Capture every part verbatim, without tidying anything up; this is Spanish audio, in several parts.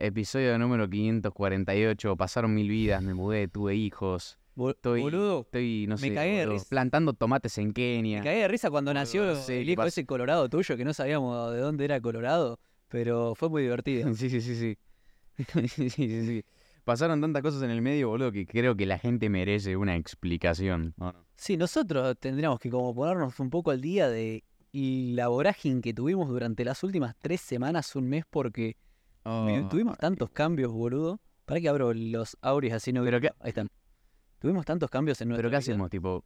episodio número quinientos cuarenta y ocho. Pasaron mil vidas, me mudé, tuve hijos. Bol- Estoy, boludo, estoy, no me sé, cagué de boludo, risa. plantando tomates en Kenia. Me cagué de risa cuando Boludo, nació no sé el qué hijo pasa. ese colorado tuyo, que no sabíamos de dónde era Colorado, pero fue muy divertido. Sí, sí, sí, sí. Sí, sí, sí. Pasaron tantas cosas en el medio, boludo, que creo que la gente merece una explicación. ¿O no? Sí, nosotros tendríamos que como ponernos un poco al día de la vorágine que tuvimos durante las últimas tres semanas, un mes, porque vi- tuvimos tantos cambios, boludo. Para que abro los auris así no... Pero qué- Ahí están. Tuvimos tantos cambios en nuestra ¿Pero qué vida. hacemos? Tipo,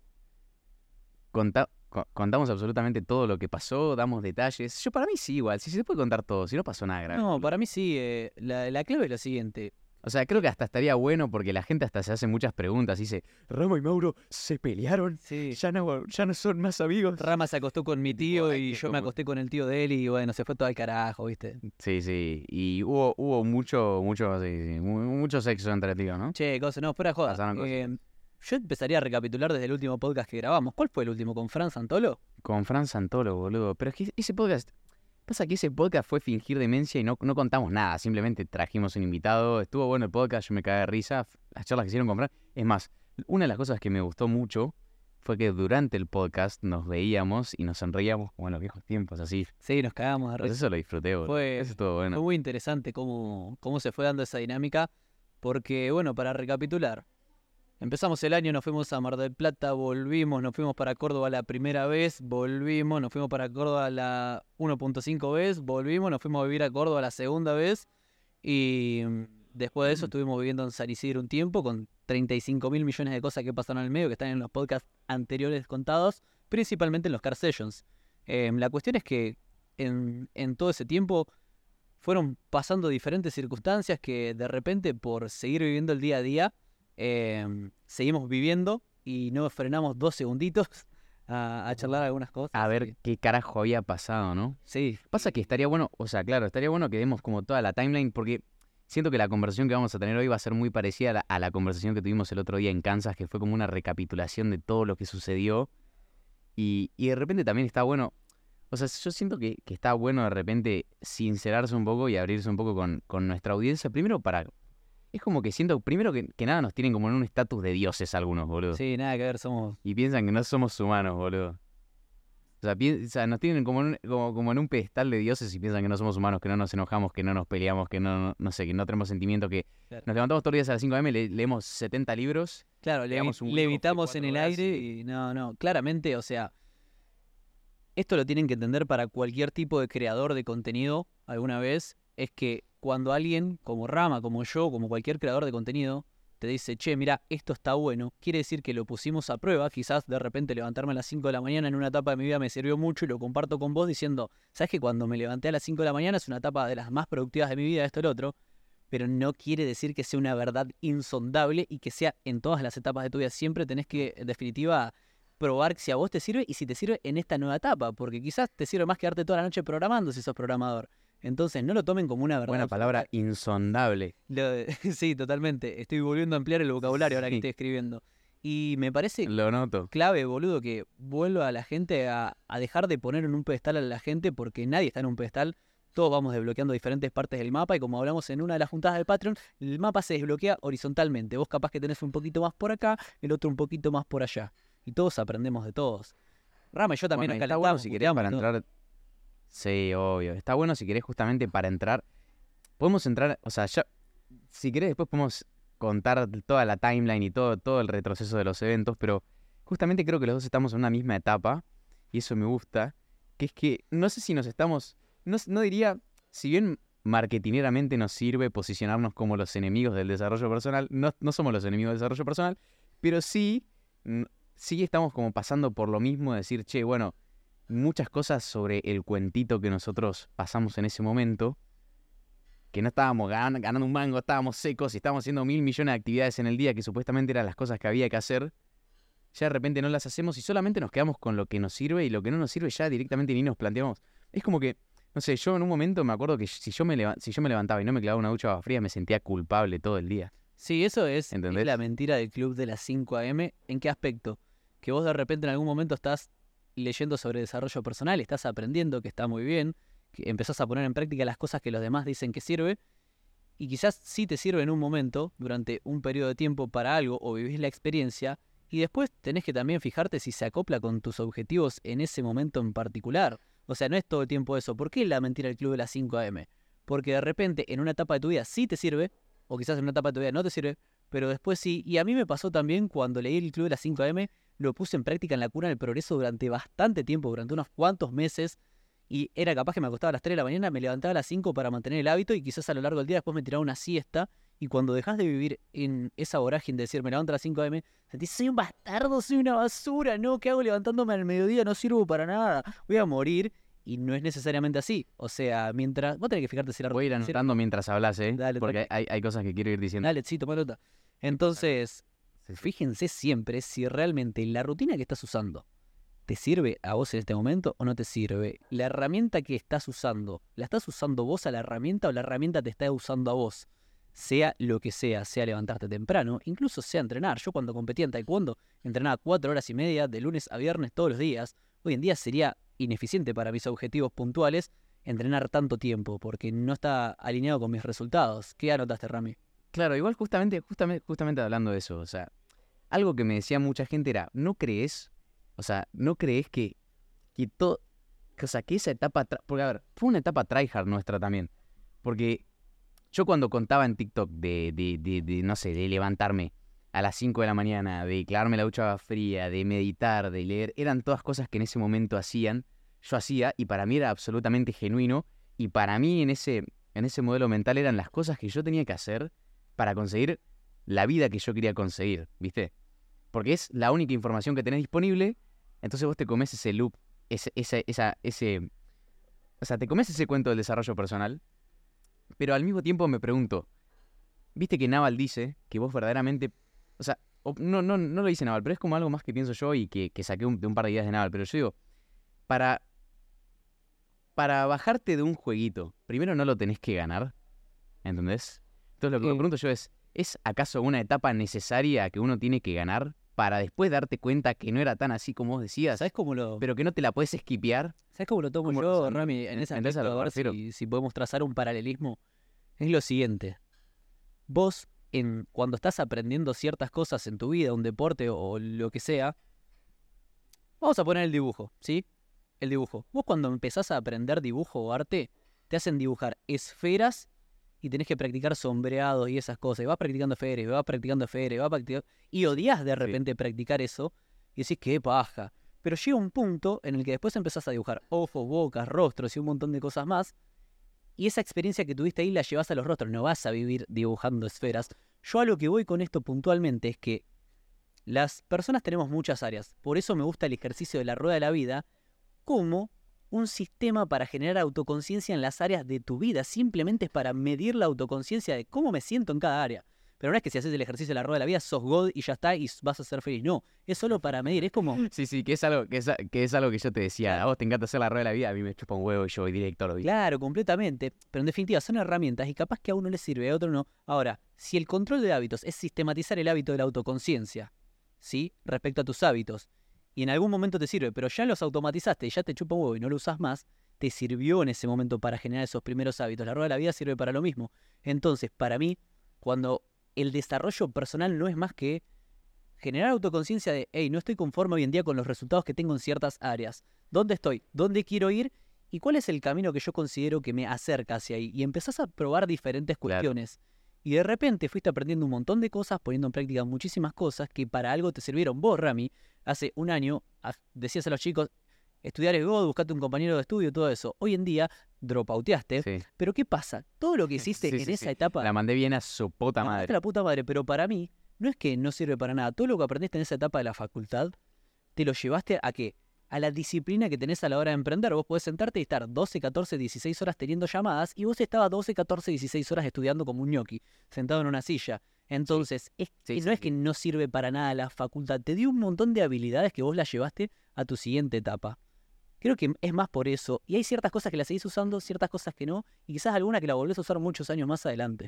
conta- co- contamos absolutamente todo lo que pasó, damos detalles. Yo para mí sí, igual, si se puede contar todo, si no pasó nada grave. No, boludo. para mí sí. eh, la, la clave es lo siguiente. O sea, creo que hasta estaría bueno porque la gente hasta se hace muchas preguntas. Dice, Rama y Mauro se pelearon, Sí. ya no, ya no son más amigos. Rama se acostó con mi tío Ay, y qué yo me como- acosté con el tío de él y bueno, se fue todo al carajo, ¿viste? Sí, sí, y hubo, hubo mucho, mucho, sí, sí, mu- mucho sexo entre tíos, ¿no? Che, cosa, no, fuera de joda. Pasaron cosas. Eh, yo empezaría a recapitular desde el último podcast que grabamos. ¿Cuál fue el último? ¿Con Fran Santolo? Con Fran Santolo, boludo. Pero es que ese podcast, pasa que ese podcast fue fingir demencia y no, no contamos nada. Simplemente trajimos un invitado, estuvo bueno el podcast, yo me cagué de risa, las charlas que hicieron con Fran. Es más, una de las cosas que me gustó mucho fue que durante el podcast nos veíamos y nos sonreíamos como en los viejos tiempos, así. Sí, nos cagamos de Pues risa. eso lo disfruté, boludo. Fue- Eso estuvo bueno. Fue muy interesante cómo, cómo se fue dando esa dinámica. Porque, bueno, para recapitular. Empezamos el año, nos fuimos a Mar del Plata, volvimos, nos fuimos para Córdoba la primera vez, volvimos, nos fuimos para Córdoba la uno punto cinco vez, volvimos, nos fuimos a vivir a Córdoba la segunda vez y mm, después de eso estuvimos viviendo en San Isidro un tiempo con treinta y cinco mil millones de cosas que pasaron en el medio que están en los podcasts anteriores contados, principalmente en los Car Sessions. Eh, la cuestión es que en, en todo ese tiempo fueron pasando diferentes circunstancias que de repente por seguir viviendo el día a día eh, seguimos viviendo y no frenamos dos segunditos a, a charlar algunas cosas. A ver y- qué carajo había pasado, ¿no? Sí, Pasa que estaría bueno, o sea, claro, estaría bueno que demos como toda la timeline porque siento que la conversación que vamos a tener hoy va a ser muy parecida a la, a la conversación que tuvimos el otro día en Kansas, que fue como una recapitulación de todo lo que sucedió. Y, y de repente también está bueno, o sea, yo siento que, que está bueno de repente sincerarse un poco y abrirse un poco con, con nuestra audiencia. Primero para... Es como que siento, primero que, que nada, nos tienen como en un estatus de dioses algunos, boludo. sí, nada que ver, somos... Y piensan que no somos humanos, boludo. O sea, pi- o sea, nos tienen como en, un, como, como en un pedestal de dioses y piensan que no somos humanos, que no nos enojamos, que no nos peleamos, que no, no, no sé, que no tenemos sentimiento, que Claro. nos levantamos todos los días a las cinco de la mañana, le, leemos setenta libros. Claro, levi- Pegamos un levitamos Wii en de el cuatro horas aire y- y no, no, claramente, o sea, esto lo tienen que entender para cualquier tipo de creador de contenido alguna vez, es que cuando alguien como Rama, como yo, como cualquier creador de contenido, te dice, che, mira, esto está bueno, quiere decir que lo pusimos a prueba, quizás de repente levantarme a las cinco de la mañana en una etapa de mi vida me sirvió mucho y lo comparto con vos diciendo, sabes que cuando me levanté a las cinco de la mañana es una etapa de las más productivas de mi vida, esto y lo otro, pero no quiere decir que sea una verdad insondable y que sea en todas las etapas de tu vida. Siempre tenés que, en definitiva, probar si a vos te sirve y si te sirve en esta nueva etapa, porque quizás te sirve más quedarte toda la noche programando si sos programador. Entonces no lo tomen como una verdad. Buena palabra, insondable. Lo- sí, totalmente. Estoy volviendo a ampliar el vocabulario ahora que Sí. estoy escribiendo. Y me parece Lo noto. clave, boludo, que vuelva a la gente a, a dejar de poner en un pedestal a la gente porque nadie está en un pedestal. Todos vamos desbloqueando diferentes partes del mapa y como hablamos en una de las juntadas del Patreon, el mapa se desbloquea horizontalmente. Vos capaz que tenés un poquito más por acá, el otro un poquito más por allá. Y todos aprendemos de todos. Rama y yo también Bueno, nos está bueno calentamos, si querés para puteamos y todo. entrar. Sí, obvio. Está bueno si querés justamente para entrar. Podemos entrar, o sea, ya. Si querés, después podemos contar toda la timeline y todo, todo el retroceso de los eventos, pero justamente creo que los dos estamos en una misma etapa, y eso me gusta, que es que no sé si nos estamos. No, no diría, si bien marketineramente nos sirve posicionarnos como los enemigos del desarrollo personal, no, no somos los enemigos del desarrollo personal, pero sí, mm, sí estamos como pasando por lo mismo, de decir, che, bueno, muchas cosas sobre el cuentito que nosotros pasamos en ese momento, que no estábamos gan- ganando un mango, estábamos secos y estábamos haciendo mil millones de actividades en el día que supuestamente eran las cosas que había que hacer, ya de repente no las hacemos y solamente nos quedamos con lo que nos sirve y lo que no nos sirve ya directamente ni nos planteamos. Es como que, no sé, yo en un momento me acuerdo que si yo me, leva- si yo me levantaba y no me clavaba una ducha de agua fría me sentía culpable todo el día. Sí, eso es, es ¿Entendés? la mentira del club de las cinco a eme. ¿En qué aspecto? Que vos de repente en algún momento estás leyendo sobre desarrollo personal, estás aprendiendo, que está muy bien, que empezás a poner en práctica las cosas que los demás dicen que sirve, Y quizás sí te sirve en un momento, durante un periodo de tiempo para algo, o vivís la experiencia, y después tenés que también fijarte si se acopla con tus objetivos en ese momento en particular. O sea, no es todo el tiempo eso. ¿Por qué la mentira del club de las cinco a eme? Porque de repente en una etapa de tu vida sí te sirve, o quizás en una etapa de tu vida no te sirve, pero después sí. Y a mí me pasó también cuando leí el club de las cinco a eme, lo puse en práctica en la cuna del progreso durante bastante tiempo, durante unos cuantos meses, y era capaz que me acostaba a las tres de la mañana, me levantaba a las cinco para mantener el hábito, y quizás a lo largo del día después me tiraba una siesta, y cuando dejas de vivir en esa vorágine de decir, me levanto a las cinco a eme, sentís, soy un bastardo, soy una basura, ¿no? ¿Qué hago levantándome al mediodía? No sirvo para nada, voy a morir. Y no es necesariamente así. O sea, mientras... Vos tenés que fijarte si la... Voy a ir si- anotando mientras hablas, ¿eh? Dale, Porque hay, hay cosas que quiero ir diciendo. Dale, sí, toma nota. Entonces, Sí, sí. fíjense siempre si realmente la rutina que estás usando te sirve a vos en este momento o no te sirve. La herramienta que estás usando, ¿la estás usando vos a la herramienta o la herramienta te está usando a vos? Sea lo que sea, sea levantarte temprano, incluso sea entrenar. Yo cuando competía en taekwondo entrenaba cuatro horas y media de lunes a viernes todos los días. Hoy en día sería ineficiente para mis objetivos puntuales entrenar tanto tiempo porque no está alineado con mis resultados. ¿Qué anotaste, Rami? Claro, igual justamente, justamente, justamente hablando de eso, o sea, algo que me decía mucha gente era, ¿no crees? O sea, ¿no crees que, que todo, que, o sea, que esa etapa, tra- porque a ver, fue una etapa tryhard nuestra también, porque yo cuando contaba en TikTok de, de, de, de, no sé, de levantarme a las cinco de la mañana, de clavarme la ducha fría, de meditar, de leer, eran todas cosas que en ese momento hacían, yo hacía, y para mí era absolutamente genuino, y para mí en ese, en ese modelo mental eran las cosas que yo tenía que hacer para conseguir la vida que yo quería conseguir, ¿viste? Porque es la única información que tenés disponible, entonces vos te comes ese loop, ese, ese, esa, ese, o sea, te comes ese cuento del desarrollo personal, pero al mismo tiempo me pregunto, viste que Naval dice que vos verdaderamente, o sea, o- no, no, no lo dice Naval, pero es como algo más que pienso yo y que, que saqué un- de un par de ideas de Naval, pero yo digo, para, para bajarte de un jueguito, primero no lo tenés que ganar, ¿entendés? Entonces lo que me Eh, pregunto yo es, ¿es acaso una etapa necesaria que uno tiene que ganar para después darte cuenta que no era tan así como vos decías, ¿Sabés cómo lo, pero que no te la puedes esquipear? ¿sabés cómo lo tomo Como, o yo, sea, Rami, en ese ¿entendés a aspecto? lo que A me ver refiero? si, si podemos trazar un paralelismo. Es lo siguiente. Vos, en, cuando estás aprendiendo ciertas cosas en tu vida, un deporte o lo que sea, vamos a poner el dibujo, ¿sí? El dibujo. Vos cuando empezás a aprender dibujo o arte, te hacen dibujar esferas y tenés que practicar sombreados y esas cosas. Y vas practicando esferas, y vas practicando esferas, y vas practicando... Y odias de Sí. repente practicar eso y decís, qué paja. Pero llega un punto en el que después empezás a dibujar ojos, bocas, rostros y un montón de cosas más. Y esa experiencia que tuviste ahí la llevas a los rostros. No vas a vivir dibujando esferas. Yo a lo que voy con esto puntualmente es que las personas tenemos muchas áreas. Por eso me gusta el ejercicio de la rueda de la vida como un sistema para generar autoconciencia en las áreas de tu vida. Simplemente es para medir la autoconciencia de cómo me siento en cada área. Pero no es que si haces el ejercicio de la rueda de la vida sos God y ya está y vas a ser feliz. No, es solo para medir. Es como... Sí, sí, que es algo que es, a- que es algo que yo te decía. Claro. A vos te encanta hacer la rueda de la vida, a mí me chupa un huevo y yo voy directo a lo ¿viste? Claro, completamente. Pero en definitiva son herramientas y capaz que a uno le sirve, a otro no. Ahora, si el control de hábitos es sistematizar el hábito de la autoconciencia, ¿sí? Respecto a tus hábitos, y en algún momento te sirve, pero ya los automatizaste y ya te chupa un huevo y no lo usas más, te sirvió en ese momento para generar esos primeros hábitos. La rueda de la vida sirve para lo mismo. Entonces, para mí, cuando el desarrollo personal no es más que generar autoconciencia de, hey, no estoy conforme hoy en día con los resultados que tengo en ciertas áreas. ¿Dónde estoy? ¿Dónde quiero ir? ¿Y cuál es el camino que yo considero que me acerca hacia ahí? Y empezás a probar diferentes Claro. cuestiones. Y de repente fuiste aprendiendo un montón de cosas, poniendo en práctica muchísimas cosas que para algo te sirvieron. Vos, Rami, hace un año a- decías a los chicos, estudiar es God, buscate un compañero de estudio, todo eso. Hoy en día, dropouteaste. Sí. Pero ¿qué pasa? Todo lo que hiciste Sí, en sí, esa sí. etapa... La mandé bien a su puta La mandaste madre. a la puta madre, pero para mí no es que no sirve para nada. Todo lo que aprendiste en esa etapa de la facultad, te lo llevaste a qué? A la disciplina que tenés a la hora de emprender. Vos podés sentarte y estar doce, catorce, dieciséis horas teniendo llamadas y vos estabas doce, catorce, dieciséis horas estudiando como un ñoqui, sentado en una silla. Entonces, es, Sí, no sí, es sí. que no sirve para nada la facultad. Te dio un montón de habilidades que vos las llevaste a tu siguiente etapa. Creo que es más por eso. Y hay ciertas cosas que las seguís usando, ciertas cosas que no, y quizás alguna que la volvés a usar muchos años más adelante.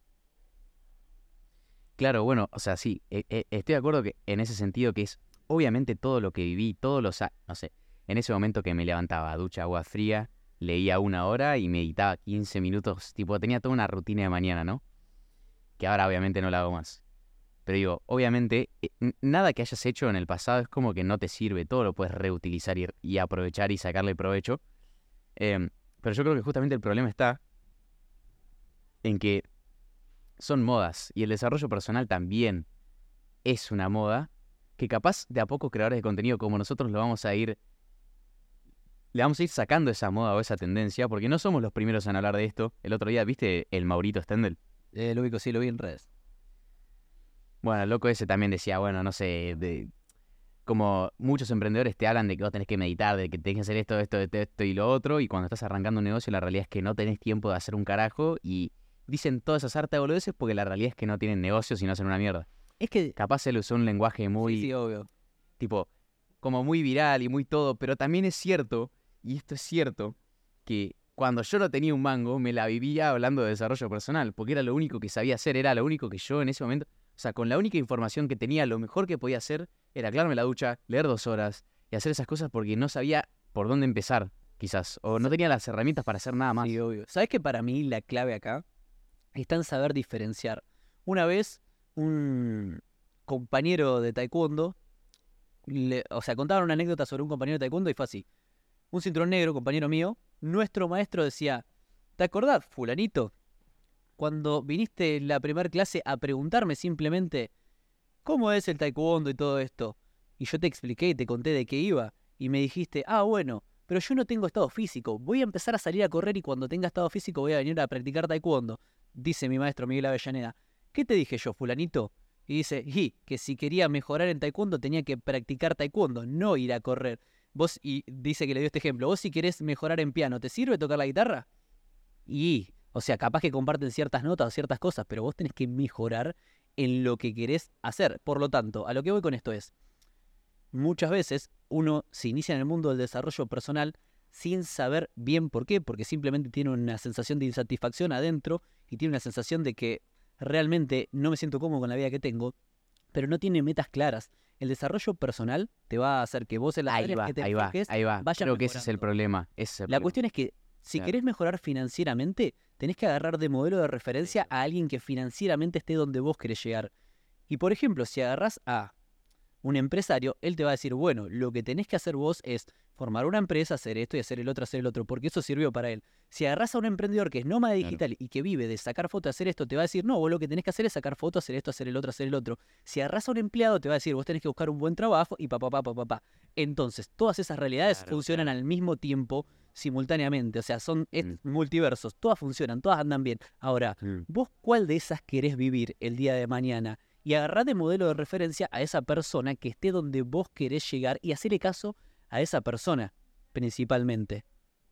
Claro, bueno, o sea, sí, e- e- estoy de acuerdo que en ese sentido que es obviamente todo lo que viví, todos los, a- no sé, en ese momento que me levantaba, ducha, agua fría, leía una hora y meditaba quince minutos. Tipo, tenía toda una rutina de mañana, ¿no? Que ahora obviamente no la hago más. Pero digo, obviamente, eh, n- nada que hayas hecho en el pasado es como que no te sirve. Todo lo puedes reutilizar y, y aprovechar y sacarle provecho. Em, pero yo creo que justamente el problema está en que son modas. Y el desarrollo personal también es una moda que capaz de a poco creadores de contenido como nosotros lo vamos a ir, le vamos a ir sacando esa moda o esa tendencia, porque no somos los primeros en hablar de esto. El otro día, ¿viste el Maurito Stendel? Eh, lo ubico, sí, lo vi en redes. Bueno, el loco ese también decía, bueno, no sé, de, como muchos emprendedores te hablan de que vos tenés que meditar, de que tenés que hacer esto, esto, esto, esto y lo otro, y cuando estás arrancando un negocio la realidad es que no tenés tiempo de hacer un carajo, y dicen todas esas hartas de boludeces porque la realidad es que no tienen negocio y no hacen una mierda. Es que, Capaz él usó un lenguaje muy, sí, sí, obvio. tipo, como muy viral y muy todo, pero también es cierto, y esto es cierto, que cuando yo no tenía un mango, me la vivía hablando de desarrollo personal, porque era lo único que sabía hacer, era lo único que yo en ese momento, o sea, con la única información que tenía, lo mejor que podía hacer era clavarme la ducha, leer dos horas y hacer esas cosas porque no sabía por dónde empezar, quizás, o no Sa- tenía las herramientas para hacer nada más. Sí, obvio. ¿Sabes que para mí la clave acá está en saber diferenciar? Una vez, un compañero de taekwondo, le- o sea, contaban una anécdota sobre un compañero de taekwondo y fue así. Un cinturón negro, compañero mío, nuestro maestro decía, ¿te acordás, fulanito? Cuando viniste en la primera clase a preguntarme simplemente cómo es el taekwondo y todo esto, y yo te expliqué y te conté de qué iba, y me dijiste, ah, bueno, pero yo no tengo estado físico, voy a empezar a salir a correr y cuando tenga estado físico voy a venir a practicar taekwondo, dice mi maestro Miguel Avellaneda. ¿Qué te dije yo, fulanito? Y dice, y que si quería mejorar en taekwondo tenía que practicar taekwondo, no ir a correr. Vos, y dice que le dio este ejemplo, vos si querés mejorar en piano, ¿te sirve tocar la guitarra? Y, o sea, capaz que comparten ciertas notas o ciertas cosas, pero vos tenés que mejorar en lo que querés hacer. Por lo tanto, a lo que voy con esto es, muchas veces uno se inicia en el mundo del desarrollo personal sin saber bien por qué, porque simplemente tiene una sensación de insatisfacción adentro y tiene una sensación de que realmente no me siento cómodo con la vida que tengo, pero no tiene metas claras. El desarrollo personal te va a hacer que vos en las Ahí áreas va, que te ahí va, enfoques ahí va. vayas Creo que ese es el mejorando. problema. Ese es el La problema. cuestión es que si Claro. querés mejorar financieramente, tenés que agarrar de modelo de referencia a alguien que financieramente esté donde vos querés llegar. Y por ejemplo, si agarrás a un empresario, él te va a decir, bueno, lo que tenés que hacer vos es formar una empresa, hacer esto y hacer el otro, hacer el otro, porque eso sirvió para él. Si agarrás a un emprendedor que es nómada Claro. digital y que vive de sacar fotos, hacer esto, te va a decir, no, vos lo que tenés que hacer es sacar fotos, hacer esto, hacer el otro, hacer el otro. Si agarrás a un empleado, te va a decir, vos tenés que buscar un buen trabajo y papá, papá, papá, papá. Entonces, todas esas realidades Claro, funcionan claro. al mismo tiempo, simultáneamente. O sea, son es- Mm. multiversos, todas funcionan, todas andan bien. Ahora, Mm. ¿vos cuál de esas querés vivir el día de mañana? Y agarrá de modelo de referencia a esa persona que esté donde vos querés llegar y hacerle caso a esa persona, principalmente.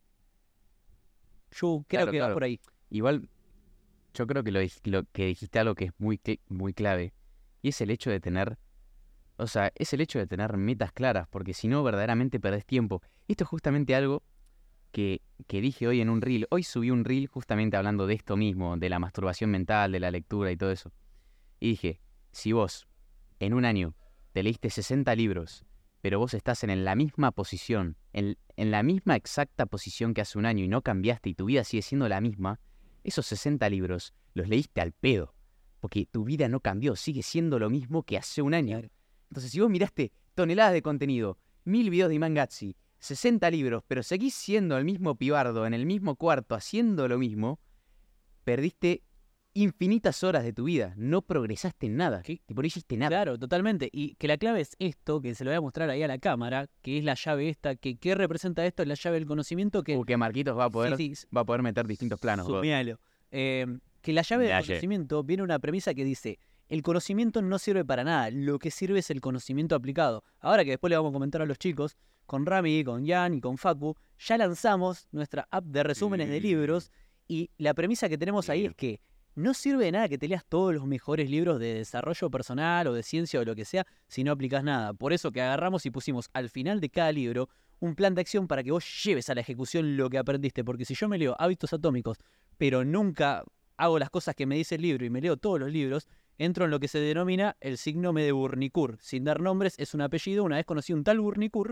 Yo creo Claro, que va claro. por ahí. Igual, yo creo que lo, dij- lo que dijiste algo que es muy, cl- muy clave. Y es el hecho de tener, o sea, es el hecho de tener metas claras, porque si no, verdaderamente perdés tiempo. Esto es justamente algo que, que dije hoy en un reel. Hoy subí un reel justamente hablando de esto mismo, de la masturbación mental, de la lectura y todo eso. Y dije, si vos en un año te leíste sesenta libros, pero vos estás en la misma posición, en, en la misma exacta posición que hace un año y no cambiaste y tu vida sigue siendo la misma, esos sesenta libros los leíste al pedo, porque tu vida no cambió, sigue siendo lo mismo que hace un año. Claro. Entonces, si vos miraste toneladas de contenido, mil videos de Imangatsi, sesenta libros, pero seguís siendo el mismo pibardo en el mismo cuarto haciendo lo mismo, perdiste infinitas horas de tu vida, no progresaste en nada, ¿Qué? tipo no hiciste nada. Claro, totalmente. Y que la clave es esto, que se lo voy a mostrar ahí a la cámara, que es la llave esta, que ¿qué representa esto? Es la llave del conocimiento que... Uh, que Marquitos va a poder, Sí, sí, va a poder meter distintos planos. bro. Sumialo. Eh, que la llave del Dale. conocimiento viene una premisa que dice, el conocimiento no sirve para nada, lo que sirve es el conocimiento aplicado. Ahora que después le vamos a comentar a los chicos, con Rami, con Jan y con Facu, ya lanzamos nuestra app de resúmenes de Mm. libros y la premisa que tenemos ahí Bien. es que no sirve de nada que te leas todos los mejores libros de desarrollo personal o de ciencia o lo que sea si no aplicas nada. Por eso que agarramos y pusimos al final de cada libro un plan de acción para que vos lleves a la ejecución lo que aprendiste. Porque si yo me leo Hábitos Atómicos, pero nunca hago las cosas que me dice el libro y me leo todos los libros, entro en lo que se denomina el síndrome de Burnicourt. Sin dar nombres, es un apellido. Una vez conocí un tal Burnicourt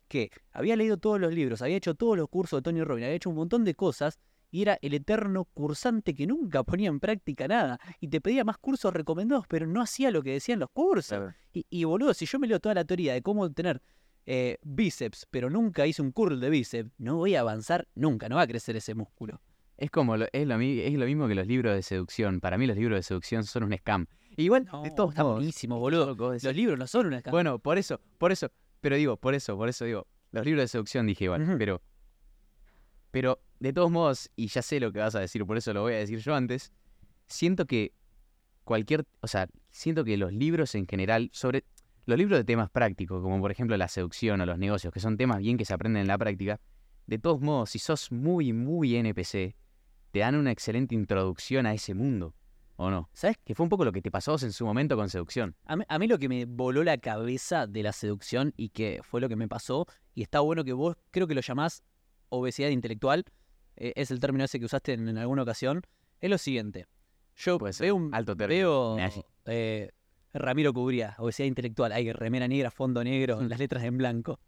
que había leído todos los libros, había hecho todos los cursos de Tony Robbins, había hecho un montón de cosas y era el eterno cursante que nunca ponía en práctica nada y te pedía más cursos recomendados, pero no hacía lo que decían los cursos. Claro. Y, y boludo, si yo me leo toda la teoría de cómo tener eh, bíceps, pero nunca hice un curl de bíceps, no voy a avanzar nunca, no va a crecer ese músculo. Es como lo, es, lo, mi- es lo mismo que los libros de seducción. Para mí los libros de seducción son un scam. Igual, No, de todos está modos, buenísimo, es boludo. lo que vos decís. Los libros no son una escala. Bueno, por eso, por eso, pero digo, por eso, por eso digo, los libros de seducción dije igual, Ujú. pero, pero de todos modos, y ya sé lo que vas a decir, por eso lo voy a decir yo antes, siento que cualquier, o sea, siento que los libros en general, sobre los libros de temas prácticos, como por ejemplo la seducción o los negocios, que son temas bien que se aprenden en la práctica, de todos modos, si sos muy, muy N P C, te dan una excelente introducción a ese mundo, ¿o no? ¿Sabes? Que fue un poco lo que te pasó a vos en su momento con seducción. A mí, a mí lo que me voló la cabeza de la seducción y que fue lo que me pasó, y está bueno que vos creo que lo llamás obesidad intelectual, eh, es el término ese que usaste en, en alguna ocasión, es lo siguiente. Yo Puede ser, veo, un, alto término, veo me hallo. eh, Ramiro Cubría, obesidad intelectual, hay remera negra, fondo negro, Mm. las letras en blanco.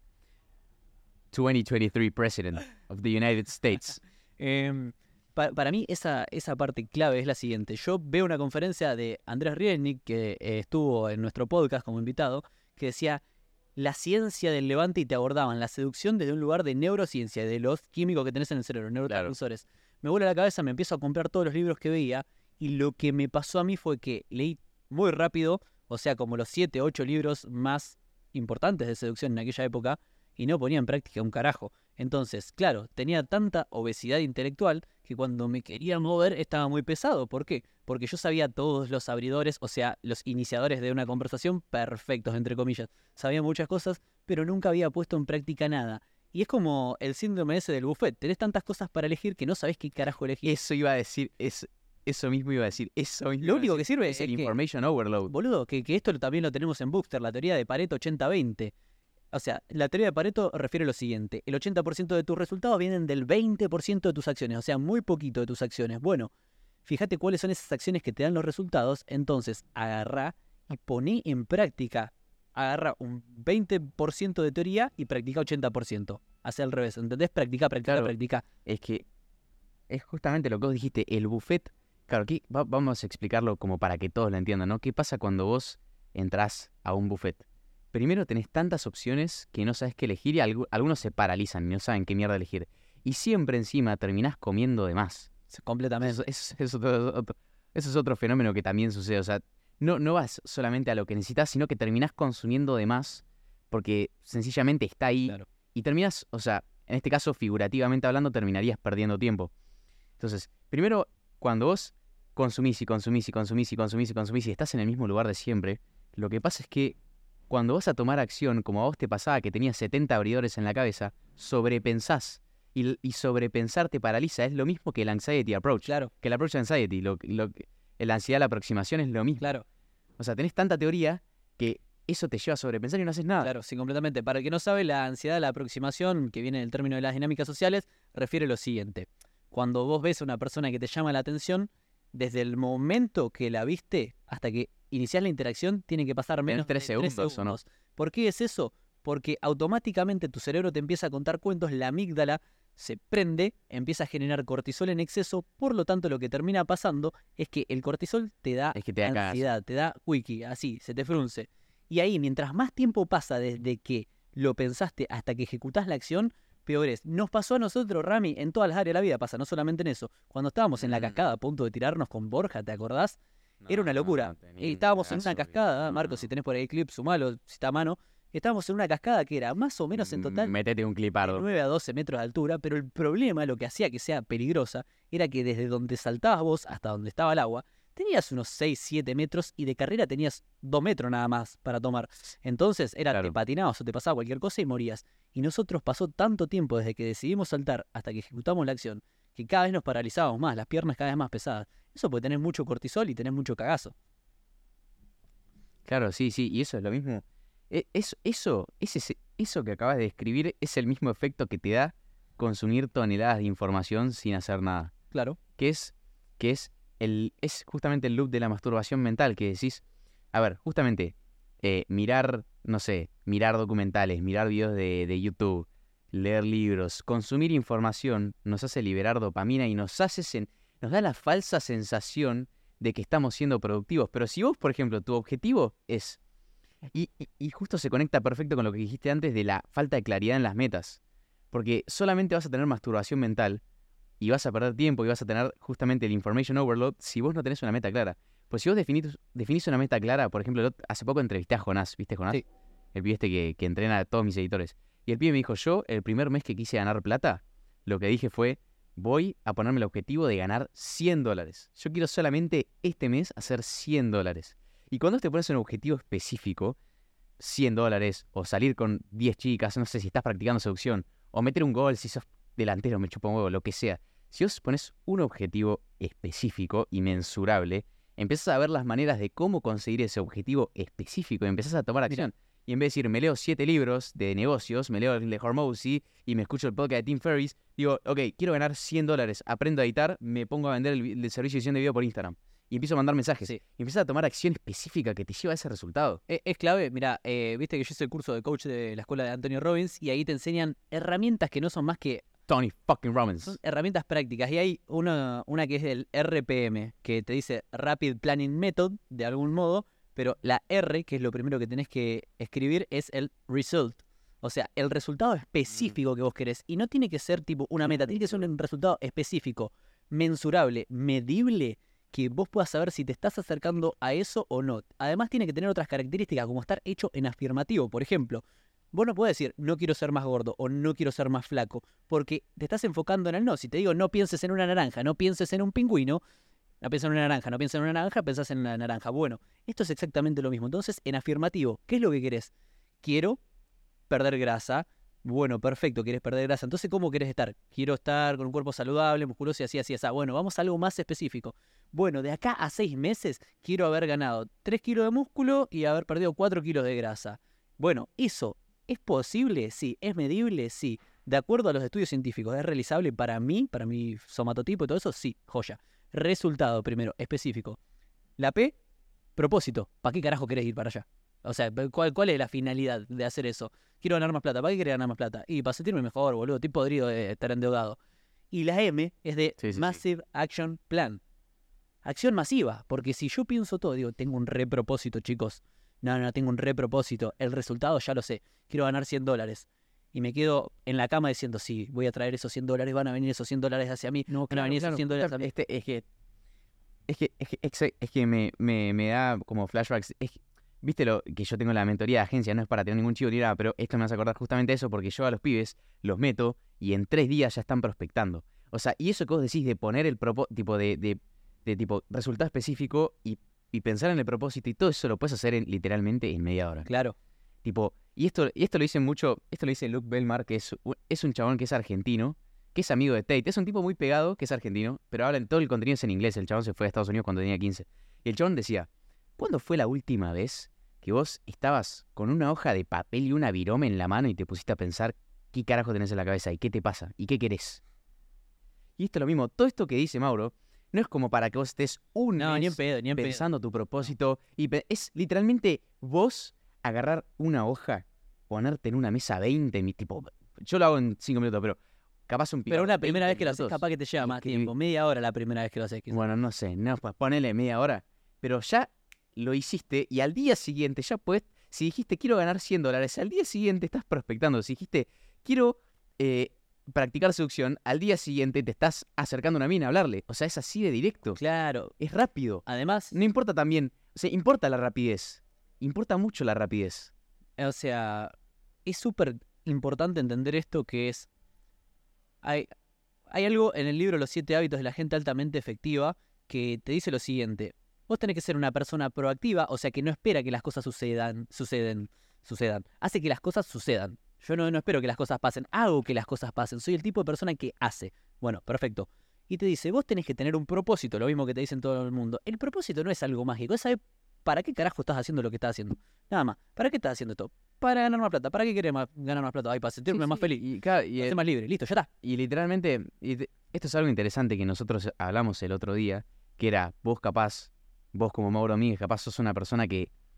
twenty twenty-three President of the United States. Em, pa- para mí esa, esa parte clave es la siguiente. Yo veo una conferencia de Andrés Rielnik, que eh, estuvo en nuestro podcast como invitado, que decía la ciencia del levante y te abordaban la seducción desde un lugar de neurociencia, de los químicos que tenés en el cerebro, neurotransmisores. Me vuela la cabeza, me empiezo a comprar todos los libros que veía y lo que me pasó a mí fue que leí muy rápido, o sea, como los siete, ocho libros más importantes de seducción en aquella época y no ponía en práctica un carajo. Entonces, claro, tenía tanta obesidad intelectual que cuando me quería mover estaba muy pesado. ¿Por qué? Porque yo sabía todos los abridores, o sea, los iniciadores de una conversación perfectos, entre comillas. Sabía muchas cosas, pero nunca había puesto en práctica nada. Y es como el síndrome ese del buffet. Tenés tantas cosas para elegir que no sabés qué carajo elegir. Eso iba a decir, es, eso mismo iba a decir, eso mismo Lo iba a único decir. que sirve es es el que- information overload. Boludo, que, que esto lo- también lo tenemos en Bookster, la teoría de Pareto ochenta veinte. O sea, la teoría de Pareto refiere a lo siguiente. El ochenta por ciento de tus resultados vienen del veinte por ciento de tus acciones. O sea, muy poquito de tus acciones. Bueno, fíjate cuáles son esas acciones que te dan los resultados. Entonces, agarrá y poné en práctica. Agarra un veinte por ciento de teoría y practica ochenta por ciento. Hace al revés, ¿entendés? Practica, practica, Claro. practica. Es que es justamente lo que vos dijiste, el buffet. Claro, aquí va- vamos a explicarlo como para que todos lo entiendan, ¿no? ¿Qué pasa cuando vos entrás a un buffet? Primero tenés tantas opciones que no sabes qué elegir y algu- algunos se paralizan y no saben qué mierda elegir. Y siempre encima terminás comiendo de más. Completamente. Eso, eso- eso es otro, otro- eso es otro fenómeno que también sucede. O sea, no, no vas solamente a lo que necesitas, sino que terminás consumiendo de más porque sencillamente está ahí. Claro. Y terminas, o sea, en este caso figurativamente hablando, terminarías perdiendo tiempo. Entonces, primero, cuando vos consumís y consumís y consumís y consumís y consumís y estás en el mismo lugar de siempre, lo que pasa es que cuando vas a tomar acción, como a vos te pasaba que tenías setenta abridores en la cabeza, sobrepensás. Y, y sobrepensar te paraliza. Es lo mismo que el anxiety approach. Claro, Que el approach anxiety. Lo, lo, que- la ansiedad, la aproximación es lo mismo. claro. O sea, tenés tanta teoría que eso te lleva a sobrepensar y no haces nada. Claro, sí, completamente. Para el que no sabe, la ansiedad, la aproximación, que viene del término de las dinámicas sociales, refiere lo siguiente. Cuando vos ves a una persona que te llama la atención, desde el momento que la viste hasta que iniciás la interacción, tiene que pasar menos tres de tres segundos, ¿o no? segundos. ¿Por qué es eso? Porque automáticamente tu cerebro te empieza a contar cuentos, la amígdala se prende, empieza a generar cortisol en exceso, por lo tanto lo que termina pasando es que el cortisol te da Es que te da cagazo. ansiedad, te da wiki, así, se te frunce. Y ahí, mientras más tiempo pasa desde que lo pensaste hasta que ejecutás la acción, peor es. Nos pasó a nosotros, Rami, en todas las áreas de la vida pasa, no solamente en eso. Cuando estábamos en la Mm. cascada a punto de tirarnos con Borja, ¿te acordás? Era una No, locura. tenía Y un estábamos en una cagazo, cascada, no, Marco, no. si tenés por ahí el clip, sumalo, si está a mano. Estábamos en una cascada que era más o menos en total Métete un de clipardo. nueve a doce metros de altura, pero el problema, lo que hacía que sea peligrosa, era que desde donde saltabas vos hasta donde estaba el agua, tenías unos seis, siete metros y de carrera tenías dos metros nada más para tomar. Entonces era, Claro. te patinabas o te pasaba cualquier cosa y morías. Y nosotros pasó tanto tiempo desde que decidimos saltar hasta que ejecutamos la acción, que cada vez nos paralizábamos más, las piernas cada vez más pesadas. Eso porque tenés mucho cortisol y tenés mucho cagazo. Claro, sí, sí, y eso es lo mismo. E- Eso, eso, ese, ese- eso que acabas de describir es el mismo efecto que te da consumir toneladas de información sin hacer nada. Claro. Que es, que es, el, es justamente el loop de la masturbación mental, que decís, a ver, justamente, eh, mirar, no sé, mirar documentales, mirar videos de, de YouTube, leer libros, consumir información, nos hace liberar dopamina y nos hace sen- nos da la falsa sensación de que estamos siendo productivos. Pero si vos, por ejemplo, tu objetivo es... Y, y- y justo se conecta perfecto con lo que dijiste antes de la falta de claridad en las metas. Porque solamente vas a tener masturbación mental y vas a perder tiempo y vas a tener justamente el information overload si vos no tenés una meta clara. Pues si vos definís, definís una meta clara, por ejemplo, el ot- hace poco entrevisté a Jonás, ¿viste Jonás? Sí. El pibe este que, que entrena a todos mis editores. Y el pibe me dijo, yo el primer mes que quise ganar plata, lo que dije fue, voy a ponerme el objetivo de ganar cien dólares. Yo quiero solamente este mes hacer cien dólares. Y cuando te pones un objetivo específico, cien dólares, o salir con diez chicas, no sé si estás practicando seducción, o meter un gol si sos delantero, me chupa un huevo, lo que sea. Si vos pones un objetivo específico y mensurable, empezás a ver las maneras de cómo conseguir ese objetivo específico y empezás a tomar Mira, acción. Y en vez de decir, me leo siete libros de negocios, me leo el de Hormozy y me escucho el podcast de Tim Ferriss, digo, ok, quiero ganar cien dólares, aprendo a editar, me pongo a vender el, vi- el servicio de edición de video por Instagram. Y empiezo a mandar mensajes. sí. Y empiezas a tomar acción específica que te lleva a ese resultado. Es, es clave, mira, eh, viste que yo hice el curso de coach de la escuela de Antonio Robbins y ahí te enseñan herramientas que no son más que Tony fucking Robbins. son herramientas prácticas. Y hay una, una que es el R P M, que te dice Rapid Planning Method, de algún modo, pero la R, que es lo primero que tenés que escribir, es el result. O sea, el resultado específico que vos querés. Y no tiene que ser tipo una meta, tiene que ser un resultado específico, mensurable, medible, que vos puedas saber si te estás acercando a eso o no. Además tiene que tener otras características como estar hecho en afirmativo. Por ejemplo, vos no podés decir no quiero ser más gordo o no quiero ser más flaco, porque te estás enfocando en el no. Si te digo no pienses en una naranja, no pienses en un pingüino, no pienses en una naranja, no pienses en una naranja, pensás en la naranja. Bueno, esto es exactamente lo mismo. Entonces, en afirmativo, ¿qué es lo que querés? Quiero perder grasa. Bueno, perfecto, quieres perder grasa. Entonces, ¿cómo querés estar? Quiero estar con un cuerpo saludable, musculoso y así, así, así. Bueno, vamos a algo más específico. Bueno, de acá a seis meses quiero haber ganado tres kilos de músculo y haber perdido cuatro kilos de grasa. Bueno, ¿eso es posible? Sí. ¿Es medible? Sí. De acuerdo a los estudios científicos, ¿es realizable para mí, para mi somatotipo y todo eso? Sí, joya. Resultado primero, específico. La P, propósito. ¿Para qué carajo querés ir para allá? O sea, ¿cuál, cuál es la finalidad de hacer eso? Quiero ganar más plata. ¿Para qué querés ganar más plata? Y para sentirme mejor, boludo. Estoy podrido de estar endeudado. Y la M es de Sí, sí, sí. Massive Action Plan. Acción masiva. Porque si yo pienso todo, digo, tengo un re propósito, chicos. No, no, tengo un re propósito. El resultado ya lo sé. Quiero ganar cien dólares. Y me quedo en la cama diciendo, sí, voy a traer esos cien dólares, van a venir esos cien dólares hacia mí. No, van a venir claro, esos cien dólares a mí. Este, es que, es que, es que, exa- es que me, me, me da como flashbacks. Es que, viste lo que yo tengo en la mentoría de agencia, no es para tener ningún chivo ni nada, pero esto me hace acordar justamente eso porque yo a los pibes los meto y en tres días ya están prospectando. O sea, y eso que vos decís de poner el propósito, tipo de, de, de tipo resultado específico y, y pensar en el propósito y todo eso lo puedes hacer en- literalmente en media hora. Claro. Tipo, y esto, y esto lo dice mucho, esto lo dice Luke Belmar, que es, u- es un chabón que es argentino, que es amigo de Tate. Es un tipo muy pegado, que es argentino, pero habla todo el contenido es en inglés. El chabón se fue a Estados Unidos cuando tenía quince. Y el chabón decía, ¿cuándo fue la última vez que vos estabas con una hoja de papel y una virome en la mano y te pusiste a pensar qué carajo tenés en la cabeza y qué te pasa y qué querés? Y esto es lo mismo, todo esto que dice Mauro, no es como para que vos estés un No, ni en mes pedo, ni en pedo. pensando tu propósito. Y pe- es literalmente vos agarrar una hoja, ponerte en una mesa veinte, mi- tipo, yo lo hago en cinco minutos, pero capaz un Pero pico, una primera veinte vez que lo haces, minutos. capaz que te lleva y más que- tiempo. Media hora la primera vez que lo haces, quizás. Bueno, no sé, no, pues ponele media hora, pero ya lo hiciste y al día siguiente ya puedes, si dijiste quiero ganar cien dólares, al día siguiente estás prospectando. Si dijiste quiero eh, practicar seducción, al día siguiente te estás acercando a una mina a hablarle. O sea, es así de directo, Claro. es rápido. Además, No importa también, o sea, importa la rapidez, importa mucho la rapidez. o sea, es súper importante entender esto que es... Hay, hay algo en el libro Los siete hábitos de la gente altamente efectiva que te dice lo siguiente. Vos tenés que ser una persona proactiva, o sea, que no espera que las cosas sucedan, suceden, sucedan. Hace que las cosas sucedan. Yo no, no espero que las cosas pasen, hago que las cosas pasen. Soy el tipo de persona que hace. Bueno, perfecto. Y te dice, vos tenés que tener un propósito, lo mismo que te dicen todo el mundo. El propósito no es algo mágico, es saber para qué carajo estás haciendo lo que estás haciendo. Nada más. ¿Para qué estás haciendo esto? Para ganar más plata. ¿Para qué querés más- ganar más plata? Ay, para sentirme Sí, más sí, feliz. Y, claro, y, Para eh, ser más libre. Listo, ya está. y literalmente, y te- esto es algo interesante que nosotros hablamos el otro día, que era vos capaz, vos como Mauro Miguel, capaz sos una persona que,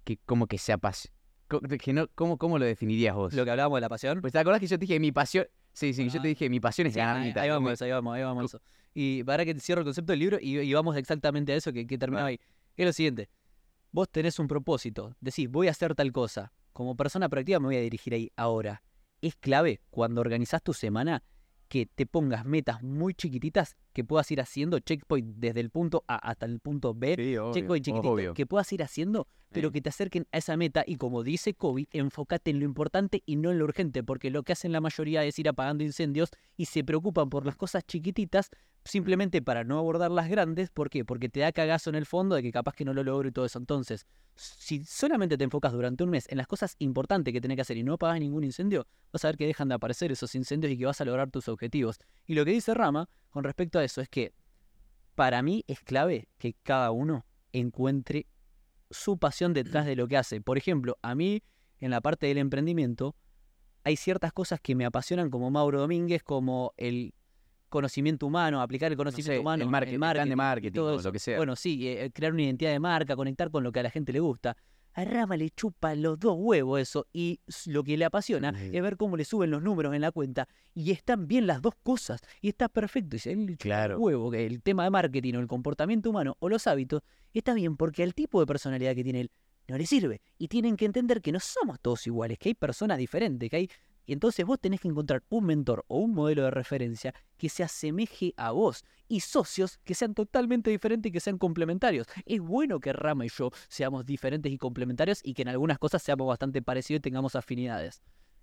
que como que se apasiona. Que no, ¿cómo, ¿Cómo lo definirías vos? Lo que hablábamos de la pasión. Pues te acordás que yo te dije mi pasión. Sí, sí, Bueno, yo te dije mi pasión es sí, ganar ahí, guita. ahí vamos, Me- a eso, ahí vamos, ahí vamos a eso. Y para que te cierro el concepto del libro y, y vamos exactamente a eso que, que terminaba ahí. Es lo siguiente. Vos tenés un propósito. Decís, voy a hacer tal cosa. Como persona proactiva me voy a dirigir ahí ahora. Es clave cuando organizás tu semana que te pongas metas muy chiquititas que puedas ir haciendo checkpoint desde el punto A hasta el punto B. Sí, Checkpoint obvio, chiquitito obvio. que puedas ir haciendo, pero Sí. que te acerquen a esa meta. Y como dice Kobe, enfócate en lo importante y no en lo urgente, porque lo que hacen la mayoría es ir apagando incendios y se preocupan por las cosas chiquititas simplemente para no abordar las grandes. ¿Por qué? Porque te da cagazo en el fondo de que capaz que no lo logro y todo eso. Entonces, si solamente te enfocas durante un mes en las cosas importantes que tenés que hacer y no apagas ningún incendio, vas a ver que dejan de aparecer esos incendios y que vas a lograr tus objetivos. Y lo que dice Rama con respecto a eso es que para mí es clave que cada uno encuentre su pasión detrás de lo que hace. Por ejemplo, a mí en la parte del emprendimiento hay ciertas cosas que me apasionan como Mauro Domínguez, como el conocimiento humano, aplicar el No conocimiento sé, humano, el marketing, el plan de y marketing, todo o eso. lo que sea. Bueno, sí, eh, crear una identidad de marca, conectar con lo que a la gente le gusta. A Rama le chupa los dos huevos eso y s- lo que le apasiona Sí. es ver cómo le suben los números en la cuenta y están bien las dos cosas y está perfecto. Y si a él le chupa Claro. el huevo que el tema de marketing o el comportamiento humano o los hábitos, está bien porque al tipo de personalidad que tiene él no le sirve. Y tienen que entender que no somos todos iguales, que hay personas diferentes, que hay... Y entonces vos tenés que encontrar un mentor o un modelo de referencia que se asemeje a vos y socios que sean totalmente diferentes y que sean complementarios. Es bueno que Rama y yo seamos diferentes y complementarios y que en algunas cosas seamos bastante parecidos y tengamos afinidades.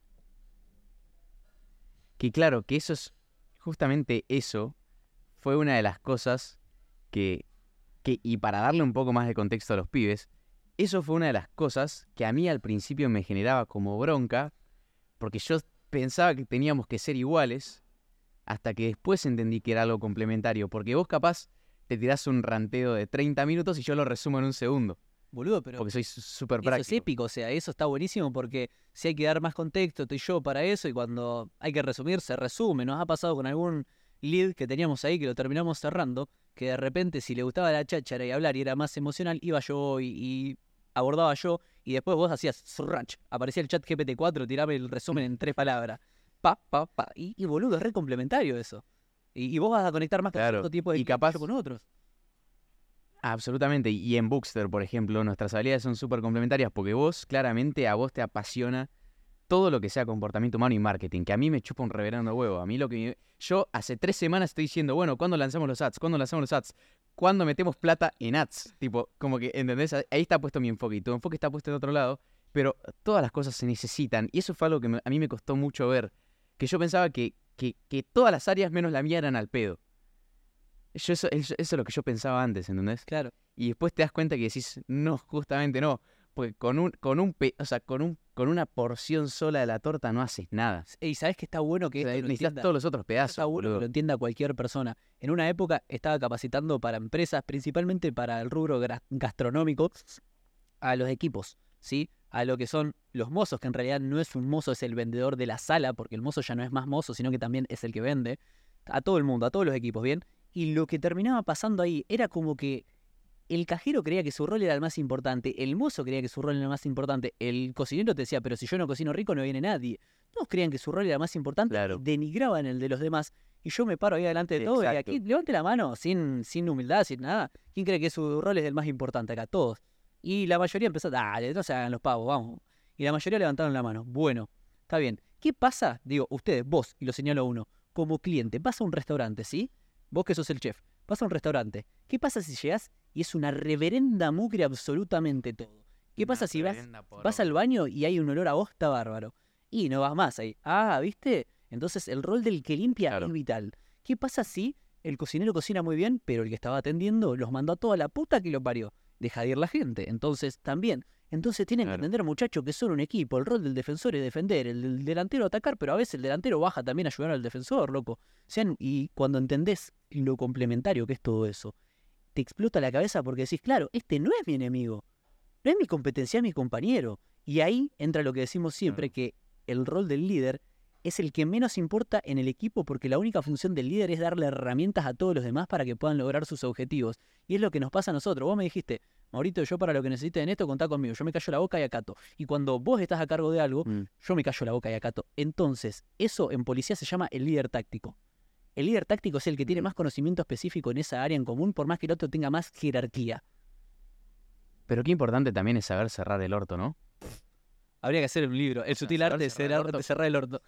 Que claro, que eso es, justamente eso fue una de las cosas que, que, y para darle un poco más de contexto a los pibes, eso fue una de las cosas que a mí al principio me generaba como bronca, porque yo pensaba que teníamos que ser iguales, hasta que después entendí que era algo complementario, porque vos capaz te tirás un ranteo de treinta minutos y yo lo resumo en un segundo, Boludo, pero porque soy su- súper eso es práctico. épico, o sea, eso está buenísimo porque si hay que dar más contexto, estoy yo para eso y cuando hay que resumir, se resume. Nos ha pasado con algún lead que teníamos ahí que lo terminamos cerrando, que de repente si le gustaba la cháchara y hablar y era más emocional, iba yo y, y abordaba yo y después vos hacías zrrach, aparecía el chat G P T cuatro, tiraba el resumen en tres palabras. Pa, pa, pa. Y, y boludo, es re complementario eso. Y, y vos vas a conectar más con Claro, cierto tipo de y cliente que capaz- yo con otros. Absolutamente, y en Bookster, por ejemplo, nuestras habilidades son súper complementarias porque vos, claramente, a vos te apasiona todo lo que sea comportamiento humano y marketing, que a mí me chupa un reverendo huevo. A mí lo que me- Yo hace tres semanas estoy diciendo, bueno, ¿cuándo lanzamos los ads? ¿Cuándo lanzamos los ads? ¿Cuándo metemos plata en ads? Tipo, como que, ¿entendés? Ahí está puesto mi enfoque y tu enfoque está puesto en otro lado, pero todas las cosas se necesitan y eso fue algo que me- a mí me costó mucho ver, que yo pensaba que, que, que todas las áreas menos la mía eran al pedo. Yo eso, eso, eso es lo que yo pensaba antes, ¿entendés? Claro. Y después te das cuenta que decís, no, justamente no. Porque con un, con un pe- o sea, con un, con una porción sola de la torta no haces nada. Y sabes que está bueno que O sea, esto lo necesitas entienda. todos los otros Eso pedazos, está bueno que boludo. lo entienda cualquier persona. En una época estaba capacitando para empresas, principalmente para el rubro gra- gastronómico, a los equipos, ¿sí? A lo que son los mozos, que en realidad no es un mozo, es el vendedor de la sala, porque el mozo ya no es más mozo, sino que también es el que vende. A todo el mundo, a todos los equipos, ¿bien? Y lo que terminaba pasando ahí era como que el cajero creía que su rol era el más importante, el mozo creía que su rol era el más importante, el cocinero te decía, pero si yo no cocino rico no viene nadie. Todos creían que su rol era más importante, Claro. denigraban el de los demás, y yo me paro ahí delante de todo y Exacto. aquí levante la mano sin, sin humildad, sin nada. ¿Quién cree que su rol es el más importante acá? Todos. Y la mayoría empezó, dale, no se hagan los pavos, vamos. Y la mayoría levantaron la mano. Bueno, está bien. ¿Qué pasa? Digo, ustedes, vos, y lo señalo a uno, como cliente, vas a un restaurante, ¿sí? Vos que sos el chef, vas a un restaurante. ¿Qué pasa si llegás y es una reverenda mugre absolutamente todo? ¿Qué pasa si vas, vas al baño y hay un olor a bosta bárbaro? Y no vas más ahí. Ah, ¿viste? Entonces el rol del que limpia Claro. es vital. ¿Qué pasa si el cocinero cocina muy bien, pero el que estaba atendiendo los mandó a toda la puta que lo parió? Deja de ir la gente. Entonces, también. Entonces tienen Claro. que entender, muchachos, que son un equipo. El rol del defensor es defender, el del delantero atacar, pero a veces el delantero baja también a ayudar al defensor, loco. Sean, y cuando entendés lo complementario que es todo eso, te explota la cabeza porque decís, claro, este no es mi enemigo, no es mi competencia, es mi compañero. Y ahí entra lo que decimos siempre, Claro. que el rol del líder es el que menos importa en el equipo porque la única función del líder es darle herramientas a todos los demás para que puedan lograr sus objetivos. Y es lo que nos pasa a nosotros. Vos me dijiste, Maurito, yo para lo que necesites en esto, contá conmigo. Yo me callo la boca y acato. Y cuando vos estás a cargo de algo, Mm. yo me callo la boca y acato. Entonces, eso en policía se llama el líder táctico. El líder táctico es el que tiene más conocimiento específico en esa área en común, por más que el otro tenga más jerarquía. Pero qué importante también es saber cerrar el orto, ¿no? Habría que hacer un libro, el sea, sutil saber arte de cerrar el cerrar, orto. de cerrar el orto.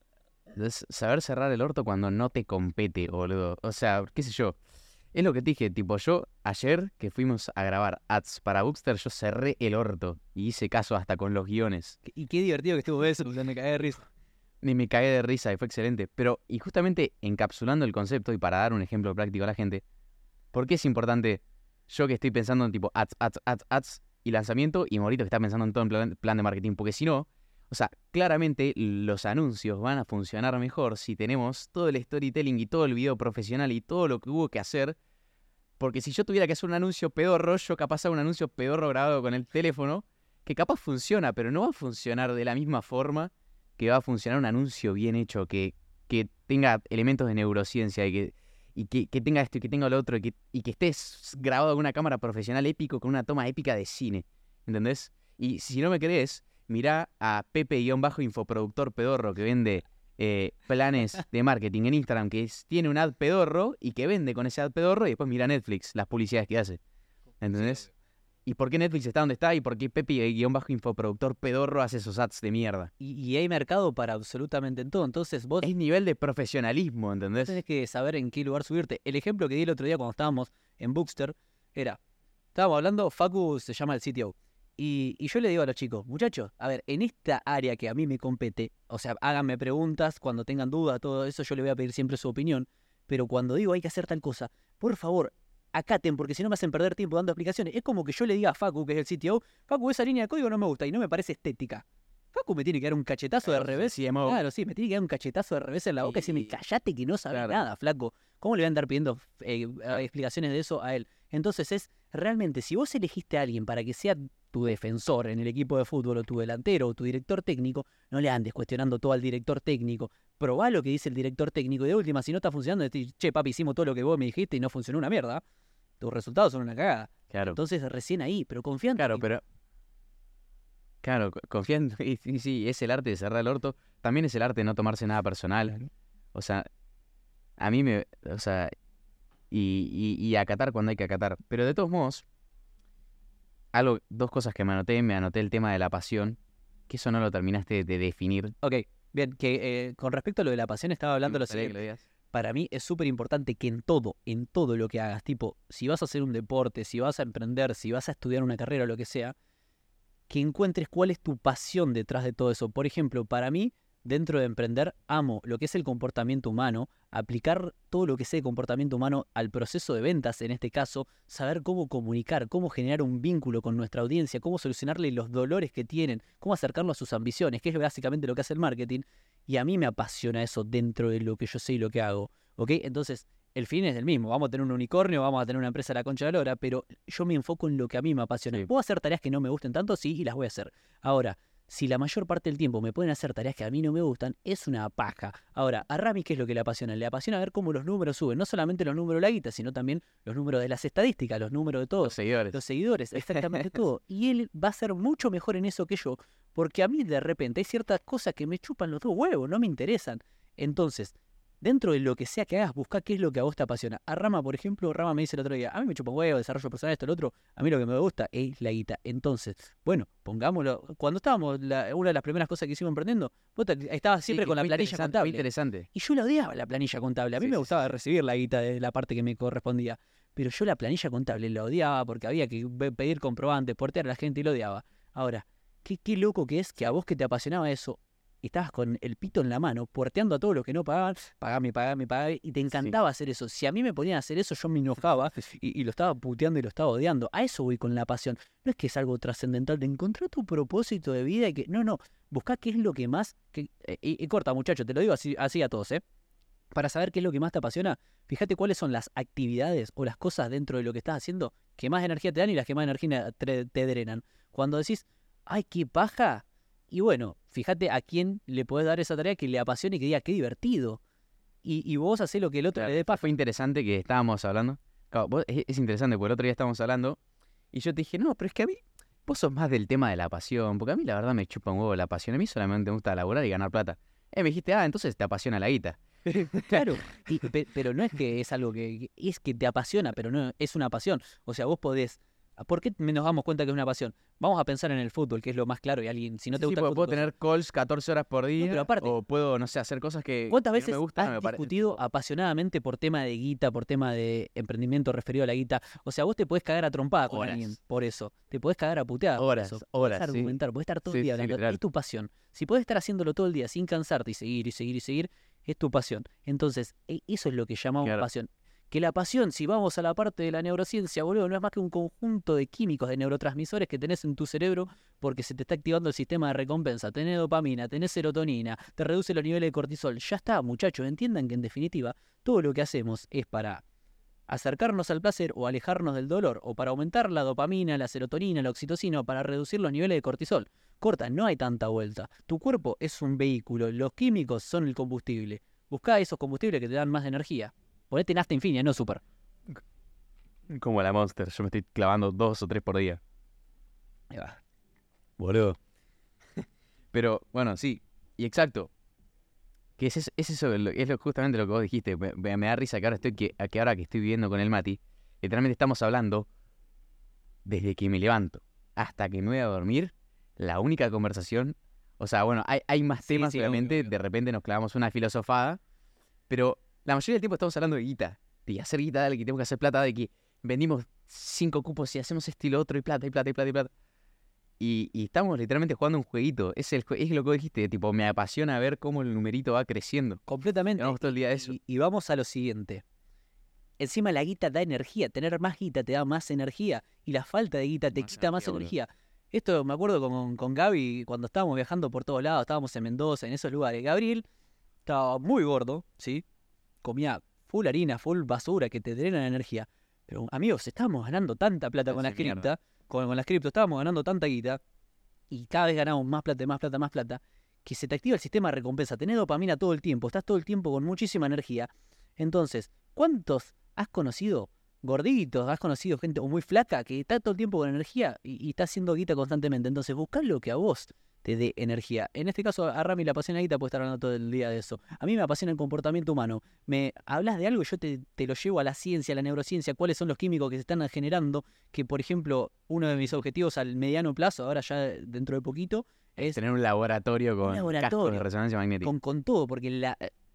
Es saber cerrar el orto cuando no te compete, boludo. O sea, qué sé yo. Es lo que te dije, tipo, yo ayer que fuimos a grabar ads para Bookster, yo cerré el orto y hice caso hasta con los guiones. Y qué divertido que estuvo eso, me cagué de risa. Ni me cagué de risa y fue excelente. Pero, y justamente encapsulando el concepto y para dar un ejemplo práctico a la gente, ¿por qué es importante yo que estoy pensando en tipo ads, ads, ads, ads y lanzamiento y Morito que está pensando en todo el plan, plan de marketing? Porque si no, o sea, claramente los anuncios van a funcionar mejor si tenemos todo el storytelling y todo el video profesional y todo lo que hubo que hacer. Porque si yo tuviera que hacer un anuncio pedorro, yo capaz hago un anuncio pedorro grabado con el teléfono, que capaz funciona, pero no va a funcionar de la misma forma que va a funcionar un anuncio bien hecho, que, que tenga elementos de neurociencia y que, y que, que tenga esto y que tenga lo otro y que, y que esté grabado con una cámara profesional épico, con una toma épica de cine, ¿entendés? Y si no me crees, mirá a Pepe-infoproductor pedorro que vende eh, planes de marketing en Instagram, que es, tiene un ad pedorro y que vende con ese ad pedorro y después mira Netflix, las publicidades que hace, ¿entendés? Sí, ¿Y por qué Netflix está donde está? ¿Y por qué Pepe-infoproductor pedorro hace esos ads de mierda? Y, y hay mercado para absolutamente en todo. Entonces vos Es nivel de profesionalismo, ¿entendés? tenés que saber en qué lugar subirte. El ejemplo que di el otro día cuando estábamos en Bookster era, estábamos hablando, Facu se llama el C T O. Y, y yo le digo a los chicos, muchachos, a ver, en esta área que a mí me compete, o sea, háganme preguntas, cuando tengan dudas, todo eso, yo le voy a pedir siempre su opinión. Pero cuando digo hay que hacer tal cosa, por favor, acaten, porque si no me hacen perder tiempo dando explicaciones. Es como que yo le diga a Facu, que es el C T O, Facu, esa línea de código no me gusta y no me parece estética. Facu me tiene que dar un cachetazo de revés. C M O. Claro, sí, me tiene que dar un cachetazo de revés en la boca y decirme, Y- callate que no sabes claro. nada, flaco. ¿Cómo le voy a andar pidiendo eh, explicaciones de eso a él? Entonces es, realmente, si vos elegiste a alguien para que sea tu defensor en el equipo de fútbol o tu delantero o tu director técnico, no le andes cuestionando todo al director técnico. Probá lo que dice el director técnico y de última, si no está funcionando, decís, che, papi, hicimos todo lo que vos me dijiste y no funcionó una mierda. Tus resultados son una cagada. Claro, Entonces recién ahí, pero confiante. claro, pero... Claro, co- confiando, y sí, sí, es el arte de cerrar el orto, también es el arte de no tomarse nada personal. O sea, a mí me... O sea, y, y, y acatar cuando hay que acatar. Pero de todos modos, algo, dos cosas que me anoté, me anoté el tema de la pasión, que eso no lo terminaste de definir. Ok, bien, que eh, con respecto a lo de la pasión estaba hablando Me lo gustaría que siguiente. lo digas. Para mí es súper importante que en todo, en todo lo que hagas, tipo, si vas a hacer un deporte, si vas a emprender, si vas a estudiar una carrera o lo que sea, que encuentres cuál es tu pasión detrás de todo eso. Por ejemplo, para mí, dentro de emprender, amo lo que es el comportamiento humano, aplicar todo lo que sé de comportamiento humano al proceso de ventas, en este caso, saber cómo comunicar, cómo generar un vínculo con nuestra audiencia, cómo solucionarle los dolores que tienen, cómo acercarlo a sus ambiciones, que es básicamente lo que hace el marketing. Y a mí me apasiona eso dentro de lo que yo sé y lo que hago, ¿ok? Entonces, el fin es el mismo. Vamos a tener un unicornio, vamos a tener una empresa a la concha de la lora, pero yo me enfoco en lo que a mí me apasiona. Sí. ¿Puedo hacer tareas que no me gusten tanto? Sí, y las voy a hacer. Ahora, si la mayor parte del tiempo me pueden hacer tareas que a mí no me gustan, es una paja. Ahora, a Rami, ¿qué es lo que le apasiona? Le apasiona ver cómo los números suben. No solamente los números de la guita, sino también los números de las estadísticas, los números de todo. Los seguidores. Los seguidores, exactamente todo. Y él va a ser mucho mejor en eso que yo, porque a mí de repente hay ciertas cosas que me chupan los dos huevos, no me interesan. Entonces, dentro de lo que sea que hagas, busca qué es lo que a vos te apasiona. A Rama, por ejemplo, Rama me dice el otro día, a mí me chupa un huevo, desarrollo personal, esto, lo otro. A mí lo que me gusta es la guita. Entonces, bueno, pongámoslo. Cuando estábamos, la- una de las primeras cosas que hicimos emprendiendo, vos te- estabas siempre Sí, con la fue planilla interesante, fue contable. interesante. Y yo la odiaba la planilla contable. A mí Sí, me sí, gustaba sí, sí. recibir la guita de la parte que me correspondía. Pero yo la planilla contable la odiaba porque había que ve- pedir comprobantes, portear a la gente y lo odiaba. Ahora, qué, qué loco que es que a vos que te apasionaba eso, estabas con el pito en la mano, porteando a todos los que no pagaban, pagame, pagame, pagame, y te encantaba hacer eso. Si a mí me ponían a hacer eso, yo me enojaba y, y lo estaba puteando y lo estaba odiando. A eso voy con la pasión. No es que es algo trascendental de encontrar tu propósito de vida y que. No, no. Buscá qué es lo que más. Que, eh, y, y corta, muchacho, te lo digo así, así a todos, ¿eh? Para saber qué es lo que más te apasiona, fíjate cuáles son las actividades o las cosas dentro de lo que estás haciendo que más energía te dan y las que más energía te, te drenan. Cuando decís, ay, qué paja, y bueno, fíjate a quién le podés dar esa tarea que le apasione y que diga, qué divertido. Y, y vos hacés lo que el otro Claro, le dé paja. fue interesante que estábamos hablando. Claro, vos- es, es interesante porque el otro día estábamos hablando y yo te dije, no, pero es que a mí, vos sos más del tema de la pasión, porque a mí la verdad me chupa un huevo la pasión. A mí solamente me gusta laburar y ganar plata. Eh, me dijiste, ah, entonces te apasiona la guita. Claro, y- pe- pero no es que es algo que, que- es que te apasiona, pero no es una pasión. O sea, vos podés, ¿por qué nos damos cuenta que es una pasión? Vamos a pensar en el fútbol, que es lo más claro, y alguien, si no Sí, te sí, gusta el puedo, puedo fútbol, tener calls catorce horas por día. pero aparte- o puedo, no sé, hacer cosas que, ¿cuántas que no veces me gustan. has me parece- discutido apasionadamente por tema de guita, por tema de emprendimiento referido a la guita? O sea, vos te podés cagar a trompada con Horas. alguien por eso. Te podés cagar a puteadas por Horas, eso. Podés horas, sí. argumentar, podés estar todo Sí, el día sí, hablando. literal. Es tu pasión. Si podés estar haciéndolo todo el día sin cansarte y seguir y seguir y seguir, es tu pasión. Entonces, e- eso es lo que llamamos Claro. pasión. Que la pasión, si vamos a la parte de la neurociencia, boludo, no es más que un conjunto de químicos, de neurotransmisores que tenés en tu cerebro porque se te está activando el sistema de recompensa. Tenés dopamina, tenés serotonina, te reduce los niveles de cortisol. Ya está, muchachos, entiendan que en definitiva todo lo que hacemos es para acercarnos al placer o alejarnos del dolor, o para aumentar la dopamina, la serotonina, la oxitocina, o para reducir los niveles de cortisol. Corta, no hay tanta vuelta. Tu cuerpo es un vehículo, los químicos son el combustible. Buscá esos combustibles que te dan más energía. Ponete Nafta Infinia, no Super. Como la Monster, yo me estoy clavando dos o tres por día. Ahí va. Boludo. Pero, bueno, sí. Y exacto. Que es eso, es, eso, lo- es lo- justamente lo que vos dijiste. Me, me- me da risa que ahora, estoy que, a que ahora que estoy viviendo con el Mati, literalmente estamos hablando desde que me levanto hasta que me voy a dormir, la única conversación. O sea, bueno, hay, hay más Sí, temas, sí, obviamente. obvio, obvio. De repente nos clavamos una filosofada. Pero la mayoría del tiempo estamos hablando de guita. De hacer guita, dale, que tenemos que hacer plata, de que vendimos cinco cupos y hacemos esto y lo otro, y plata, y plata, y plata, y plata. Y, y estamos literalmente jugando un jueguito. Es, el, jue- es lo que vos dijiste, tipo, me apasiona ver cómo el numerito va creciendo. Completamente. Llevamos todo el día de eso. Y, y vamos a lo siguiente. Encima la guita da energía. Tener más guita te da más energía. Y la falta de guita te Más quita más energía, boludo. energía. Esto me acuerdo con, con Gaby cuando estábamos viajando por todos lados. Estábamos en Mendoza, en esos lugares. Gabriel estaba muy gordo, ¿sí? Comía full harina, full basura que te drenan energía. Pero amigos, estábamos ganando tanta plata con las Hace mierda. criptas. Con, con las criptos estábamos ganando tanta guita. Y cada vez ganamos más plata, más plata, más plata. Que se te activa el sistema de recompensa. Tenés dopamina todo el tiempo. Estás todo el tiempo con muchísima energía. Entonces, ¿cuántos has conocido gorditos? ¿Has conocido gente o muy flaca que está todo el tiempo con energía y, y está haciendo guita constantemente? Entonces, buscá lo que a vos te dé energía. En este caso, a Rami le apasiona la guita, puede estar hablando todo el día de eso. A mí me apasiona el comportamiento humano. Me hablas de algo y yo te, te lo llevo a la ciencia, a la neurociencia, cuáles son los químicos que se están generando. Que, por ejemplo, uno de mis objetivos al mediano plazo, ahora ya dentro de poquito, es Tener un laboratorio con cascos de laboratorio, resonancia magnética. con, con todo, porque la,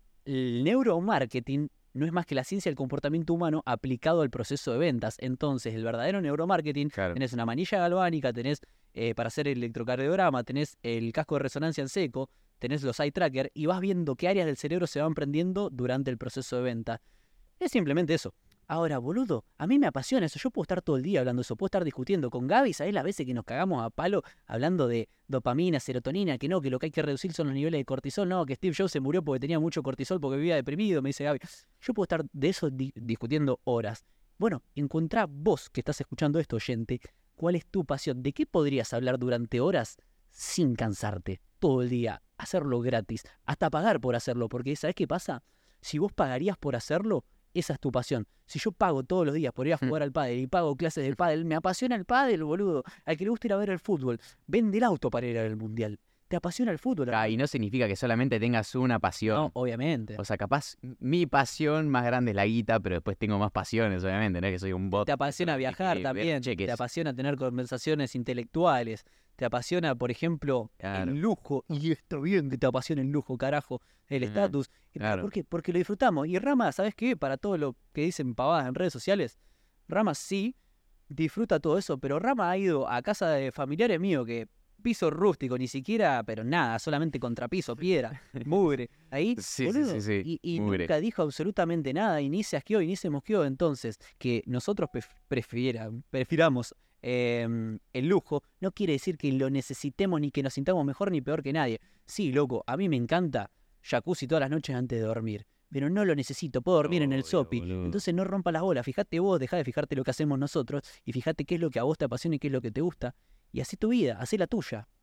el neuromarketing no es más que la ciencia del comportamiento humano aplicado al proceso de ventas. Entonces, el verdadero neuromarketing, Claro. tenés una manilla galvánica, tenés eh, para hacer el electrocardiograma, tenés el casco de resonancia en seco, tenés los eye tracker y vas viendo qué áreas del cerebro se van prendiendo durante el proceso de venta. Es simplemente eso. Ahora, boludo, a mí me apasiona eso. Yo puedo estar todo el día hablando de eso. Puedo estar discutiendo con Gaby. ¿Sabés las veces que nos cagamos a palo hablando de dopamina, serotonina? Que no, que lo que hay que reducir son los niveles de cortisol. No, que Steve Jobs se murió porque tenía mucho cortisol porque vivía deprimido, me dice Gaby. Yo puedo estar de eso di- discutiendo horas. Bueno, encontrá vos que estás escuchando esto, oyente, cuál es tu pasión. ¿De qué podrías hablar durante horas sin cansarte? Todo el día. Hacerlo gratis. Hasta pagar por hacerlo. Porque ¿sabés qué pasa? Si vos pagarías por hacerlo, esa es tu pasión. Si yo pago todos los días por ir a Mm. jugar al pádel y pago clases de pádel, me apasiona el pádel, boludo. Al que le gusta ir a ver el fútbol, vende el auto para ir al mundial. ¿Te apasiona el fútbol? Ah, y no significa que solamente tengas una pasión. No, obviamente. O sea, capaz mi pasión más grande es la guita, pero después tengo más pasiones, obviamente, no es que soy un bot. Te apasiona viajar ver también. cheques. Te apasiona tener conversaciones intelectuales. Te apasiona, por ejemplo, Claro. el lujo. Y está bien que te apasione el lujo, carajo. El Ujú, estatus. ¿Y claro. ¿Por qué? Porque lo disfrutamos. Y Rama, ¿sabes qué? Para todo lo que dicen pavadas en redes sociales, Rama sí disfruta todo eso, pero Rama ha ido a casa de familiares míos que piso rústico, ni siquiera, pero nada, solamente contrapiso, piedra, mugre. Ahí, Sí, sí, boludo, sí, sí, y, y mugre. nunca dijo absolutamente nada, y ni se asqueó y ni se mosqueó. Entonces, que nosotros pref- prefiera- prefiramos em, el lujo, no quiere decir que lo necesitemos ni que nos sintamos mejor ni peor que nadie. Sí, loco, a mí me encanta jacuzzi todas las noches antes de dormir, pero no lo necesito, puedo dormir en el Obvio, sopi. boludo. Entonces no rompa las bolas, fíjate vos, dejá de fijarte lo que hacemos nosotros y fíjate qué es lo que a vos te apasiona y qué es lo que te gusta. Y así tu vida, así la tuya.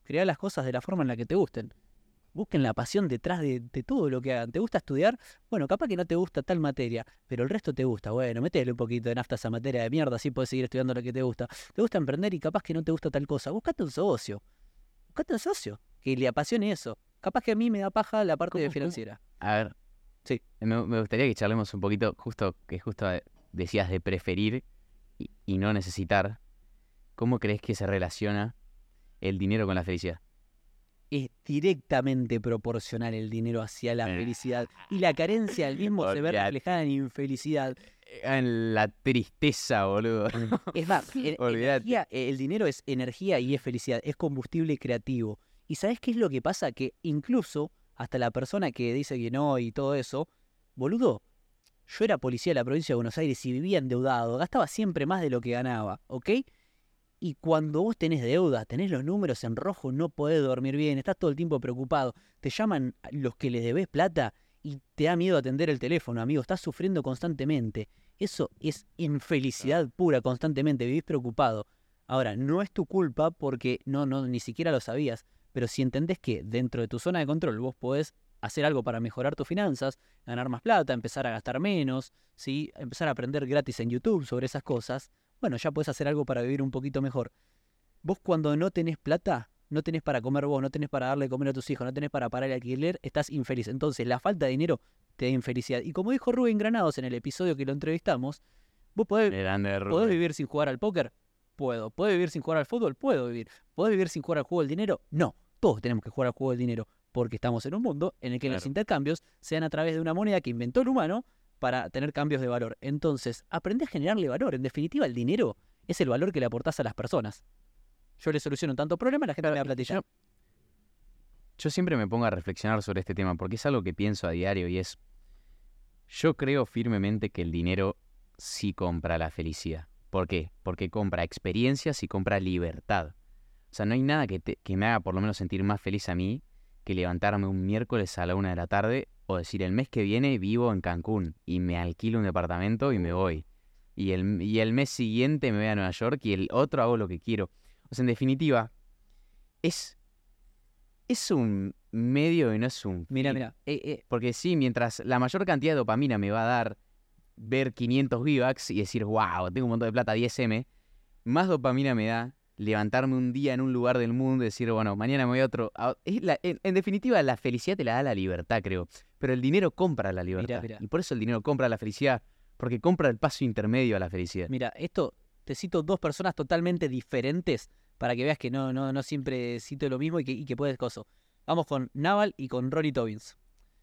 crear las cosas de la forma en la que te gusten. Busquen la pasión detrás de, de todo lo que hagan. ¿Te gusta estudiar? Bueno, capaz que no te gusta tal materia, pero el resto te gusta. Bueno, métele un poquito de nafta a esa materia de mierda, así puedes seguir estudiando lo que te gusta. ¿Te gusta emprender y capaz que no te gusta tal cosa? Buscate un socio. Buscate un socio que le apasione eso. Capaz que a mí me da paja la parte ¿Cómo, de cómo? financiera. A ver, Sí. me, me gustaría que charlemos un poquito, justo que justo eh, decías de preferir y, y no necesitar. ¿Cómo crees que se relaciona el dinero con la felicidad? Es directamente proporcional el dinero hacia la Eh. felicidad. Y la carencia del mismo se ve Olvídate. reflejada en infelicidad. En la tristeza, boludo. Es más, en- Olvídate. energía, el dinero es energía y es felicidad, es combustible creativo. ¿Y sabes qué es lo que pasa? Que incluso hasta la persona que dice que no y todo eso, boludo, yo era policía de la provincia de Buenos Aires y vivía endeudado, gastaba siempre más de lo que ganaba, ¿ok? Y cuando vos tenés deuda, tenés los números en rojo, no podés dormir bien, estás todo el tiempo preocupado, te llaman los que les debés plata y te da miedo atender el teléfono, amigo, estás sufriendo constantemente. Eso es infelicidad pura constantemente, vivís preocupado. Ahora, no es tu culpa porque no, no, ni siquiera lo sabías, pero si entendés que dentro de tu zona de control vos podés hacer algo para mejorar tus finanzas, ganar más plata, empezar a gastar menos, ¿sí? Empezar a aprender gratis en YouTube sobre esas cosas, bueno, ya podés hacer algo para vivir un poquito mejor. Vos cuando no tenés plata, no tenés para comer vos, no tenés para darle de comer a tus hijos, no tenés para pagar el alquiler, estás infeliz. Entonces, la falta de dinero te da infelicidad. Y como dijo Rubén Granados en el episodio que lo entrevistamos, vos podés, Grande ¿podés Rubén. vivir sin jugar al póker? Puedo. ¿Podés vivir sin jugar al fútbol? Puedo vivir. ¿Podés vivir sin jugar al juego del dinero? No. Todos tenemos que jugar al juego del dinero porque estamos en un mundo en el que los Claro. intercambios sean a través de una moneda que inventó el humano para tener cambios de valor. Entonces, aprende a generarle valor. En definitiva, el dinero es el valor que le aportás a las personas. Yo le soluciono tanto problema, la gente Claro, me da platilla. Yo, yo siempre me pongo a reflexionar sobre este tema porque es algo que pienso a diario y es, yo creo firmemente que el dinero sí compra la felicidad. ¿Por qué? Porque compra experiencias y compra libertad. O sea, no hay nada que, te- que me haga por lo menos sentir más feliz a mí que levantarme un miércoles a la una de la tarde o decir el mes que viene vivo en Cancún y me alquilo un departamento y me voy. Y el, y el mes siguiente me voy a Nueva York y el otro hago lo que quiero. O sea, en definitiva, es, es un medio y no es un Mira, fin. mira. eh, eh, Porque sí, mientras la mayor cantidad de dopamina me va a dar ver quinientos V-Bucks y decir, wow, tengo un montón de plata, diez eme, más dopamina me da levantarme un día en un lugar del mundo y decir, bueno, mañana me voy a otro. a- es la- en, en definitiva, la felicidad te la da la libertad, creo. Pero el dinero compra la libertad. mira. Y por eso el dinero compra la felicidad, porque compra el paso intermedio a la felicidad. Mira, esto te cito dos personas totalmente diferentes para que veas que no, no, no siempre cito lo mismo y que, y que puedes coso. Vamos con Naval y con Ronnie Tobbins.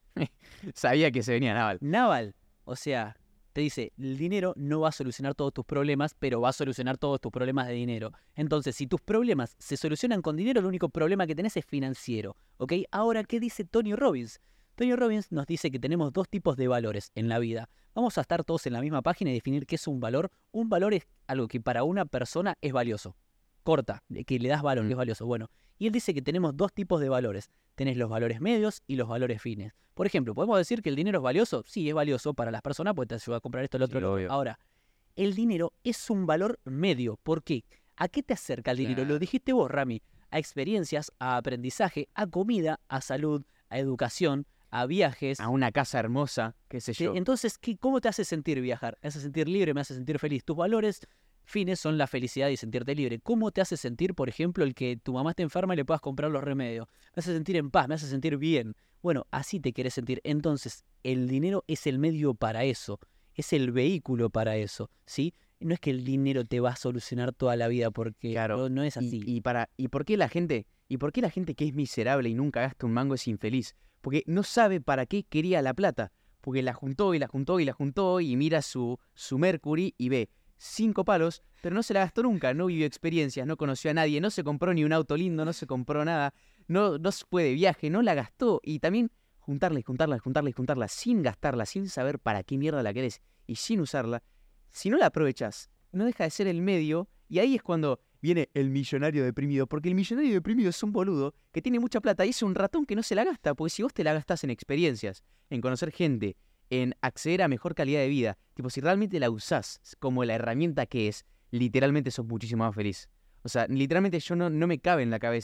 Sabía que se venía Naval. Naval, o sea, te dice, el dinero no va a solucionar todos tus problemas, pero va a solucionar todos tus problemas de dinero. Entonces, si tus problemas se solucionan con dinero, el único problema que tenés es financiero, ¿ok? Ahora, ¿qué dice Tony Robbins? Tony Robbins nos dice que tenemos dos tipos de valores en la vida. Vamos a estar todos en la misma página y definir qué es un valor. Un valor es algo que para una persona es valioso. Corta, que le das valor, que es valioso. Bueno, y él dice que tenemos dos tipos de valores. Tenés los valores medios y los valores fines. Por ejemplo, ¿podemos decir que el dinero es valioso? Sí, es valioso para las personas porque te ayuda a comprar esto, lo otro, Sí, lo otro. obvio. Ahora, el dinero es un valor medio. ¿Por qué? ¿A qué te acerca el dinero? Claro. Lo dijiste vos, Rami. A experiencias, a aprendizaje, a comida, a salud, a educación, a viajes. A una casa hermosa, qué sé Te- yo. Entonces, ¿qué, ¿cómo te hace sentir viajar? Me hace sentir libre, me hace sentir feliz. Tus valores fines son la felicidad y sentirte libre. ¿Cómo te hace sentir, por ejemplo, el que tu mamá esté enferma y le puedas comprar los remedios? Me hace sentir en paz, me hace sentir bien. Bueno, así te querés sentir. Entonces, el dinero es el medio para eso, es el vehículo para eso, ¿sí? No es que el dinero te va a solucionar toda la vida porque Claro, no, no es Y, así. y para, ¿y por qué la gente, y por qué la gente que es miserable y nunca gasta un mango es infeliz? Porque no sabe para qué quería la plata. Porque la juntó y la juntó y la juntó y mira su, su Mercury y ve cinco palos, pero no se la gastó nunca, no vivió experiencias, no conoció a nadie, no se compró ni un auto lindo, no se compró nada, no, no se fue de viaje, no la gastó. Y también juntarla y juntarla y juntarla y juntarla sin gastarla, sin saber para qué mierda la querés y sin usarla, si no la aprovechas, no deja de ser el medio, y ahí es cuando viene el millonario deprimido, porque el millonario deprimido es un boludo que tiene mucha plata y es un ratón que no se la gasta, porque si vos te la gastás en experiencias, en conocer gente, en acceder a mejor calidad de vida, tipo, si realmente la usás como la herramienta que es, literalmente sos muchísimo más feliz. O sea, literalmente yo no, no me cabe en la cabeza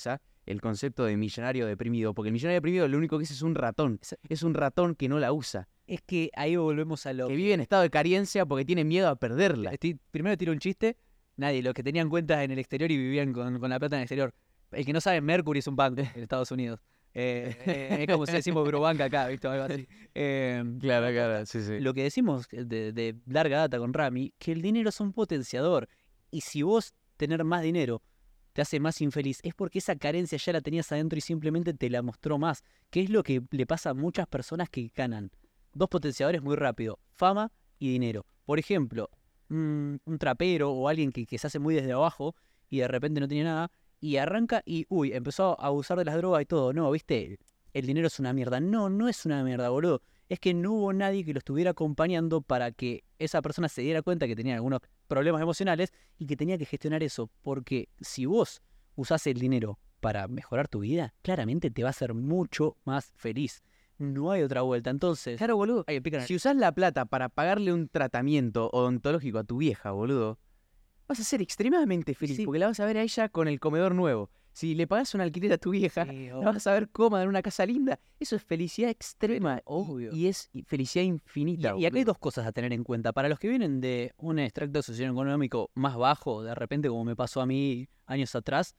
el concepto de millonario deprimido, porque el millonario deprimido lo único que es es un ratón, Es- es un ratón que no la usa, Es que ahí volvemos a lo que vive en estado de carencia porque tiene miedo a perderla. Estoy- primero tiro un chiste. Nadie, los que tenían cuentas en el exterior y vivían con, con la plata en el exterior. El que no sabe, Mercury es un banco en Estados Unidos. Eh, eh, es como si decimos Brobank acá, ¿viste? Algo así. Eh, Claro, claro, sí, sí. lo que decimos de, de larga data con Rami, que el dinero es un potenciador. Y si vos tener más dinero te hace más infeliz, es porque esa carencia ya la tenías adentro y simplemente te la mostró más. Que es lo que le pasa a muchas personas que ganan. Dos potenciadores muy rápido, fama y dinero. Por ejemplo, un, un trapero o alguien que, que se hace muy desde abajo y de repente no tiene nada y arranca y, uy, empezó a abusar de las drogas y todo. No, ¿viste? El dinero es una mierda. No, no es una mierda, boludo. Es que no hubo nadie que lo estuviera acompañando para que esa persona se diera cuenta que tenía algunos problemas emocionales y que tenía que gestionar eso. Porque si vos usás el dinero para mejorar tu vida, claramente te va a hacer mucho más feliz. No hay otra vuelta. Entonces, Claro, boludo. ay, pican- Si usás la plata para pagarle un tratamiento odontológico a tu vieja, boludo, vas a ser extremadamente feliz Sí. porque la vas a ver a ella con el comedor nuevo. Si le pagás un alquiler a tu vieja, Sí, la obvio. vas a ver cómoda en una casa linda. Eso es felicidad extrema. y- obvio. Y, es felicidad Y, infinita. y acá hay boludo. dos cosas a tener en cuenta. Para los que vienen de un extracto socioeconómico más bajo, de repente, como me pasó a mí años atrás,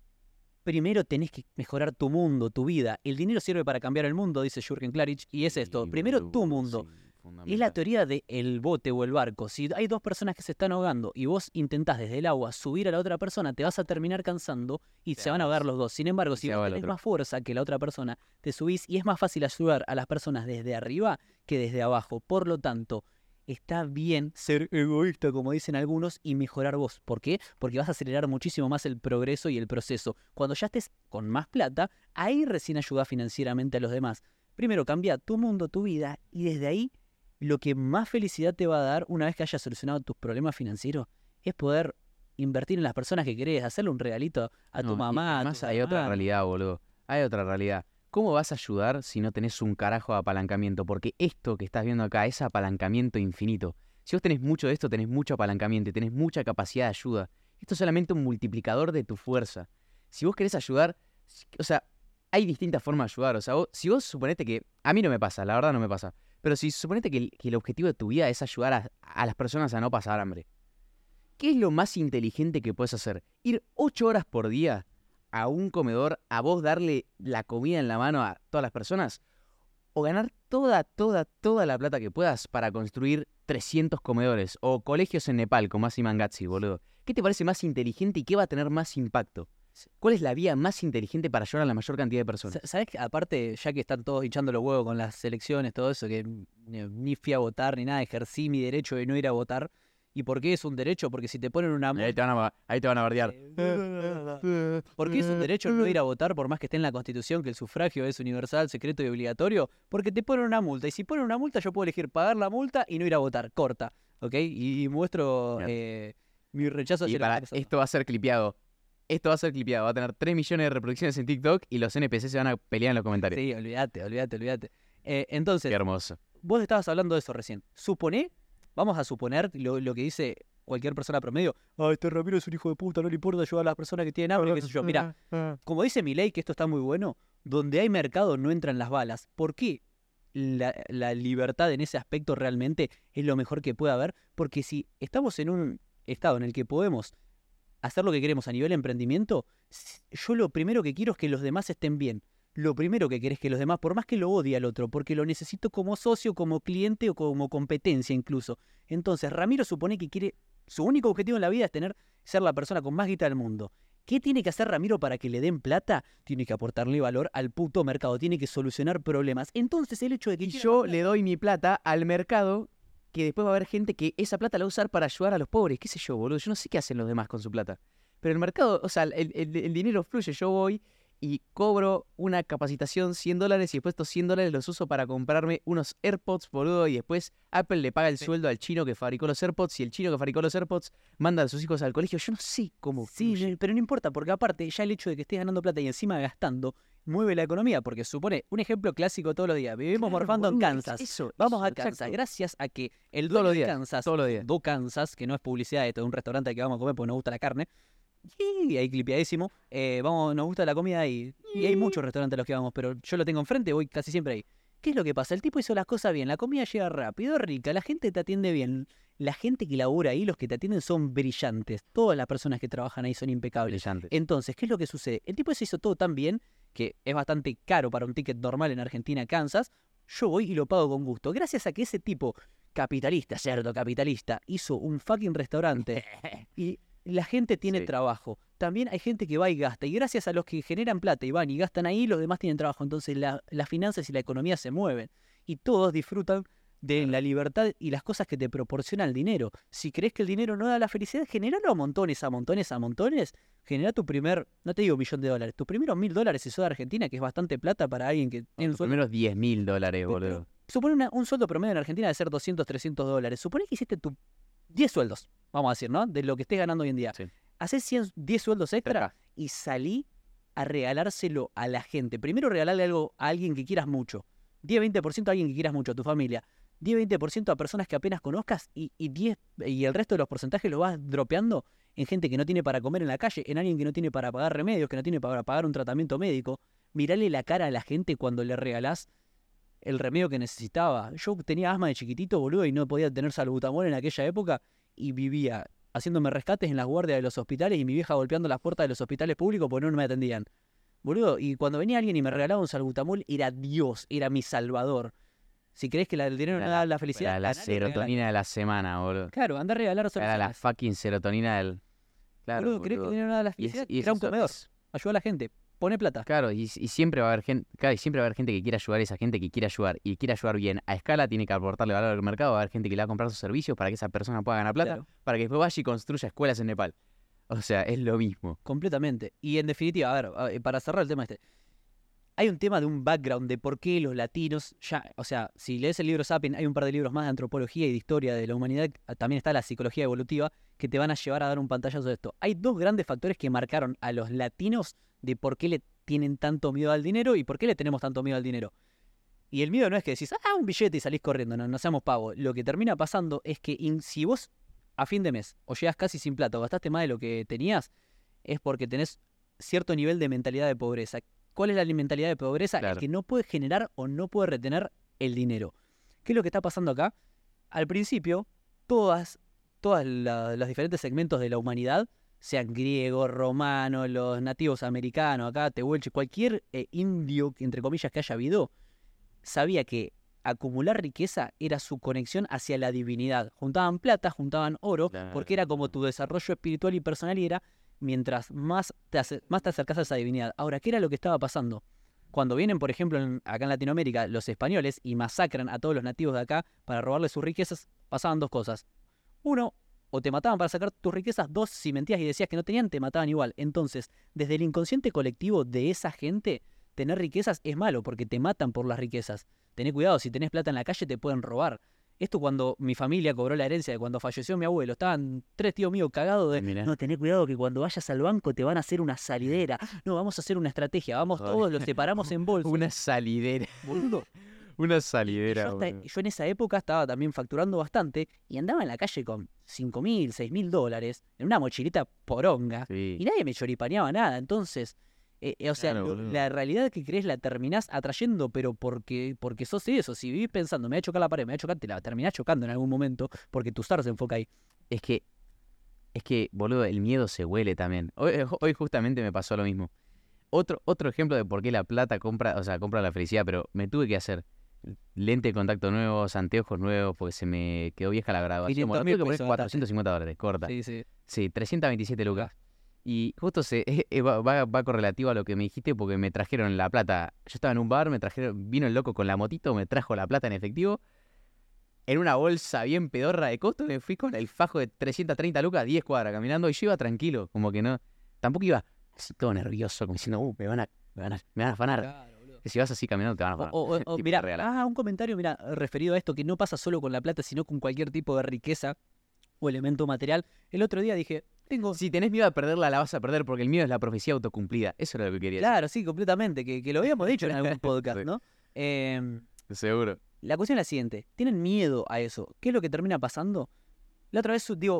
primero tenés que mejorar tu mundo, tu vida. El dinero sirve para cambiar el mundo, dice Jürgen Klarich, y es esto. Sí, Primero boludo, tu mundo. sí, Es la fundamental. teoría del bote o el barco. Si hay dos personas que se están ahogando y vos intentás desde el agua subir a la otra persona, te vas a terminar cansando y Te se van a ahogar ahogas. los dos. Sin embargo, Y si se vos ahoga el tenés otro. más fuerza que la otra persona, te subís y es más fácil ayudar a las personas desde arriba que desde abajo. Por lo tanto, está bien ser egoísta, como dicen algunos, y mejorar vos. ¿Por qué? Porque vas a acelerar muchísimo más el progreso y el proceso. Cuando ya estés con más plata, ahí recién ayudás financieramente a los demás. Primero cambia tu mundo, tu vida, y desde ahí lo que más felicidad te va a dar una vez que hayas solucionado tus problemas financieros es poder invertir en las personas que querés, hacerle un regalito a tu No, y mamá, a además tus hay otra hermanos. realidad, boludo. Hay otra realidad. ¿Cómo vas a ayudar si no tenés un carajo de apalancamiento? Porque esto que estás viendo acá es apalancamiento infinito. Si vos tenés mucho de esto, tenés mucho apalancamiento y tenés mucha capacidad de ayuda. Esto es solamente un multiplicador de tu fuerza. Si vos querés ayudar, si- o sea, hay distintas formas de ayudar. O sea, vos- si vos suponete que... A mí no me pasa, la verdad no me pasa. Pero si suponete que el, que el objetivo de tu vida es ayudar a, a las personas a no pasar hambre, ¿qué es lo más inteligente que puedes hacer? Ir ocho horas por día a un comedor, a vos darle la comida en la mano a todas las personas, o ganar toda, toda, toda la plata que puedas para construir trescientos comedores o colegios en Nepal, como hace Mangatsi, boludo. ¿Qué te parece más inteligente y qué va a tener más impacto? ¿Cuál es la vía más inteligente para ayudar a la mayor cantidad de personas? Sa- ¿Sabes que aparte, ya que están todos hinchando los huevos con las elecciones, todo eso, que ni, ni fui a votar ni nada, ejercí mi derecho de no ir a votar? ¿Y por qué es un derecho? Porque si te ponen una Ahí multa... te van a, ahí te van a bardear. ¿Por qué es un derecho no ir a votar por más que esté en la Constitución que el sufragio es universal, secreto y obligatorio? Porque te ponen una multa. Y si ponen una multa, yo puedo elegir pagar la multa y no ir a votar. Corta. ¿Ok? Y, y muestro Bien. eh, mi rechazo Y hacia para, la persona. esto va a ser clipeado. Esto va a ser clipeado. Va a tener tres millones de reproducciones en TikTok y los N P C se van a pelear en los comentarios. Sí, olvídate, olvídate, olvídate. Eh, entonces, Qué hermoso. vos estabas hablando de eso recién. Suponé, vamos a suponer lo, lo que dice cualquier persona promedio. Ah, este Ramiro es un hijo de puta, no le importa ayudar a las personas que tienen hambre, qué sé yo. Mira, como dice mi ley, que esto está muy bueno, donde hay mercado no entran las balas. ¿Por qué la, la libertad en ese aspecto realmente es lo mejor que puede haber? Porque si estamos en un estado en el que podemos hacer lo que queremos a nivel emprendimiento, s- yo lo primero que quiero es que los demás estén bien. Lo primero que querés que los demás, por más que lo odie al otro, porque lo necesito como socio, como cliente o como competencia incluso. Entonces, Ramiro supone que quiere, su único objetivo en la vida es tener, ser la persona con más guita del mundo. ¿Qué tiene que hacer Ramiro para que le den plata? Tiene que aportarle valor al puto mercado, tiene que solucionar problemas. Entonces, el hecho de que Y quiera yo más le doy mi plata al mercado, que después va a haber gente que esa plata la va a usar para ayudar a los pobres. ¿Qué sé yo, boludo? Yo no sé qué hacen los demás con su plata. Pero el mercado, o sea, el, el- el dinero fluye. Yo voy y cobro una capacitación cien dólares y después estos cien dólares los uso para comprarme unos AirPods, boludo, y después Apple le paga el Sí. sueldo al chino que fabricó los AirPods y el chino que fabricó los AirPods manda a sus hijos al colegio. Yo no sé cómo Sí, fluye. no- pero no importa, porque aparte ya el hecho de que estés ganando plata y encima gastando, mueve la economía, porque supone, un ejemplo clásico todos los días, vivimos Claro, morfando en boludo, es- Kansas. Eso, Vamos eso, a Kansas, exacto. gracias a que el Todos dueño los de días, Kansas, todos los días. fundó Kansas, que no es publicidad, esto es un restaurante que vamos a comer porque nos gusta la carne, y ahí clipeadísimo. Eh, vamos, nos gusta la comida y, y hay muchos restaurantes a los que vamos, pero yo lo tengo enfrente, voy casi siempre ahí. ¿Qué es lo que pasa? El tipo hizo las cosas bien, la comida llega rápido, rica, la gente te atiende bien. La gente que labura ahí, los que te atienden son brillantes. Todas las personas que trabajan ahí son impecables. Brillante. Entonces, ¿qué es lo que sucede? El tipo se hizo todo tan bien que es bastante caro para un ticket normal en Argentina, Kansas. Yo voy y lo pago con gusto. Gracias a que ese tipo capitalista, cerdo capitalista, hizo un fucking restaurante y la gente tiene Sí. trabajo. También hay gente que va y gasta. Y gracias a los que generan plata y van y gastan ahí, los demás tienen trabajo. Entonces la- las finanzas y la economía se mueven. Y todos disfrutan de la libertad y las cosas que te proporciona el dinero. Si crees que el dinero no da la felicidad, generalo a montones, a montones, a montones. Genera tu primer, no te digo millón de dólares, tus primeros mil dólares si sos de Argentina, que es bastante plata para alguien que tiene un Los sueldo. primeros diez mil dólares, Pero- boludo. Supone una- un sueldo promedio en Argentina de ser doscientos, trescientos dólares. Supone que hiciste tu diez sueldos, vamos a decir, ¿no? De lo que estés ganando hoy en día. Sí. Hacés cien, diez sueldos extra Cerca. y salí a regalárselo a la gente. Primero regalarle algo a alguien que quieras mucho. diez, veinte por ciento a alguien que quieras mucho, a tu familia. diez, veinte por ciento a personas que apenas conozcas y, y, diez, y el resto de los porcentajes lo vas dropeando en gente que no tiene para comer en la calle, en alguien que no tiene para pagar remedios, que no tiene para pagar un tratamiento médico. Mirale la cara a la gente cuando le regalás el remedio que necesitaba. Yo tenía asma de chiquitito, boludo, y no podía tener salbutamol en aquella época y vivía haciéndome rescates en las guardias de los hospitales y mi vieja golpeando las puertas de los hospitales públicos porque no me atendían. Boludo, y cuando venía alguien y me regalaba un salbutamol, era Dios, era mi salvador. Si crees que la- el dinero Era no la- da la felicidad, Era la ganale y regalale. serotonina de la semana, boludo. Claro, anda a regalar Era la soluciones. fucking serotonina del... Claro, Boludo, ¿crees que el boludo. dinero no da la Y es- felicidad? y es Crea un eso, comedor, es- ayuda a la gente, pone plata. Claro, y, y siempre va a haber gente, claro, y siempre va a haber gente que quiere ayudar, esa gente que quiere ayudar y quiere ayudar bien a escala, tiene que aportarle valor al mercado, va a haber gente que le va a comprar sus servicios para que esa persona pueda ganar plata, Claro. para que después vaya y construya escuelas en Nepal. O sea, es lo mismo. Completamente. Y en definitiva, a ver, a- eh, para cerrar el tema este, hay un tema de un background de por qué los latinos, ya, o sea, si lees el libro Sapien, hay un par de libros más de antropología y de historia de la humanidad, ah, también está la psicología evolutiva, que te van a llevar a dar un pantallazo de esto. Hay dos grandes factores que marcaron a los latinos de por qué le tienen tanto miedo al dinero y por qué le tenemos tanto miedo al dinero. Y el miedo no es que decís, ah, un billete y salís corriendo, no, no seamos pavos. Lo que termina pasando es que in- si vos a fin de mes o llegas casi sin plata o gastaste más de lo que tenías, es porque tenés cierto nivel de mentalidad de pobreza. ¿Cuál es la mentalidad de pobreza? Claro. El que no puede generar o no puede retener el dinero. ¿Qué es lo que está pasando acá? Al principio, todas, todas la- los diferentes segmentos de la humanidad, sean griegos, romanos, los nativos americanos, acá, tehuelche, cualquier eh, indio, entre comillas, que haya habido, sabía que acumular riqueza era su conexión hacia la divinidad. Juntaban plata, juntaban oro, porque era como tu desarrollo espiritual y personal y era mientras más te, ace- más te acercas a esa divinidad. Ahora, ¿qué era lo que estaba pasando? Cuando vienen, por ejemplo, en- acá en Latinoamérica, los españoles y masacran a todos los nativos de acá para robarles sus riquezas, pasaban dos cosas. Uno, o te mataban para sacar tus riquezas. Dos, si mentías y decías que no tenían, te mataban igual. Entonces, desde el inconsciente colectivo de esa gente, tener riquezas es malo porque te matan por las riquezas. Tené cuidado, si tenés plata en la calle te pueden robar. Esto cuando mi familia cobró la herencia de cuando falleció mi abuelo, estaban tres tíos míos cagados de, Mirá. no, tené cuidado que cuando vayas al banco te van a hacer una salidera. No, vamos a hacer una estrategia, vamos Joder. todos, los separamos en bolsas. Una salidera. Boludo. Una Y salidera, yo, hasta- boludo. yo en esa época estaba también facturando bastante y andaba en la calle con cinco mil, seis mil dólares en una mochilita poronga Sí. y nadie me choripaneaba nada. Entonces, eh, eh, o sea, Claro, lo- boludo. la realidad que crees la terminás atrayendo, pero porque, porque sos eso. Si vivís pensando, me voy a chocar la pared, me voy a chocar, te la terminás chocando en algún momento porque tu star se enfoca ahí. Es que, es que, boludo, el miedo se huele también. Hoy, eh, hoy justamente me pasó lo mismo. Otro, otro ejemplo de por qué la plata compra, o sea, compra la felicidad, pero me tuve que hacer lente de contacto nuevos, anteojos nuevos, porque se me quedó vieja la graduación. quinientos Bueno, mil tuve que poner pesos cuatrocientos cincuenta dólares, corta. Sí, sí. Sí, trescientas veintisiete lucas. Y justo se eh, va, va, va correlativo a lo que me dijiste porque me trajeron la plata. Yo estaba en un bar, me trajeron, vino el loco con la motito, me trajo la plata en efectivo. En una bolsa bien pedorra de costo, me fui con el fajo de trescientas treinta lucas, diez cuadras caminando y yo iba tranquilo, como que no. Tampoco iba así todo nervioso, como diciendo, uh, me van a, me van a, me van a afanar. Claro, boludo. Que si vas así caminando te van a O, afanar. o- o- Tipo, mirá, regalar. ah, un comentario, mira, referido a esto, que no pasa solo con la plata, sino con cualquier tipo de riqueza o elemento material. El otro día dije, tengo... Si tenés miedo a perderla, la vas a perder porque el miedo es la profecía autocumplida. Eso era lo que quería Claro, sí, completamente, que, que lo habíamos dicho en algún podcast, Sí. ¿no? Em, decir. Seguro. la cuestión es la siguiente, tienen miedo a eso. ¿Qué es lo que termina pasando? La otra vez, digo,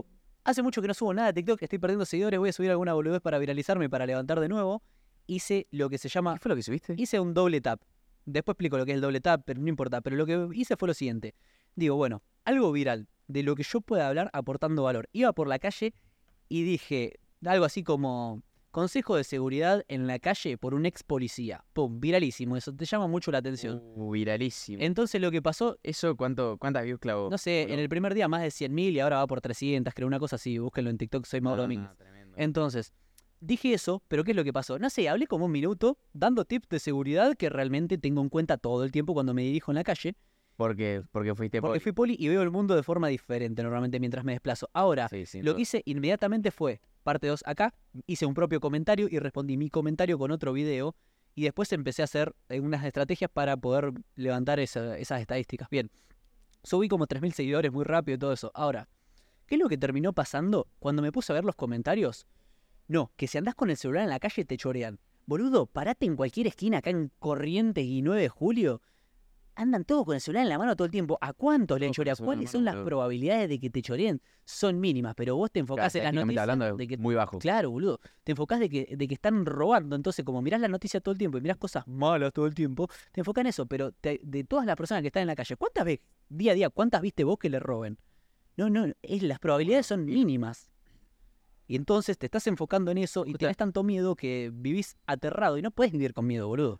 hace mucho que no subo nada a TikTok, estoy perdiendo seguidores, voy a subir alguna boludez para viralizarme, para levantar de nuevo. Hice lo que se llama... ¿Qué fue lo que subiste? Hice un doble tap. Después explico lo que es el doble tap, pero no importa. Pero lo que hice fue lo siguiente. Digo, bueno, algo viral, de lo que yo pueda hablar aportando valor. Iba por la calle y dije algo así como... Consejo de seguridad en la calle por un ex policía. Pum, viralísimo. Eso te llama mucho la atención. Uh, viralísimo. Entonces lo que pasó, ¿Eso cuánto, cuántas views clavó? no sé, Bro. en el primer día más de cien mil y ahora va por trescientas, creo, una cosa así. Búsquenlo en TikTok, soy Mauro Ah, Domínguez. tremendo. Entonces, dije eso, pero ¿qué es lo que pasó? No sé, hablé como un minuto dando tips de seguridad que realmente tengo en cuenta todo el tiempo cuando me dirijo en la calle. Porque, porque fuiste Porque poli. fui poli y veo el mundo de forma diferente normalmente mientras me desplazo. Ahora, Sí, sin lo duda. que hice inmediatamente fue, parte dos acá, hice un propio comentario y respondí mi comentario con otro video y después empecé a hacer eh, unas estrategias para poder levantar esa- esas estadísticas. Bien, subí como tres mil seguidores muy rápido y todo eso. Ahora, ¿qué es lo que terminó pasando cuando me puse a ver los comentarios? No, que si andás con el celular en la calle te chorean. Boludo, parate en cualquier esquina acá en Corrientes y nueve de julio. Andan todos con el celular en la mano todo el tiempo. ¿A cuántos le han Todos con el choreado? celular en la ¿Cuáles son mano, las boludo. probabilidades de que te choreen? Son mínimas, pero vos te enfocás en las Estadísticamente noticias hablando, es de que... muy bajo. Claro, boludo. Te enfocás de que, de que están robando. Entonces, como mirás la noticia todo el tiempo y mirás cosas malas todo el tiempo, te enfocás en eso. Pero te- de todas las personas que están en la calle, ¿cuántas ves día a día? ¿Cuántas viste vos que le roben? No, no, es, las probabilidades son mínimas. Y entonces te estás enfocando en eso y Justa- tenés tanto miedo que vivís aterrado y no puedes vivir con miedo, boludo.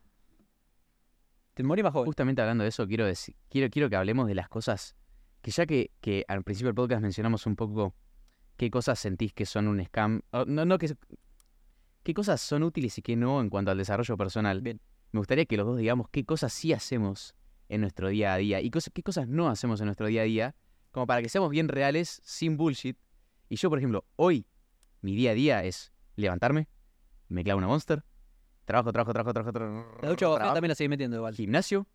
Te morís más joven. Justamente hablando de eso, quiero decir, quiero, quiero que hablemos de las cosas que ya que, que al principio del podcast mencionamos un poco qué cosas sentís que son un scam, o no, no que qué cosas son útiles y qué no en cuanto al desarrollo personal. Bien. Me gustaría que los dos digamos qué cosas sí hacemos en nuestro día a día y cosas, qué cosas no hacemos en nuestro día a día, como para que seamos bien reales, sin bullshit. Y yo, por ejemplo, hoy mi día a día es levantarme, me clavo una Monster, trabajo, trabajo, trabajo, trabajo, trabajo, La ducha agua fría trabajo, también la seguís metiendo igual. gimnasio.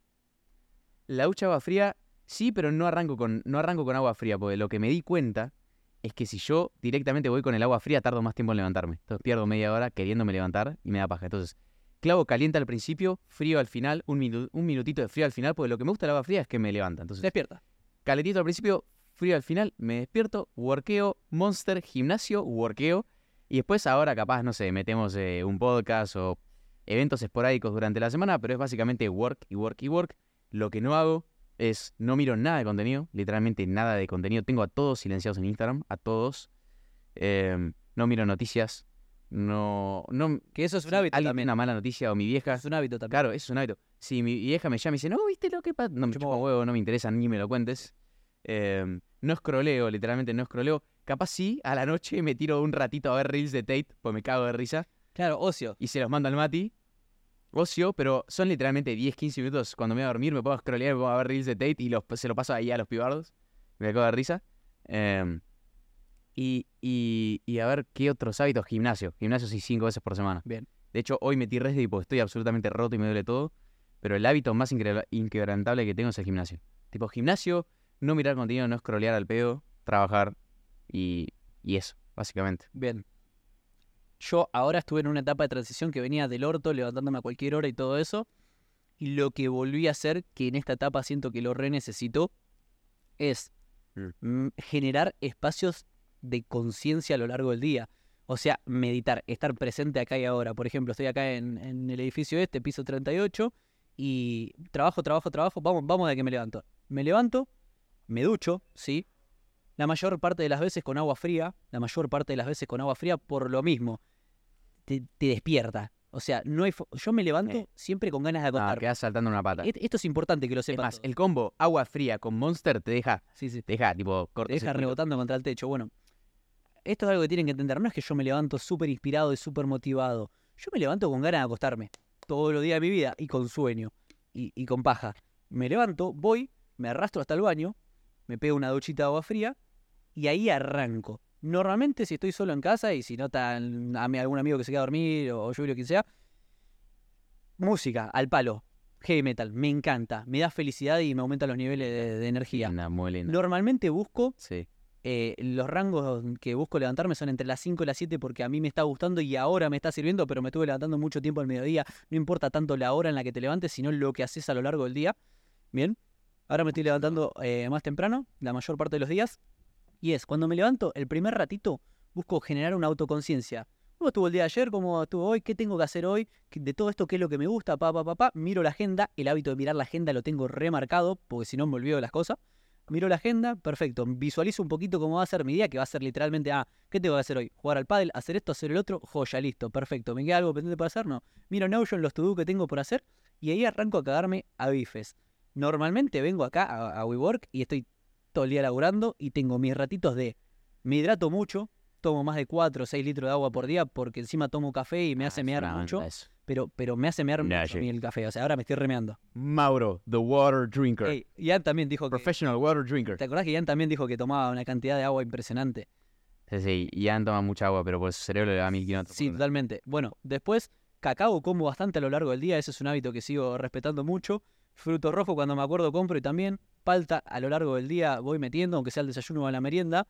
La ducha agua fría, sí, pero no arranco con, no arranco con agua fría, porque lo que me di cuenta es que si yo directamente voy con el agua fría, tardo más tiempo en levantarme. Entonces pierdo media hora queriéndome levantar y me da paja. Entonces, clavo caliente al principio, frío al final, un, minu- un minutito de frío al final, porque lo que me gusta del agua fría es que me levanta. Entonces, Despierta. calentito al principio, frío al final, me despierto, workeo, Monster, gimnasio, workeo. Y después ahora capaz, no sé, metemos eh, un podcast o eventos esporádicos durante la semana, pero es básicamente work y work y work. Lo que no hago es, no miro nada de contenido, literalmente nada de contenido. Tengo a todos silenciados en Instagram, a todos. Em, no miro noticias, no... no Que eso es un si hábito alguien también. tiene una mala noticia o mi vieja... Es un hábito también. Claro, eso es un hábito. Si mi vieja me llama y dice, no, ¿viste lo que pasa? No me Chupa chupa un huevo, no me interesa, ni me lo cuentes. Eh, no escroleo, literalmente no escroleo. Capaz sí, a la noche me tiro un ratito a ver reels de Tate, pues me cago de risa. Claro, ocio. Y se los mando al Mati. Ocio, pero son literalmente diez, quince minutos. Cuando me voy a dormir me pongo a scrollear, me pongo a ver reels de Tate y los, se lo paso ahí a los pibardos. Me cago de risa. Eh, y, y, y a ver qué otros hábitos. Gimnasio. Gimnasio sí, cinco veces por semana. Bien. De hecho, hoy metí resdi porque estoy absolutamente roto y me duele todo. Pero el hábito más incre- inquebrantable que tengo es el gimnasio. Tipo, gimnasio, no mirar contenido, no scrollear al pedo, trabajar y, y eso, básicamente. Bien. Yo ahora estuve en una etapa de transición que venía del orto, levantándome a cualquier hora y todo eso. Y lo que volví a hacer, que en esta etapa siento que lo re necesito, es Mm. mm, generar espacios de conciencia a lo largo del día. O sea, meditar, estar presente acá y ahora. Por ejemplo, estoy acá en, en el edificio este, piso treinta y ocho, y trabajo, trabajo, trabajo. Vamos, vamos de que me levanto. Me levanto, me ducho, sí. La mayor parte de las veces con agua fría, la mayor parte de las veces con agua fría por lo mismo. Te, te despierta. O sea, no hay fo- yo me levanto Eh. siempre con ganas de Ah, acostarme. quedás saltando una pata. Et- Esto es importante que lo Es sepas. más, el combo agua fría con Monster te deja, Sí, sí. te deja tipo Te corto. deja rebotando contra el techo. Bueno, esto es algo que tienen que entender. No es que yo me levanto súper inspirado y súper motivado. Yo me levanto con ganas de acostarme. Todos los días de mi vida y con sueño. Y, y con paja. Me levanto, voy, me arrastro hasta el baño, me pego una duchita de agua fría y ahí arranco. Normalmente si estoy solo en casa y si no está el- a mí algún amigo que se queda a dormir o Julio, quien sea, música, al palo, heavy metal, me encanta, me da felicidad y me aumenta los niveles de, de energía. Linda, muy linda. Normalmente busco, Sí. eh, los rangos que busco levantarme son entre las cinco y las siete porque a mí me está gustando y ahora me está sirviendo, pero me estuve levantando mucho tiempo al mediodía. No importa tanto la hora en la que te levantes, sino lo que haces a lo largo del día. Bien, ahora me estoy levantando eh, más temprano, la mayor parte de los días. Y es, cuando me levanto, el primer ratito, busco generar una autoconciencia. ¿Cómo estuvo el día de ayer? ¿Cómo estuvo hoy? ¿Qué tengo que hacer hoy? ¿Qué- De todo esto, ¿qué es lo que me gusta? Pa, pa, pa, pa. Miro la agenda. El hábito de mirar la agenda lo tengo remarcado, porque si no me olvido de las cosas. Miro la agenda, perfecto. Visualizo un poquito cómo va a ser mi día, que va a ser literalmente, ah, ¿qué tengo que hacer hoy? Jugar al pádel, hacer esto, hacer el otro, joya, listo, perfecto. ¿Me queda algo pendiente por hacer? No. Miro Notion, los to-do que tengo por hacer, y ahí arranco a cagarme a bifes. Normalmente vengo acá a, a WeWork y estoy todo el día laburando y tengo mis ratitos de, me hidrato mucho, tomo más de cuatro o seis litros de agua por día porque encima tomo café y me Ah, hace es mear una mucho, banda eso. pero, pero me hace mear Nah, mucho a sí. mí el café, o sea, ahora me estoy remeando. Mauro, the water drinker. Ey, Ian también dijo que, Professional water drinker. ¿te acordás que Ian también dijo que tomaba una cantidad de agua impresionante? Sí, sí, Ian toma mucha agua, pero por su cerebro le da mil kilómetros. Sí, por hora. totalmente. Bueno, después, cacao como bastante a lo largo del día, ese es un hábito que sigo respetando mucho. Fruto rojo cuando me acuerdo compro y también palta a lo largo del día voy metiendo, aunque sea el desayuno o la merienda.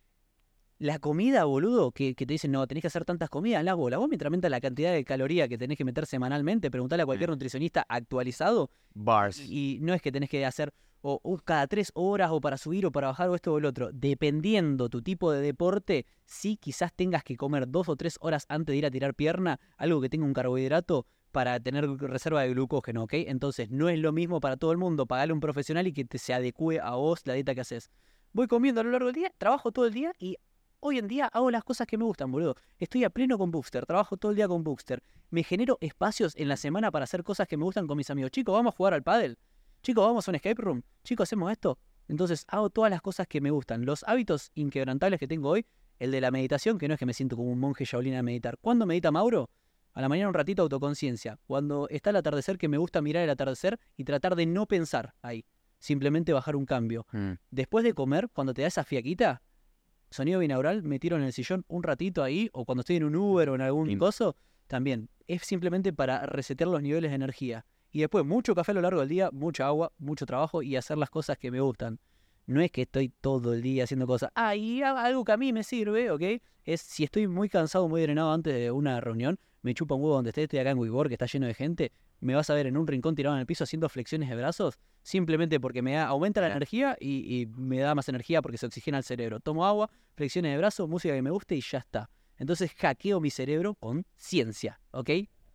La comida, boludo, que, que te dicen, no, tenés que hacer tantas comidas, la bola. Vos mientras aumentas la cantidad de calorías que tenés que meter semanalmente, preguntale a cualquier Eh. nutricionista actualizado Bars. y, y no es que tenés que hacer o, o cada tres horas o para subir o para bajar o esto o el otro. Dependiendo tu tipo de deporte, sí quizás tengas que comer dos o tres horas antes de ir a tirar pierna, algo que tenga un carbohidrato para tener reserva de glucógeno, ¿ok? Entonces no es lo mismo para todo el mundo pagarle a un profesional y que te se adecue a vos la dieta que haces. Voy comiendo a lo largo del día, trabajo todo el día y hoy en día hago las cosas que me gustan, boludo. Estoy a pleno con Bookster, trabajo todo el día con Bookster. Me genero espacios en la semana para hacer cosas que me gustan con mis amigos. Chicos, vamos a jugar al pádel. Chicos, vamos a un escape room. Chicos, hacemos esto. Entonces hago todas las cosas que me gustan. Los hábitos inquebrantables que tengo hoy, el de la meditación, que no es que me siento como un monje Shaolin a meditar. ¿Cuándo medita Mauro? A la mañana un ratito autoconciencia. Cuando está el atardecer, que me gusta mirar el atardecer y tratar de no pensar ahí. Simplemente bajar un cambio. Mm. Después de comer, cuando te da esa fiaquita, sonido binaural, me tiro en el sillón un ratito ahí, o cuando estoy en un Uber o en algún Lindo. coso, también. Es simplemente para resetear los niveles de energía. Y después, mucho café a lo largo del día, mucha agua, mucho trabajo y hacer las cosas que me gustan. No es que estoy todo el día haciendo cosas. Ah, y a- algo que a mí me sirve, ¿ok? Es si estoy muy cansado, muy drenado antes de una reunión, me chupa un huevo donde esté, estoy acá en WeWork, que está lleno de gente, me vas a ver en un rincón tirado en el piso haciendo flexiones de brazos, simplemente porque me da, aumenta la Ya. energía y, y me da más energía porque se oxigena el cerebro. Tomo agua, flexiones de brazos, música que me guste y ya está. Entonces hackeo mi cerebro con ciencia, ¿ok?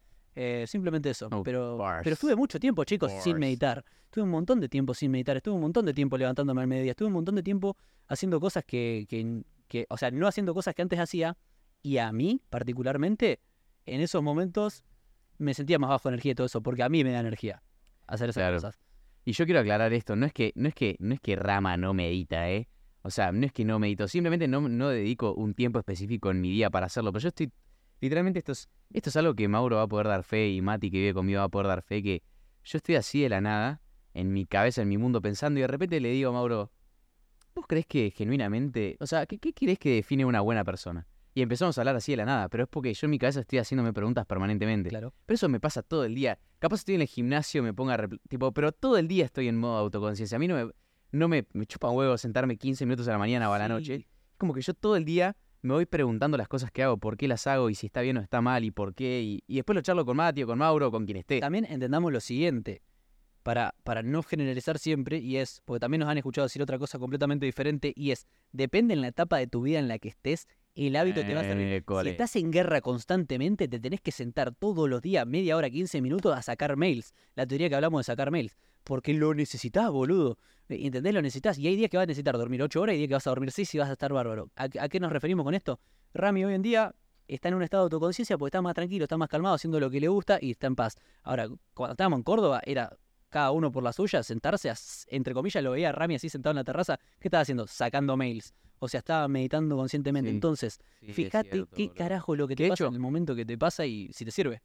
Eh, simplemente eso. Oh, pero, bars. pero estuve mucho tiempo, chicos, sin Bars. meditar. Estuve un montón de tiempo sin meditar. Estuve un montón de tiempo levantándome al mediodía. Estuve un montón de tiempo haciendo cosas que, que, que, o sea, no haciendo cosas que antes hacía. Y a mí, particularmente, en esos momentos me sentía más bajo de energía y todo eso, porque a mí me da energía hacer esas Claro. cosas. Y yo quiero aclarar esto, no es que, no es que, no es que Rama no medita, ¿eh? O sea, no es que no medito, simplemente no, no dedico un tiempo específico en mi día para hacerlo. Pero yo estoy, literalmente esto es, esto es algo que Mauro va a poder dar fe y Mati que vive conmigo va a poder dar fe, que yo estoy así de la nada, en mi cabeza, en mi mundo pensando y de repente le digo a Mauro, ¿vos crees que genuinamente, o sea, ¿qué, qué crees que define una buena persona? Y empezamos a hablar así de la nada, pero es porque yo en mi cabeza estoy haciéndome preguntas permanentemente. Claro. Pero eso me pasa todo el día. Capaz estoy en el gimnasio, me ponga repl- tipo, pero todo el día estoy en modo autoconciencia. A mí no me, no me, me chupa un huevo sentarme quince minutos a la mañana o a la Sí. noche. Es como que yo todo el día me voy preguntando las cosas que hago, por qué las hago y si está bien o está mal y por qué. Y, y después lo charlo con Mati o con Mauro o con quien esté. También entendamos lo siguiente, para, para no generalizar siempre, y es, porque también nos han escuchado decir otra cosa completamente diferente, y es, depende en la etapa de tu vida en la que estés, el hábito te va a servir. Eh, Si cole. estás en guerra constantemente, te tenés que sentar todos los días, media hora, quince minutos, a sacar mails. La teoría que hablamos de sacar mails. Porque lo necesitas, boludo. Eh, ¿Entendés? Lo necesitas. Y hay días que vas a necesitar dormir ocho horas y días que vas a dormir seis y vas a estar bárbaro. ¿A, a qué nos referimos con esto? Rami hoy en día está en un estado de autoconciencia porque está más tranquilo, está más calmado, haciendo lo que le gusta y está en paz. Ahora, cuando estábamos en Córdoba, era cada uno por la suya, sentarse, a, entre comillas, lo veía a Rami así sentado en la terraza. ¿Qué estaba haciendo? Sacando mails. O sea, estaba meditando conscientemente. Sí. Entonces, Sí, es fíjate cierto, qué boludo. carajo lo que te De pasa hecho- en el momento que te pasa y si te sirve.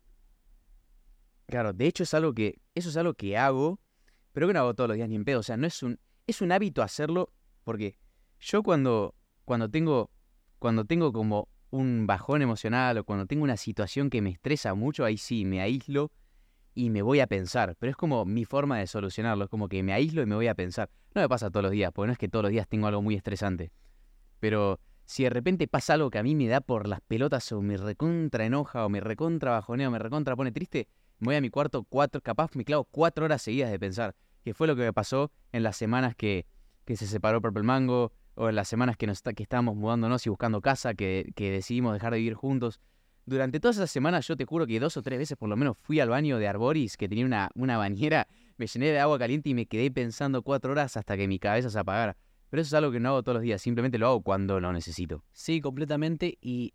Claro, de hecho es algo que, eso es algo que hago, pero que no hago todos los días ni en pedo. O sea, no es un, es un hábito hacerlo, porque yo cuando, cuando tengo, cuando tengo como un bajón emocional o cuando tengo una situación que me estresa mucho, ahí sí, me aíslo y me voy a pensar. Pero es como mi forma de solucionarlo, es como que me aíslo y me voy a pensar. No me pasa todos los días, porque no es que todos los días tengo algo muy estresante. Pero si de repente pasa algo que a mí me da por las pelotas o me recontra enoja o me recontra bajonea o me recontra pone triste, me voy a mi cuarto cuatro, capaz me clavo cuatro horas seguidas de pensar. Que fue lo que me pasó en las semanas que, que se separó Purple Mango, o en las semanas que, nos está- que estábamos mudándonos y buscando casa, que, que decidimos dejar de vivir juntos. Durante todas esas semanas yo te juro que dos o tres veces por lo menos fui al baño de Arboris, que tenía una, una bañera, me llené de agua caliente y me quedé pensando cuatro horas hasta que mi cabeza se apagara. Pero eso es algo que no hago todos los días, simplemente lo hago cuando lo necesito. Sí, completamente. Y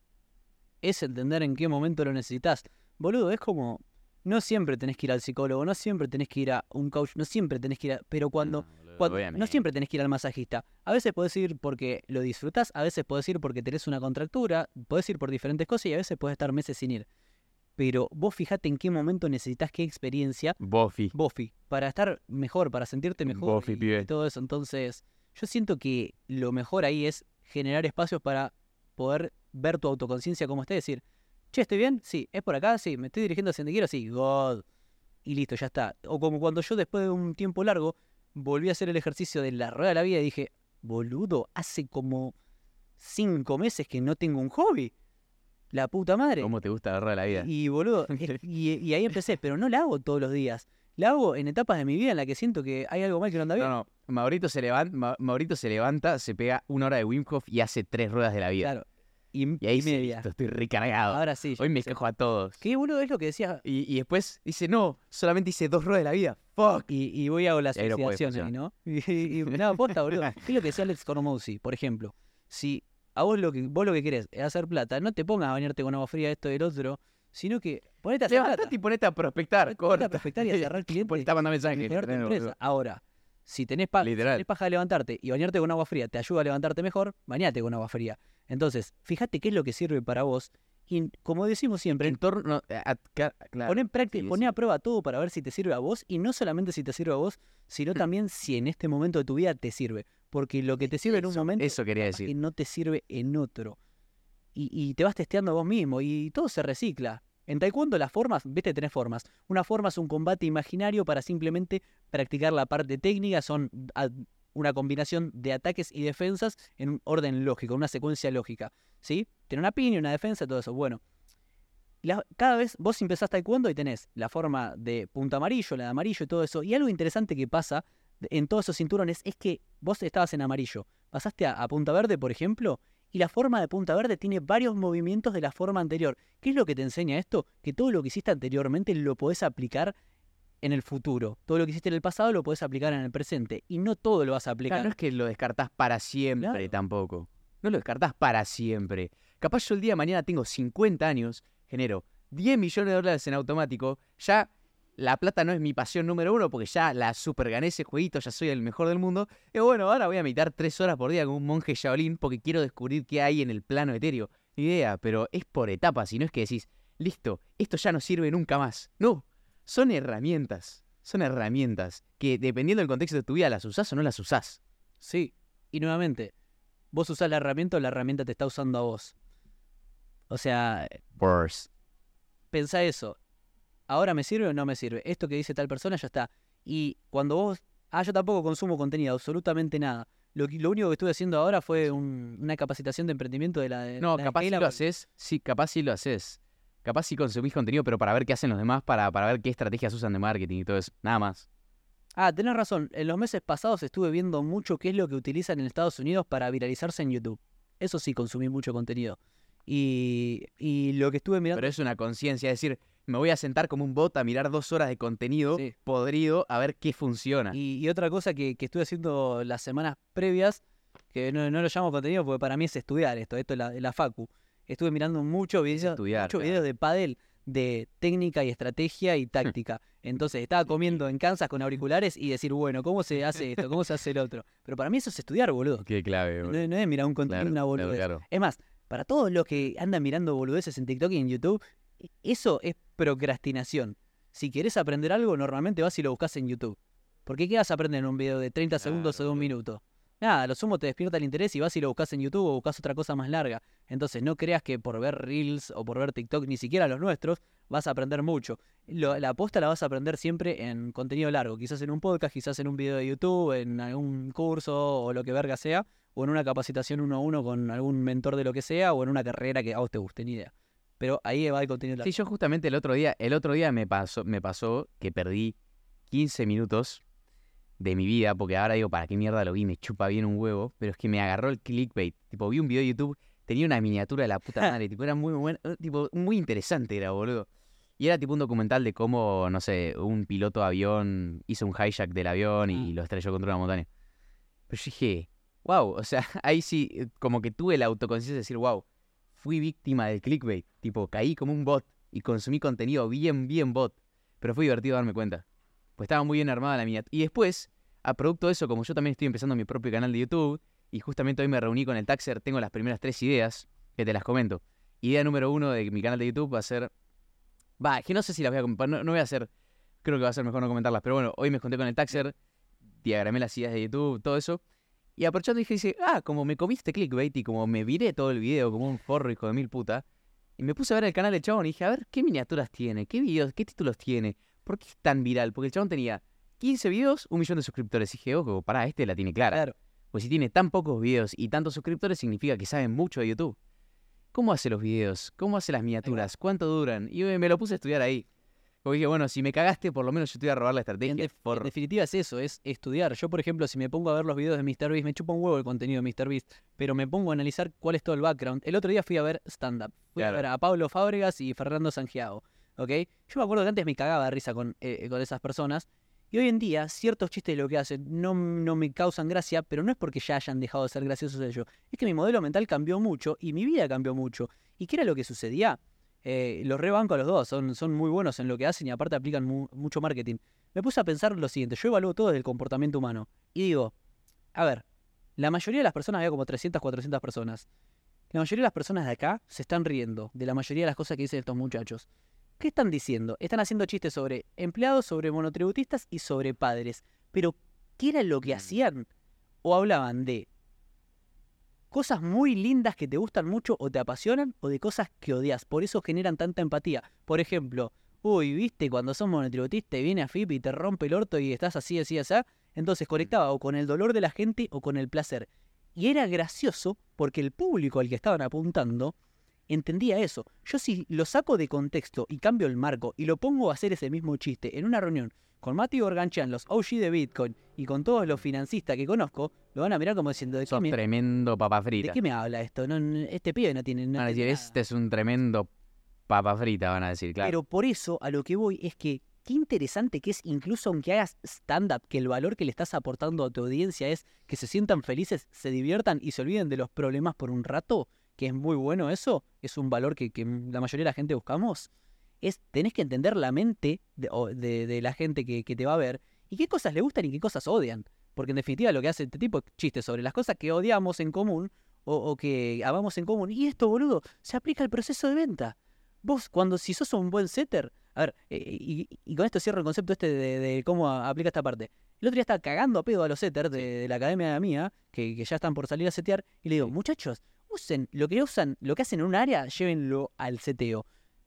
es entender en qué momento lo necesitas. Boludo, es como, no siempre tenés que ir al psicólogo, no siempre tenés que ir a un coach, no siempre tenés que ir a... Pero cuando... No, boludo, cuando- no obviamente. siempre tenés que ir al masajista. A veces podés ir porque lo disfrutás, a veces podés ir porque tenés una contractura, podés ir por diferentes cosas y a veces podés estar meses sin ir. Pero vos fijate en qué momento necesitas qué experiencia, Buffy. Bofi, para estar mejor, para sentirte mejor Bofi, y, pibe. y todo eso. Entonces, yo siento que lo mejor ahí es generar espacios para poder ver tu autoconciencia como esté, decir, che, ¿estoy bien? Sí, ¿es por acá? Sí, ¿me estoy dirigiendo hacia donde quiero? Sí, God. Y listo, ya está. O como cuando yo después de un tiempo largo volví a hacer el ejercicio de la rueda de la vida y dije, boludo, hace como cinco meses que no tengo un hobby. La puta madre. ¿Cómo te gusta agarrar la vida? Y boludo, es- y, y ahí empecé, pero no la hago todos los días. La hago en etapas de mi vida en la que siento que hay algo mal que no anda bien. No, no. Maurito se, levanta, Ma- Maurito se levanta, se pega una hora de Wim Hof y hace tres ruedas de la vida. Claro. Y, Y ahí y dice, media. listo, estoy recargado. Ahora sí. Hoy me sí. quejo a todos. ¿Qué boludo es lo que decía? Y, y después dice, no, solamente hice dos ruedas de la vida. Fuck. Y, y voy a hago las Y ahí no puede asociaciones ahí, ¿no? Y, y, y- no, posta, boludo. ¿Qué es lo que decía Alex Cormouzi? Por ejemplo, si a vos lo que vos lo que querés es hacer plata, no te pongas a bañarte con agua fría, esto y el otro, sino que ponete a hacer plata. Levantate y ponete a prospectar. Ponete Corta. a prospectar y a cerrar clientes. Ponete a mandar mensajes. Mejorar tu Tenés, empresa. boludo. Ahora, si tenés, pa- si Literal. tenés paja de levantarte y bañarte con agua fría te ayuda a levantarte mejor, bañate con agua fría. Entonces, fíjate qué es lo que sirve para vos. Y como decimos siempre, En torno a- a- ca- claro. poné, en prácti- sí, poné sí. a prueba todo para ver si te sirve a vos. Y no solamente si te sirve a vos, sino también si en este momento de tu vida te sirve. Porque lo que te sirve en un Eso- momento eso quería capaz decir. que no te sirve en otro. Y, y te vas testeando a vos mismo y todo se recicla. En taekwondo las formas, viste, tenés formas. Una forma es un combate imaginario para simplemente practicar la parte técnica, son a- una combinación de ataques y defensas en un orden lógico, una secuencia lógica, ¿sí? Tiene una piña, una defensa, todo eso. Bueno, la- cada vez vos empezás taekwondo y tenés la forma de punta amarillo, la de amarillo y todo eso. Y algo interesante que pasa en todos esos cinturones es que vos estabas en amarillo, pasaste a, a punta verde, por ejemplo, y la forma de punta verde tiene varios movimientos de la forma anterior. ¿Qué es lo que te enseña esto? Que todo lo que hiciste anteriormente lo podés aplicar en el futuro. Todo lo que hiciste en el pasado lo podés aplicar en el presente. Y no todo lo vas a aplicar. Claro, no es que lo descartás para siempre Claro. tampoco. No lo descartás para siempre. Capaz yo el día de mañana tengo cincuenta años, genero diez millones de dólares en automático, ya la plata no es mi pasión número uno porque ya la super gané ese jueguito, ya soy el mejor del mundo. Y bueno, ahora voy a meditar tres horas por día con un monje Shaolin porque quiero descubrir qué hay en el plano etéreo. Ni idea, pero es por etapas y no es que decís, listo, esto ya no sirve nunca más. No, son herramientas. Son herramientas que dependiendo del contexto de tu vida las usás o no las usás. Sí. Y nuevamente, vos usás la herramienta o la herramienta te está usando a vos. O sea, Worse. pensá eso. ¿Ahora me sirve o no me sirve? Esto que dice tal persona ya está. Y cuando vos... Ah, yo tampoco consumo contenido, absolutamente nada. Lo, que- lo único que estuve haciendo ahora fue un- una capacitación de emprendimiento de la de No, la de capaz si Keila, lo porque- haces, sí, capaz sí lo haces. Capaz sí consumís contenido, pero para ver qué hacen los demás, para, para ver qué estrategias usan de marketing y todo eso. Nada más. Ah, tenés razón. En los meses pasados estuve viendo mucho qué es lo que utilizan en Estados Unidos para viralizarse en YouTube. Eso sí, consumí mucho contenido. Y, y lo que estuve mirando... Pero es una conciencia, es decir, me voy a sentar como un bot a mirar dos horas de contenido Sí. podrido a ver qué funciona. Y, y otra cosa que, que estuve haciendo las semanas previas, que no, no lo llamo contenido porque para mí es estudiar esto, esto es la, la facu. Estuve mirando muchos videos, estudiar, muchos claro. videos de pádel, de técnica y estrategia y táctica. Entonces estaba comiendo en Kansas con auriculares y decir, bueno, ¿cómo se hace esto? ¿Cómo se hace el otro? Pero para mí eso es estudiar, boludo. Qué clave, No, boludo. no es mirar un contenido, Claro, una claro, boludez. claro. Es más, para todos los que andan mirando boludeces en TikTok y en YouTube, eso es procrastinación. Si querés aprender algo, normalmente vas y lo buscas en YouTube. Porque ¿qué vas a aprender en un video de treinta segundos o de un boludo. minuto? Nada, a lo sumo te despierta el interés y vas y lo buscas en YouTube o buscas otra cosa más larga. Entonces no creas que por ver Reels o por ver TikTok, ni siquiera los nuestros, vas a aprender mucho. Lo- la aposta la vas a aprender siempre en contenido largo. Quizás en un podcast, quizás en un video de YouTube, en algún curso o lo que verga sea. O en una capacitación uno a uno con algún mentor de lo que sea. O en una carrera que a vos te guste, ni idea. Pero ahí va el contenido largo. Sí, yo justamente el otro día, el otro día me pasó, me pasó que perdí quince minutos de mi vida, porque ahora digo, ¿para qué mierda lo vi? Me chupa bien un huevo, pero es que me agarró el clickbait. Tipo, vi un video de YouTube, tenía una miniatura de la puta madre, tipo, era muy bueno, tipo, muy interesante era, boludo. Y era tipo un documental de cómo, no sé, un piloto de avión hizo un hijack del avión y Mm. lo estrelló contra una montaña. Pero yo dije, wow, o sea, ahí sí, eh, como que tuve la autoconciencia de decir, wow, fui víctima del clickbait. Tipo, caí como un bot y consumí contenido bien, bien bot. Pero fue divertido darme cuenta. Pues estaba muy bien armada la miniatura. Y después, a producto de eso, como yo también estoy empezando mi propio canal de YouTube, y justamente hoy me reuní con el Taxer, tengo las primeras tres ideas, que te las comento. Idea número uno de mi canal de YouTube va a ser... Va, es que no sé si las voy a comentar, no, no voy a hacer... Creo que va a ser mejor no comentarlas, pero bueno, hoy me junté con el Taxer, diagramé las ideas de YouTube, todo eso. Y aprovechando dije, dice, ah, como me comí este clickbait y como me viré todo el video como un forro hijo de mil puta, y me puse a ver el canal del chabón y dije, a ver, ¿qué miniaturas tiene? ¿Qué videos? ¿Qué títulos tiene? ¿Por qué es tan viral? Porque el chabón tenía quince videos, un millón de suscriptores. Y dije, ojo, pará, este la tiene clara. Claro. Pues si tiene tan pocos videos y tantos suscriptores, significa que saben mucho de YouTube. ¿Cómo hace los videos? ¿Cómo hace las miniaturas? ¿Cuánto duran? Y me, me lo puse a estudiar ahí. Porque dije, bueno, si me cagaste, por lo menos yo te voy a robar la En, estrategia. def- en forro. definitiva es eso, es estudiar. Yo, por ejemplo, si me pongo a ver los videos de MrBeast, me chupa un huevo el contenido de MrBeast, pero me pongo a analizar cuál es todo el background. El otro día fui a ver stand-up. Fui Claro. a ver a Pablo Fábregas y Fernando Sangiao, ¿ok? Yo me acuerdo que antes me cagaba de risa con, eh, con esas personas, y hoy en día ciertos chistes de lo que hacen no, no me causan gracia, pero no es porque ya hayan dejado de ser graciosos ellos. Es que mi modelo mental cambió mucho y mi vida cambió mucho. ¿Y qué era lo que sucedía? Eh, los rebanco a los dos, son, son muy buenos en lo que hacen y aparte aplican mu- mucho marketing. Me puse a pensar lo siguiente, yo evalúo todo desde el comportamiento humano y digo, a ver, la mayoría de las personas, había como trescientas, cuatrocientas personas, la mayoría de las personas de acá se están riendo de la mayoría de las cosas que dicen estos muchachos. ¿Qué están diciendo? Están haciendo chistes sobre empleados, sobre monotributistas y sobre padres. Pero, ¿qué era lo que Mm. hacían? O hablaban de cosas muy lindas que te gustan mucho o te apasionan, o de cosas que odias. Por eso generan tanta empatía. Por ejemplo, uy, viste, cuando sos monotributista y viene a F I P y te rompe el orto y estás así, así, así. Entonces conectaba o con el dolor de la gente o con el placer. Y era gracioso porque el público al que estaban apuntando entendía eso. Yo si lo saco de contexto y cambio el marco y lo pongo a hacer ese mismo chiste en una reunión con Mati Organchan, los O G de Bitcoin y con todos los financistas que conozco, lo van a mirar como diciendo, ¿de qué Sos me, tremendo papa ¿de frita. qué me habla esto? No, no, este pibe no tiene, no Van a decir, entiende nada". este es un tremendo papa frita, van a decir, claro. Pero por eso a lo que voy es que qué interesante que es, incluso aunque hagas stand-up, que el valor que le estás aportando a tu audiencia es que se sientan felices, se diviertan y se olviden de los problemas por un rato, que es muy bueno eso, es un valor que, que la mayoría de la gente buscamos. Es, tenés que entender la mente de, o- de- de la gente que, que te va a ver y qué cosas le gustan y qué cosas odian. Porque en definitiva lo que hace este tipo es chistes sobre las cosas que odiamos en común o, o que amamos en común. Y esto, boludo, se aplica al proceso de venta. Vos, cuando si sos un buen setter, a ver, eh, y, y con esto cierro el concepto este de, de cómo a- aplica esta parte. El otro día estaba cagando a pedo a los setters de, Sí. de la academia mía, que, que ya están por salir a setear, y le digo, Sí. muchachos, usen lo que usan, lo que hacen en un área, llévenlo al seteo.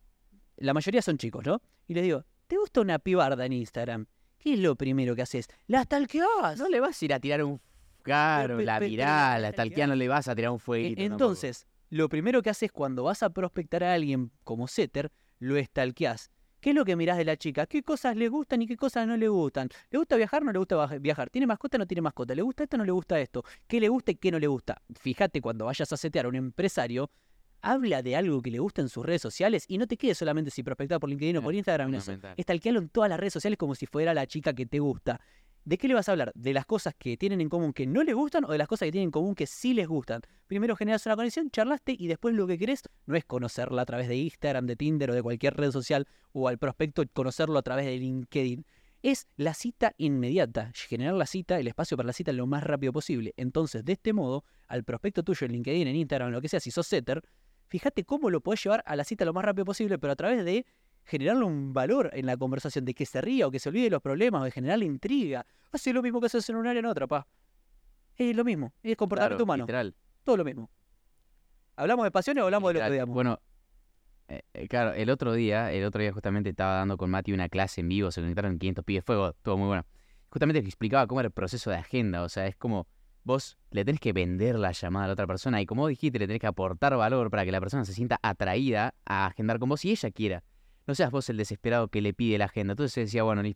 La mayoría son chicos, ¿no? Y les digo, ¿te gusta una pibarda en Instagram? ¿Qué es lo primero que haces? ¡La stalkeás! No le vas a ir a tirar un... Claro, pe- la pe- pero virá, la la stalkeás. stalkeá no le vas a tirar un E- fueguito. tampoco. Entonces, lo primero que haces cuando vas a prospectar a alguien como setter, lo stalkeás. ¿Qué es lo que mirás de la chica? ¿Qué cosas le gustan y qué cosas no le gustan? ¿Le gusta viajar o no le gusta baja- viajar? ¿Tiene mascota o no tiene mascota? ¿Le gusta esto o no le gusta esto? ¿Qué le gusta y qué no le gusta? Fíjate cuando vayas a setear a un empresario, habla de algo que le gusta en sus redes sociales y no te quedes solamente si prospectar por LinkedIn o por Eh, Instagram. No, fundamental. stalkealo en todas las redes sociales como si fuera la chica que te gusta. ¿De qué le vas a hablar? ¿De las cosas que tienen en común que no les gustan o de las cosas que tienen en común que sí les gustan? Primero generas una conexión, charlaste y después lo que querés no es conocerla a través de Instagram, de Tinder o de cualquier red social o al prospecto conocerlo a través de LinkedIn. Es la cita inmediata, generar la cita, el espacio para la cita lo más rápido posible. Entonces, de este modo, al prospecto tuyo en LinkedIn, en Instagram, en lo que sea, si sos setter, fíjate cómo lo podés llevar a la cita lo más rápido posible, pero a través de generarle un valor en la conversación, de que se ría o que se olvide de los problemas o de generarle intriga. Hace lo mismo que haces en un área en otra, pa. Es lo mismo, es comportamiento Claro, humano, literal. todo lo mismo. ¿Hablamos de pasiones o hablamos de lo que literal. odiamos? Bueno, eh, eh, claro, el otro día, el otro día justamente estaba dando con Mati una clase en vivo, se conectaron quinientos pibes, fue todo muy bueno. Justamente que explicaba cómo era el proceso de agenda, o sea, es como vos le tenés que vender la llamada a la otra persona y como vos dijiste, le tenés que aportar valor para que la persona se sienta atraída a agendar con vos si ella quiera. No seas vos el desesperado que le pide la agenda. Entonces decía, bueno, listo,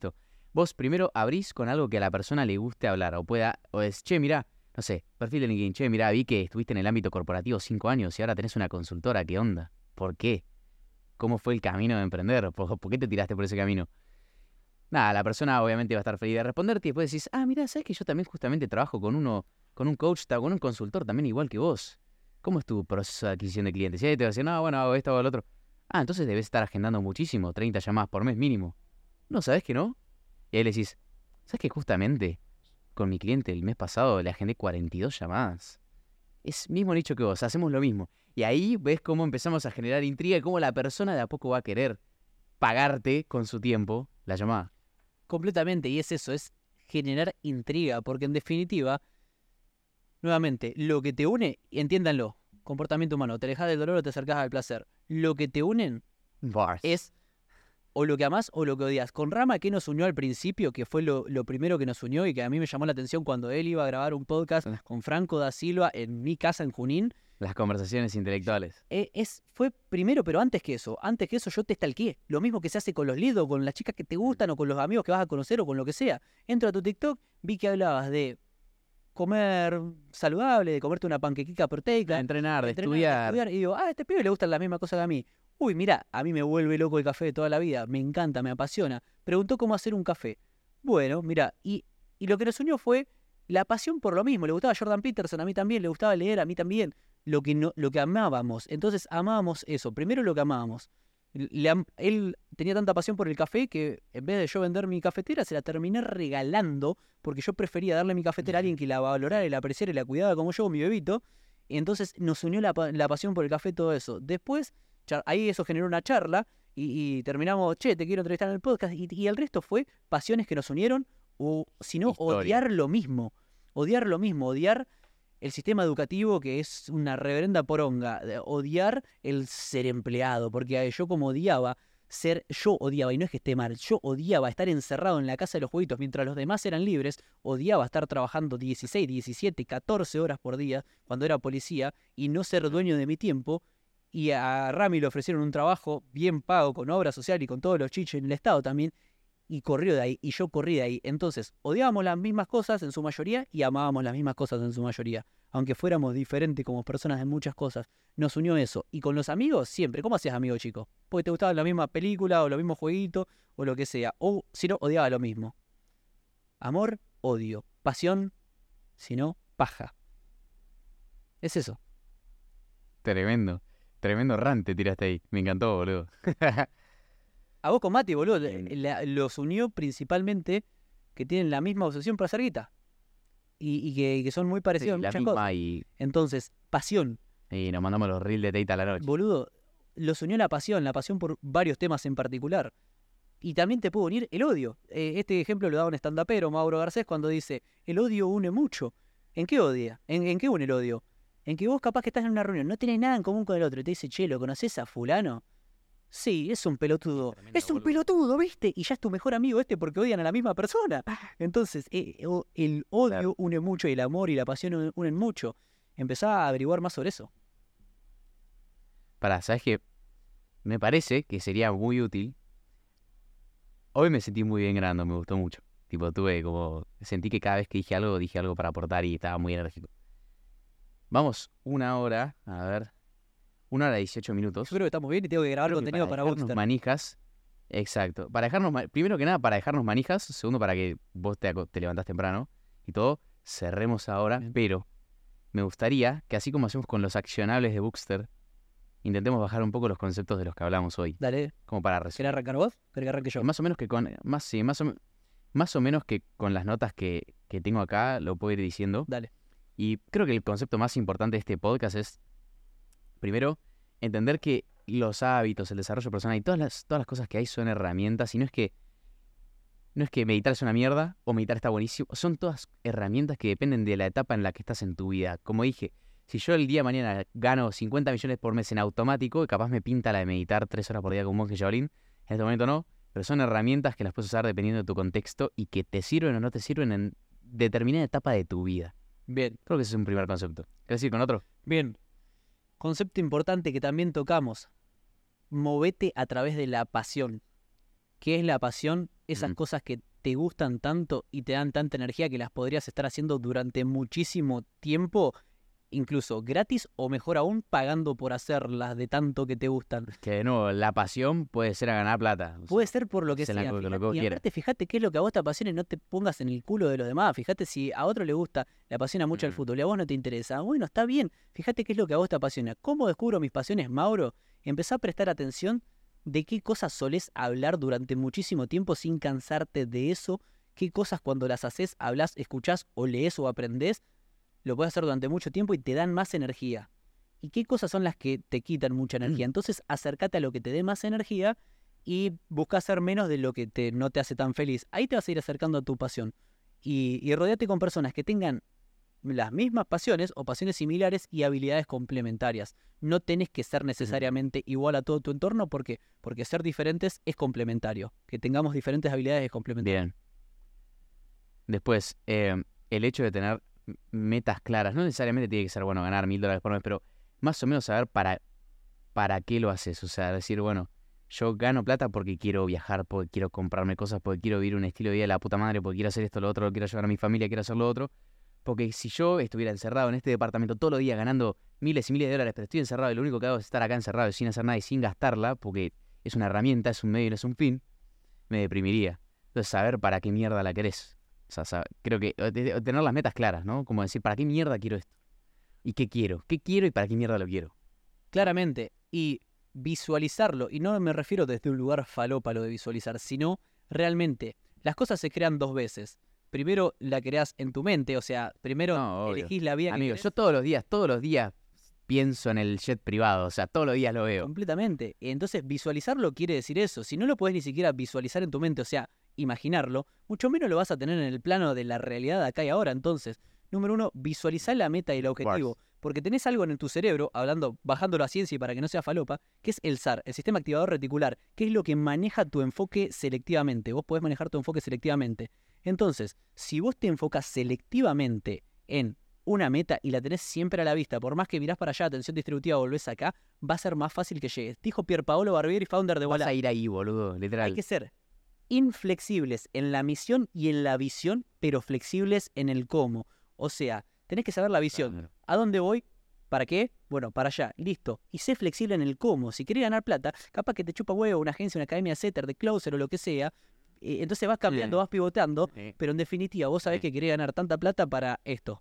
Vos primero abrís con algo que a la persona le guste hablar, o pueda, o es, che, mirá, no sé, perfil de LinkedIn, che, mirá, vi que estuviste en el ámbito corporativo cinco años y ahora tenés una consultora, ¿qué onda? ¿Por qué? ¿Cómo fue el camino de emprender? ¿Por, por qué te tiraste por ese camino? Nada, la persona obviamente va a estar feliz de responderte y después decís, ah, mirá, ¿sabes que yo también justamente trabajo con uno, con un coach, ta- con un consultor también igual que vos? ¿Cómo es tu proceso de adquisición de clientes? Y ahí te va a decir, no, bueno, hago esto, hago lo otro. Ah, entonces debes estar agendando muchísimo, treinta llamadas por mes mínimo. No, ¿sabes que no? Y ahí le decís, ¿sabes que justamente con mi cliente el mes pasado le agendé cuarenta y dos llamadas? Es mismo nicho que vos, hacemos lo mismo. Y ahí ves cómo empezamos a generar intriga y cómo la persona de a poco va a querer pagarte con su tiempo la llamada. Completamente, y es eso, es generar intriga, porque en definitiva, nuevamente, lo que te une, entiéndanlo, comportamiento humano, te alejas del dolor o te acercas al placer. Lo que te unen Bars. es o lo que amás o lo que odias. Con Rama, ¿qué nos unió al principio? Que fue lo, lo primero que nos unió y que a mí me llamó la atención cuando él iba a grabar un podcast con Franco da Silva en mi casa en Junín. Las conversaciones intelectuales. Eh, es, fue primero, pero antes que eso. Antes que eso yo te stalkeé. Lo mismo que se hace con los leads o con las chicas que te gustan o con los amigos que vas a conocer o con lo que sea. Entro a tu TikTok, vi que hablabas de comer saludable, de comerte una panquequica proteica, De entrenar, de entrenar, estudiar. de estudiar. Y digo, ah, a este pibe le gustan las mismas cosas que a mí. Uy, mira, a mí me vuelve loco el café de toda la vida. Me encanta, me apasiona. Preguntó cómo hacer un café. Bueno, mira, y, y lo que nos unió fue la pasión por lo mismo. Le gustaba Jordan Peterson, a mí también, le gustaba leer, a mí también. Lo que, no, lo que amábamos. Entonces amábamos eso. Primero lo que amábamos. Le am- él tenía tanta pasión por el café que en vez de yo vender mi cafetera, se la terminé regalando porque yo prefería darle mi cafetera a alguien que la valorara y la apreciara y la cuidara como yo, mi bebito. Y entonces nos unió la, pa- la pasión por el café, todo eso. Después, char- ahí eso generó una charla y, y terminamos, che, te quiero entrevistar en el podcast. Y, y el resto fue pasiones que nos unieron o, si no, Historia. odiar lo mismo. Odiar lo mismo, odiar el sistema educativo que es una reverenda poronga, de odiar el ser empleado, porque eh, yo como odiaba ser, yo odiaba, y no es que esté mal, yo odiaba estar encerrado en la casa de los jueguitos mientras los demás eran libres, odiaba estar trabajando dieciséis, diecisiete, catorce horas por día cuando era policía y no ser dueño de mi tiempo. Y a Rami le ofrecieron un trabajo bien pago, con obra social y con todos los chiches en el Estado también, y corrió de ahí, y yo corrí de ahí. Entonces, odiábamos las mismas cosas en su mayoría y amábamos las mismas cosas en su mayoría. Aunque fuéramos diferentes como personas en muchas cosas, nos unió eso. Y con los amigos, siempre. ¿Cómo hacías amigo, chico? Porque te gustaba la misma película o los mismos jueguitos o lo que sea. O si no, odiaba lo mismo. Amor, odio. Pasión, si no, paja. Es eso. Tremendo. Tremendo rant te tiraste ahí. Me encantó, boludo. A vos con Mati, boludo, le- Bien. la- los unió principalmente que tienen la misma obsesión por hacer guita. Y, y que, y que son muy Sí, parecidos en la muchas misma cosas. y, Entonces, pasión. y nos mandamos los reels de Tate a la noche. Boludo, los unió la pasión, la pasión por varios temas en particular. Y también te puede unir el odio. Eh, este ejemplo lo da un estandapero, Mauro Garcés, cuando dice, el odio une mucho. ¿En qué odia? ¿En, en qué une el odio? En que vos capaz que estás en una reunión, no tenés nada en común con el otro, y te dice, che, ¿lo conocés a fulano? Sí, es un pelotudo. Tremendo, Es un boludo. pelotudo, ¿viste? Y ya es tu mejor amigo este porque odian a la misma persona. Entonces, eh, o- el odio Claro. une mucho y el amor y la pasión un- unen mucho. Empezá a averiguar más sobre eso. Pará, ¿sabes qué? Me parece que sería muy útil. Hoy me sentí muy bien grabando, me gustó mucho. Tipo, tuve como... Sentí que cada vez que dije algo, dije algo para aportar y estaba muy enérgico. Vamos una hora, a ver... Una hora dieciocho minutos. Yo creo que estamos bien y tengo que grabar Creo que contenido para, dejarnos Bookster. manijas. Exacto. Para dejarnos... ma- Primero que nada, para dejarnos manijas. Segundo, para que vos te, aco- te levantás temprano. Y todo. Cerremos ahora. Bien. Pero me gustaría que así como hacemos con los accionables de Bookster, intentemos bajar un poco los conceptos de los que hablamos hoy. Dale, Como para ¿querés resumir. arrancar vos? ¿Querés que arranque yo? Más o menos que con... Más, sí, más o, me- más o menos que con las notas que, que tengo acá, lo puedo ir diciendo. Dale. Y creo que el concepto más importante de este podcast es, primero, entender que los hábitos, el desarrollo personal y todas las, todas las cosas que hay son herramientas. Y no es que no es que meditar es una mierda o meditar está buenísimo. Son todas herramientas que dependen de la etapa en la que estás en tu vida. Como dije, si yo el día de mañana gano cincuenta millones por mes en automático, y capaz me pinta la de meditar tres horas por día con un monje Shaolin, en este momento no. Pero son herramientas que las puedes usar dependiendo de tu contexto y que te sirven o no te sirven en determinada etapa de tu vida. Bien, Creo que ese es un primer concepto. ¿Quieres decir con otro? bien. Concepto importante que también tocamos. Movete a través de la pasión. ¿Qué es la pasión? Esas Mm. cosas que te gustan tanto y te dan tanta energía que las podrías estar haciendo durante muchísimo tiempo, incluso gratis o mejor aún pagando por hacerlas de tanto que te gustan. Que de nuevo, la pasión puede ser a ganar plata. O sea, Puede ser por lo que hacer la sea. co- lo Fíjate- que vos y quieras. aparte, fíjate qué es lo que a vos te apasiona y no te pongas en el culo de los demás. Fíjate si a otro le gusta, le apasiona mucho el Mm. fútbol y a vos no te interesa. Bueno, está bien. Fíjate qué es lo que a vos te apasiona. ¿Cómo descubro mis pasiones, Mauro? Empezá a prestar atención de qué cosas solés hablar durante muchísimo tiempo sin cansarte de eso. Qué cosas cuando las haces, hablas, escuchás o lees o aprendés, lo puedes hacer durante mucho tiempo y te dan más energía. ¿Y qué cosas son las que te quitan mucha energía? Entonces, acércate a lo que te dé más energía y busca hacer menos de lo que te, no te hace tan feliz. Ahí te vas a ir acercando a tu pasión. Y, y rodéate con personas que tengan las mismas pasiones o pasiones similares y habilidades complementarias. No tenés que ser necesariamente igual a todo tu entorno porque, porque ser diferentes es complementario. Que tengamos diferentes habilidades es complementario. Bien. Después, eh, el hecho de tener m- metas claras, no necesariamente tiene que ser, bueno, ganar mil dólares por mes, pero más o menos saber para, para qué lo haces. O sea, decir, bueno, yo gano plata porque quiero viajar, porque quiero comprarme cosas, porque quiero vivir un estilo de vida de la puta madre, porque quiero hacer esto, lo otro, quiero ayudar a mi familia, quiero hacer lo otro. Porque si yo estuviera encerrado en este departamento todos los días ganando miles y miles de dólares, pero estoy encerrado y lo único que hago es estar acá encerrado y sin hacer nada y sin gastarla, porque es una herramienta, es un medio y no es un fin, me deprimiría. Entonces, saber para qué mierda la querés. O sea, sab- creo que o te- o tener las metas claras, ¿no? Como decir, ¿para qué mierda quiero esto? ¿Y qué quiero? ¿Qué quiero y para qué mierda lo quiero? Claramente. Y visualizarlo. Y no me refiero desde un lugar falopa lo de visualizar, sino realmente. Las cosas se crean dos veces. Primero la creás en tu mente, o sea, primero No, obvio. elegís la vida que Amigo, querés. yo todos los días, todos los días pienso en el jet privado. O sea, todos los días lo veo. Completamente. Entonces, visualizarlo quiere decir eso. Si no lo puedes ni siquiera visualizar en tu mente, o sea, imaginarlo, mucho menos lo vas a tener en el plano de la realidad acá y ahora. Entonces, número uno, visualizar la meta y el objetivo. Porque tenés algo en tu cerebro, hablando, bajándolo a ciencia y para que no sea falopa, que es el S A R, el sistema activador reticular, que es lo que maneja tu enfoque selectivamente. Vos podés manejar tu enfoque selectivamente. Entonces, si vos te enfocas selectivamente en una meta y la tenés siempre a la vista, por más que mirás para allá, atención distributiva, volvés acá, va a ser más fácil que llegues. Dijo Pierpaolo Barbieri, founder de Vas Walla. a ir ahí, boludo, literal. Hay que ser inflexibles en la misión y en la visión, pero flexibles en el cómo. O sea, tenés que saber la visión. Claro. ¿A dónde voy? ¿Para qué? Bueno, para allá, listo. Y sé flexible en el cómo. Si querés ganar plata, capaz que te chupa huevo una agencia, una academia setter, de closer o lo que sea. eh, Entonces vas cambiando, Sí. vas pivotando, Sí. pero en definitiva vos sabés Sí. que querés ganar tanta plata para esto.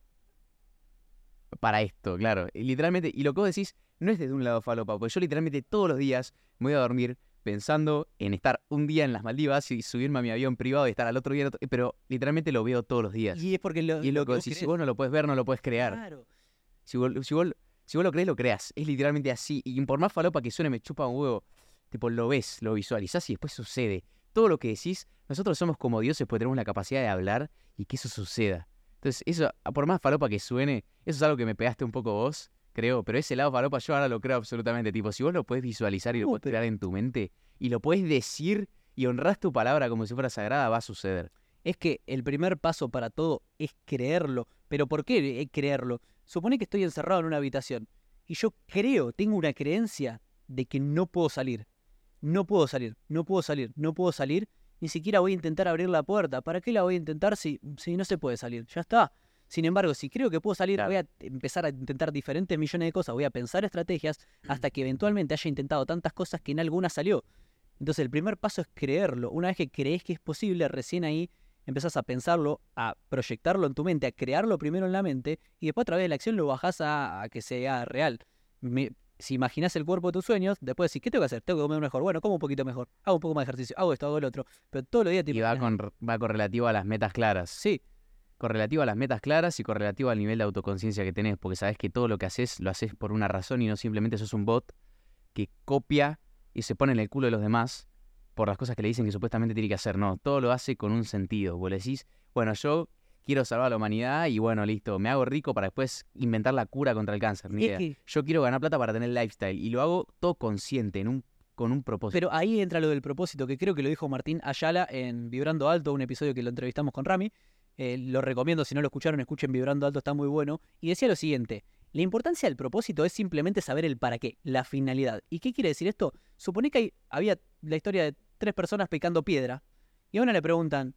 Para esto, claro. Y literalmente, y lo que vos decís no es desde un lado falopa, porque yo literalmente todos los días me voy a dormir pensando en estar un día en las Maldivas y subirme a mi avión privado y estar al otro día, en otro- pero literalmente lo veo todos los días. Y es porque lo, Y es lo, lo que vos vos decís, si querés. vos no lo puedes ver, no lo puedes crear. Claro. Si vos, si, vos, si vos lo crees, lo creas. Es literalmente así. Y por más falopa que suene, me chupa un huevo. Tipo, lo ves, lo visualizás y después sucede. Todo lo que decís, nosotros somos como dioses porque tenemos la capacidad de hablar y que eso suceda. Entonces, eso, por más falopa que suene, eso es algo que me pegaste un poco vos, creo. Pero ese lado falopa yo ahora lo creo absolutamente. Tipo, si vos lo puedes visualizar y lo No, puedes pero- crear en tu mente y lo puedes decir y honrás tu palabra como si fuera sagrada, va a suceder. Es que el primer paso para todo es creerlo. ¿Pero por qué eh, creerlo? Supone que estoy encerrado en una habitación y yo creo, tengo una creencia de que no puedo salir. No puedo salir, no puedo salir, no puedo salir. Ni siquiera voy a intentar abrir la puerta. ¿Para qué la voy a intentar si, si no se puede salir? Ya está. Sin embargo, si creo que puedo salir, Claro. voy a empezar a intentar diferentes millones de cosas. Voy a pensar estrategias hasta que eventualmente haya intentado tantas cosas que en alguna salió. Entonces el primer paso es creerlo. Una vez que crees que es posible, recién ahí empezás a pensarlo, a proyectarlo en tu mente, a crearlo primero en la mente y después a través de la acción lo bajás a, a que sea real. Me- si imaginás el cuerpo de tus sueños, después decís, ¿qué tengo que hacer? Tengo que comer mejor. Bueno, como un poquito mejor. Hago un poco más de ejercicio. Hago esto, hago el otro. Pero todos los días te Y va imaginás- con, va correlativo a las metas claras. Sí, Correlativo a las metas claras y correlativo al nivel de autoconciencia que tenés, porque sabés que todo lo que haces lo haces por una razón y no simplemente sos un bot que copia y se pone en el culo de los demás por las cosas que le dicen que supuestamente tiene que hacer. No, todo lo hace con un sentido. Vos le decís, bueno, yo quiero salvar a la humanidad y bueno, listo, me hago rico para después inventar la cura contra el cáncer. Ni es idea. que- Yo quiero ganar plata para tener lifestyle y lo hago todo consciente, en un, con un propósito. pero ahí entra lo del propósito, que creo que lo dijo Martín Ayala en Vibrando Alto, un episodio que lo entrevistamos con Rami. Eh, lo recomiendo, si no lo escucharon, escuchen Vibrando Alto, está muy bueno. Y decía lo siguiente, la importancia del propósito es simplemente saber el para qué, la finalidad. ¿Y qué quiere decir esto? Supone que hay- había la historia de tres personas picando piedra y a una le preguntan,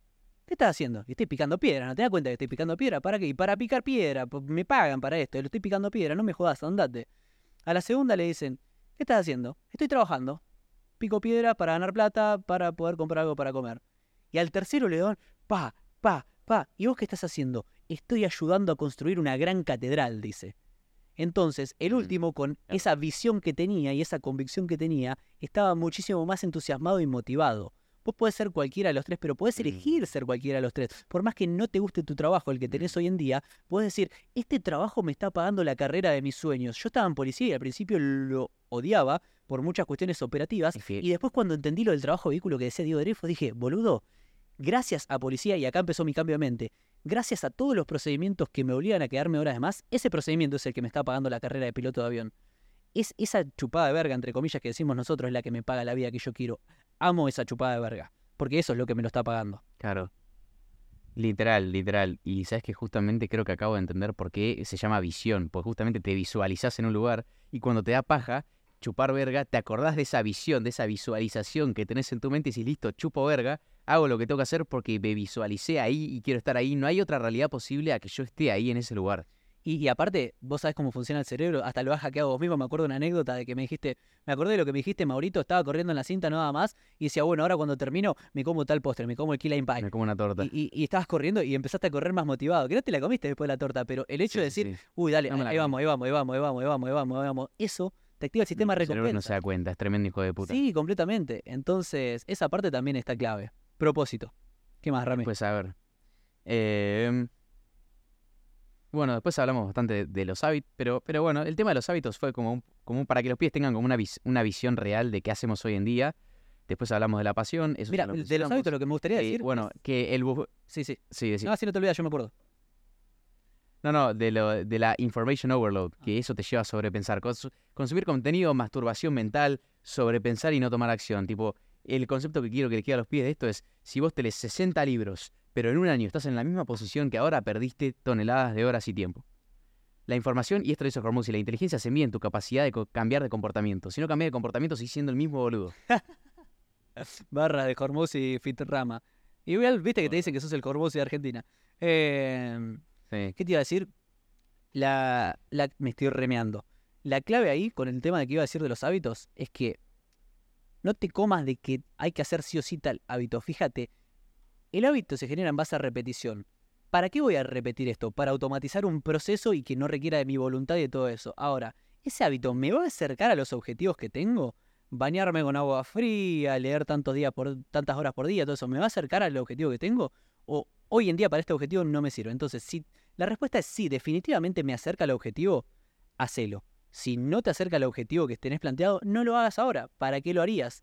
¿qué estás haciendo? Y estoy picando piedra, ¿no te das cuenta que estoy picando piedra? ¿Para qué? Y para picar piedra, pues me pagan para esto, lo estoy picando piedra, no me jodas, andate. A la segunda le dicen, ¿qué estás haciendo? Estoy trabajando, pico piedra para ganar plata, para poder comprar algo para comer. Y al tercero le dan, pa, pa, pa, ¿y vos qué estás haciendo? Estoy ayudando a construir una gran catedral, dice. Entonces, el último, con esa visión que tenía y esa convicción que tenía, estaba muchísimo más entusiasmado y motivado. Vos podés ser cualquiera de los tres, pero podés elegir ser cualquiera de los tres. Por más que no te guste tu trabajo, el que tenés hoy en día, podés decir, este trabajo me está pagando la carrera de mis sueños. Yo estaba en policía y al principio lo odiaba por muchas cuestiones operativas. Es que- Y después cuando entendí lo del trabajo de vehículo que decía Diego Dreyfus, dije, boludo, gracias a policía, y acá empezó mi cambio de mente, gracias a todos los procedimientos que me obligan a quedarme horas de más, ese procedimiento es el que me está pagando la carrera de piloto de avión. Es esa chupada de verga, entre comillas, que decimos nosotros, es la que me paga la vida que yo quiero. Amo esa chupada de verga, porque eso es lo que me lo está pagando. Claro. Literal, literal. Y sabes que justamente creo que acabo de entender por qué se llama visión. Porque justamente te visualizás en un lugar y cuando te da paja chupar verga, te acordás de esa visión, de esa visualización que tenés en tu mente y decís, listo, chupo verga, hago lo que tengo que hacer porque me visualicé ahí y quiero estar ahí. No hay otra realidad posible a que yo esté ahí en ese lugar. Y, y aparte, vos sabés cómo funciona el cerebro, hasta lo has hackeado vos mismo. Me acuerdo de una anécdota de que me dijiste, me acordé de lo que me dijiste, Maurito, estaba corriendo en la cinta nada más y decía, bueno, ahora cuando termino me como tal postre, me como el key lime pie. Me como una torta. Y, y, y estabas corriendo y empezaste a correr más motivado. Que no te la comiste después de la torta, pero el hecho Sí, de sí, decir, sí. uy, dale, No me la ahí comí. vamos, ahí vamos, ahí vamos, ahí vamos, ahí vamos, ahí vamos, ahí vamos, eso te activa el sistema de El cerebro no recompensa. se da cuenta, es tremendo hijo de puta. Sí, completamente. Entonces, esa parte también está clave. Propósito. ¿Qué más, Rami? Pues a ver. Eh, bueno, después hablamos bastante de, de los hábitos, pero, pero bueno, el tema de los hábitos fue como, un, como un- para que los pies tengan como una, vis- una visión real de qué hacemos hoy en día. Después hablamos de la pasión. Eso Mira, ya lo de los mencionamos. hábitos lo que me gustaría Eh, decir. bueno, es- que el... bu- Sí, sí. Sí, decí. No, si no te olvidas, yo me acuerdo. No, no, de, lo, de la information overload, que eso te lleva a sobrepensar. Cons- consumir contenido, masturbación mental, sobrepensar y no tomar acción. Tipo, el concepto que quiero que le quede a los pies de esto es, si vos te lees sesenta libros, pero en un año estás en la misma posición que ahora, perdiste toneladas de horas y tiempo. La información, y esto lo hizo Hormuz, y la inteligencia se mide en tu capacidad de co- cambiar de comportamiento. Si no cambias de comportamiento, sigues siendo el mismo boludo. Barra de Hormuz y Fitrama. Igual, viste que te dicen que sos el Hormuz de Argentina. Eh, Sí. ¿Qué te iba a decir? La, la, me estoy remeando. La clave ahí, con el tema de que iba a decir de los hábitos, es que no te comas de que hay que hacer sí o sí tal hábito. Fíjate, el hábito se genera en base a repetición. ¿Para qué voy a repetir esto? Para automatizar un proceso y que no requiera de mi voluntad y de todo eso. Ahora, ¿ese hábito me va a acercar a los objetivos que tengo? Bañarme con agua fría, leer tantos días por, tantas horas por día, todo eso, ¿me va a acercar al objetivo que tengo? O hoy en día para este objetivo no me sirve. Entonces, si la respuesta es sí, definitivamente me acerca al objetivo, hacelo. Si no te acerca al objetivo que tenés planteado, no lo hagas ahora. ¿Para qué lo harías?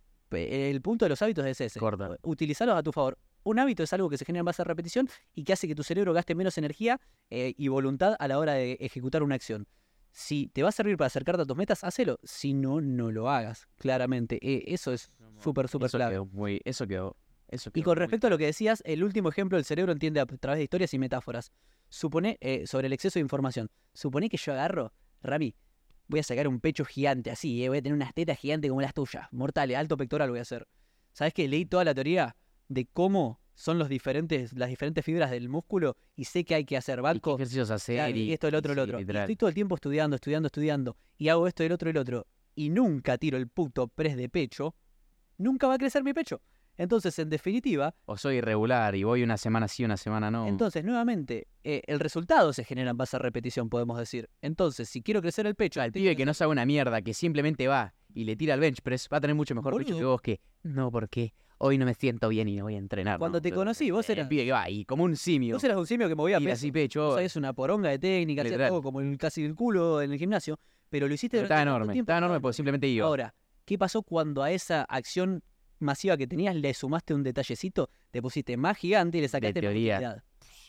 Pe- El punto de los hábitos es ese. Corta. Utilizarlos a tu favor. Un hábito es algo que se genera en base a repetición y que hace que tu cerebro gaste menos energía eh, y voluntad a la hora de ejecutar una acción. Si te va a servir para acercarte a tus metas, hacelo. Si no, no lo hagas, claramente. Eh, eso es súper, súper Eso clave. quedó muy... Eso quedó... Eso Y quedó con muy respecto a lo que decías, el último ejemplo, el cerebro entiende a través de historias y metáforas. Supone, eh, sobre el exceso de información. Supone que yo agarro, Rami, voy a sacar un pecho gigante así, eh, voy a tener unas tetas gigantes como las tuyas, mortales, alto pectoral voy a hacer. ¿Sabes que leí toda la teoría de cómo son los diferentes, las diferentes fibras del músculo y sé que hay que hacer ¿Y qué banco? ejercicios hacer? Claro, y y, esto, el otro, el sí, otro. Y literal. estoy todo el tiempo estudiando, estudiando, estudiando. Y hago esto, el otro, el otro. Y nunca tiro el puto press de pecho. Nunca va a crecer mi pecho. Entonces, en definitiva, O soy irregular y voy una semana sí, una semana no. entonces, nuevamente, eh, el resultado se genera en base a repetición, podemos decir. Entonces, si quiero crecer el pecho... El tengo pibe que no sabe una mierda, que simplemente va y le tira al bench press, va a tener mucho mejor pecho Boludo. que vos que, no, porque hoy no me siento bien y no voy a entrenar. Cuando no, te yo- conocí, vos El eras- pibe que va y como un simio, Vos eras un simio que movía tira peso. así pecho, Vos sabías una poronga de técnica, hacías Literal. todo como el, casi el culo en el gimnasio, pero lo hiciste pero durante estaba tanto enorme, tiempo, estaba enorme porque simplemente iba. Ahora, ¿qué pasó cuando a esa acción masiva que tenías le sumaste un detallecito? Te pusiste más gigante y le sacaste más teoría. utilidad.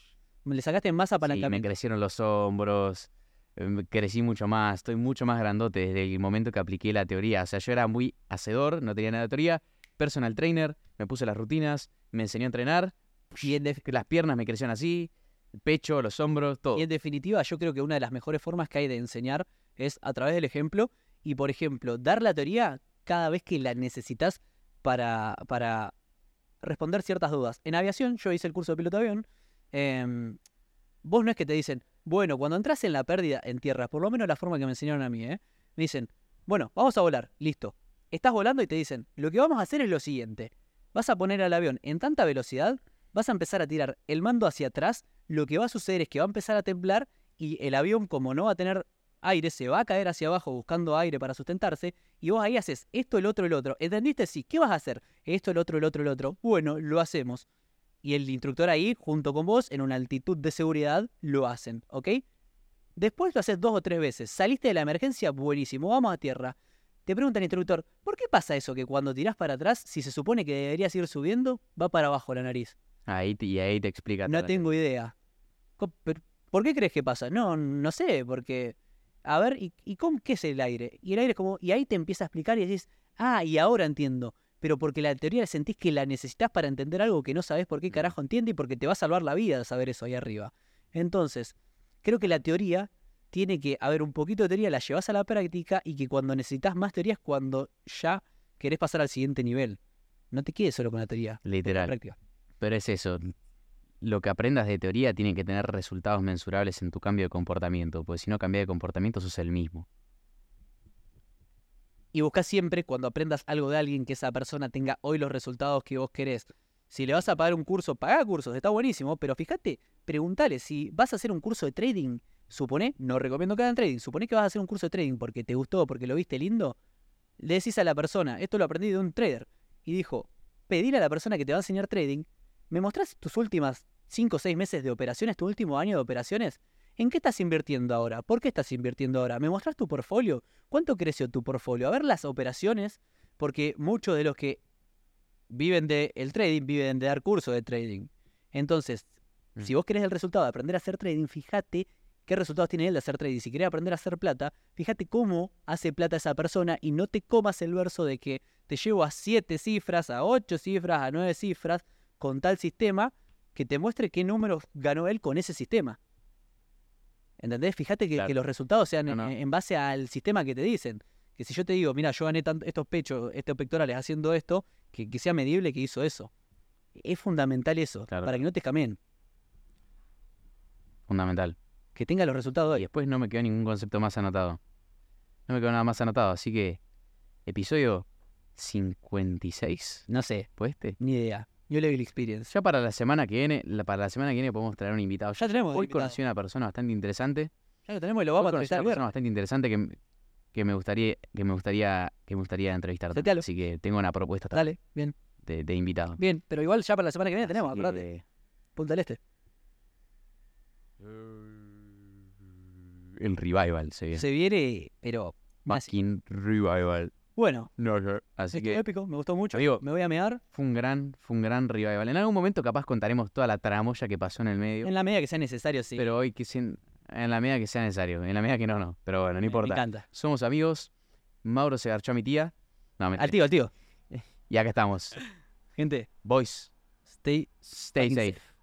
Le sacaste más Sí, me apalancamiento. crecieron los hombros, eh, me crecí mucho más, estoy mucho más grandote desde el momento que apliqué la teoría. O sea, yo era muy hacedor, no tenía nada de teoría, personal trainer, me puse las rutinas, me enseñó a entrenar, Y en, def- que las piernas me crecieron así, el pecho, los hombros, todo. y en definitiva, yo creo que una de las mejores formas que hay de enseñar es a través del ejemplo y, por ejemplo, dar la teoría cada vez que la necesitas para, para responder ciertas dudas. En aviación, yo hice el curso de piloto de avión. Eh, vos no es que te dicen, bueno, cuando entras en la pérdida en tierra, por lo menos la forma que me enseñaron a mí, ¿eh? Me dicen, bueno, vamos a volar, listo. Estás volando y te dicen, lo que vamos a hacer es lo siguiente. Vas a poner al avión en tanta velocidad, vas a empezar a tirar el mando hacia atrás, lo que va a suceder es que va a empezar a temblar y el avión, como no va a tener aire, se va a caer hacia abajo buscando aire para sustentarse, y vos ahí haces esto, el otro, el otro. ¿Entendiste? Sí. ¿Qué vas a hacer? Esto, el otro, el otro, el otro. Bueno, lo hacemos. Y el instructor ahí, junto con vos, en una altitud de seguridad, lo hacen, ¿ok? Después lo haces dos o tres veces. Saliste de la emergencia, buenísimo, vamos a tierra. Te pregunta el instructor, ¿por qué pasa eso que cuando tirás para atrás, si se supone que deberías ir subiendo, va para abajo la nariz? Ahí te- y ahí te explica No todo. tengo idea. Co- pero, ¿por qué crees que pasa? No, no sé, porque... A ver, ¿y, y cómo, qué es el aire? Y el aire es como... Y ahí te empieza a explicar y decís, ah, y ahora entiendo. Pero porque la teoría sentís que la necesitas para entender algo que no sabés por qué carajo entiende y porque te va a salvar la vida saber eso ahí arriba. Entonces, creo que la teoría tiene que haber un poquito de teoría, la llevas a la práctica y que cuando necesitas más teoría es cuando ya querés pasar al siguiente nivel. No te quedes solo con la teoría. con la Literal. práctica. Pero es eso. Lo que aprendas de teoría tiene que tener resultados mensurables en tu cambio de comportamiento, porque si no cambias de comportamiento sos el mismo. Y buscá siempre, cuando aprendas algo de alguien, que esa persona tenga hoy los resultados que vos querés. Si le vas a pagar un curso, pagá cursos, está buenísimo, pero fíjate, preguntale, si vas a hacer un curso de trading, supone, no recomiendo que hagan trading, supone que vas a hacer un curso de trading porque te gustó, porque lo viste lindo, le decís a la persona, esto lo aprendí de un trader, y dijo, pedile a la persona que te va a enseñar trading, ¿me mostrás tus últimas cinco o seis meses de operaciones, tu último año de operaciones? ¿En qué estás invirtiendo ahora? ¿Por qué estás invirtiendo ahora? ¿Me mostrás tu portfolio? ¿Cuánto creció tu portfolio? A ver las operaciones, porque muchos de los que viven del trading viven de dar cursos de trading. Entonces, Mm. si vos querés el resultado de aprender a hacer trading, fíjate qué resultados tiene él de hacer trading. Si querés aprender a hacer plata, fíjate cómo hace plata esa persona y no te comas el verso de que te llevo a siete cifras, a ocho cifras, a nueve cifras con tal sistema que te muestre qué números ganó él con ese sistema. ¿Entendés? Fíjate que, Claro. que los resultados sean No, no. En, en base al sistema que te dicen. Que si yo te digo, mira, yo gané tanto, estos pechos, estos pectorales haciendo esto, que, que sea medible que hizo eso. Es fundamental eso, Claro. para que no te escameen. Fundamental. Que tenga los resultados Y hoy. después no me quedó ningún concepto más anotado. No me quedó nada más anotado, así que episodio cincuenta y seis, No sé, ¿fue este? ni idea. Yo le doy la experience. Ya para la semana que viene, la- para la semana que viene podemos traer un invitado. Ya tenemos Hoy invitado. conocí a una persona bastante interesante. Ya lo tenemos y lo Hoy vamos a conocí a entrevistar una el persona viernes. bastante interesante que, que me gustaría que me gustaría que me gustaría entrevistar. Setealo. Así que tengo una propuesta Dale, bien. de, de invitado. Bien, pero igual ya para la semana que viene Así tenemos, que- acordate. Punta del Este. El revival se viene. Se viene, pero... así. Fucking revival. Bueno, No, no. Así estuvo que épico, me gustó mucho. amigo, Me voy a mear fue un gran, fue un gran revival. En algún momento capaz contaremos toda la tramoya que pasó en el medio. en la medida que sea necesario, sí. Pero hoy que sin- en la medida que sea necesario. En la medida que no, no. Pero bueno, no Me- importa. Me encanta. Somos amigos. Mauro se garchó a mi tía. No, mentira. Al tío, al tío. Y acá estamos. Gente, Boys, stay stay fucking safe. safe.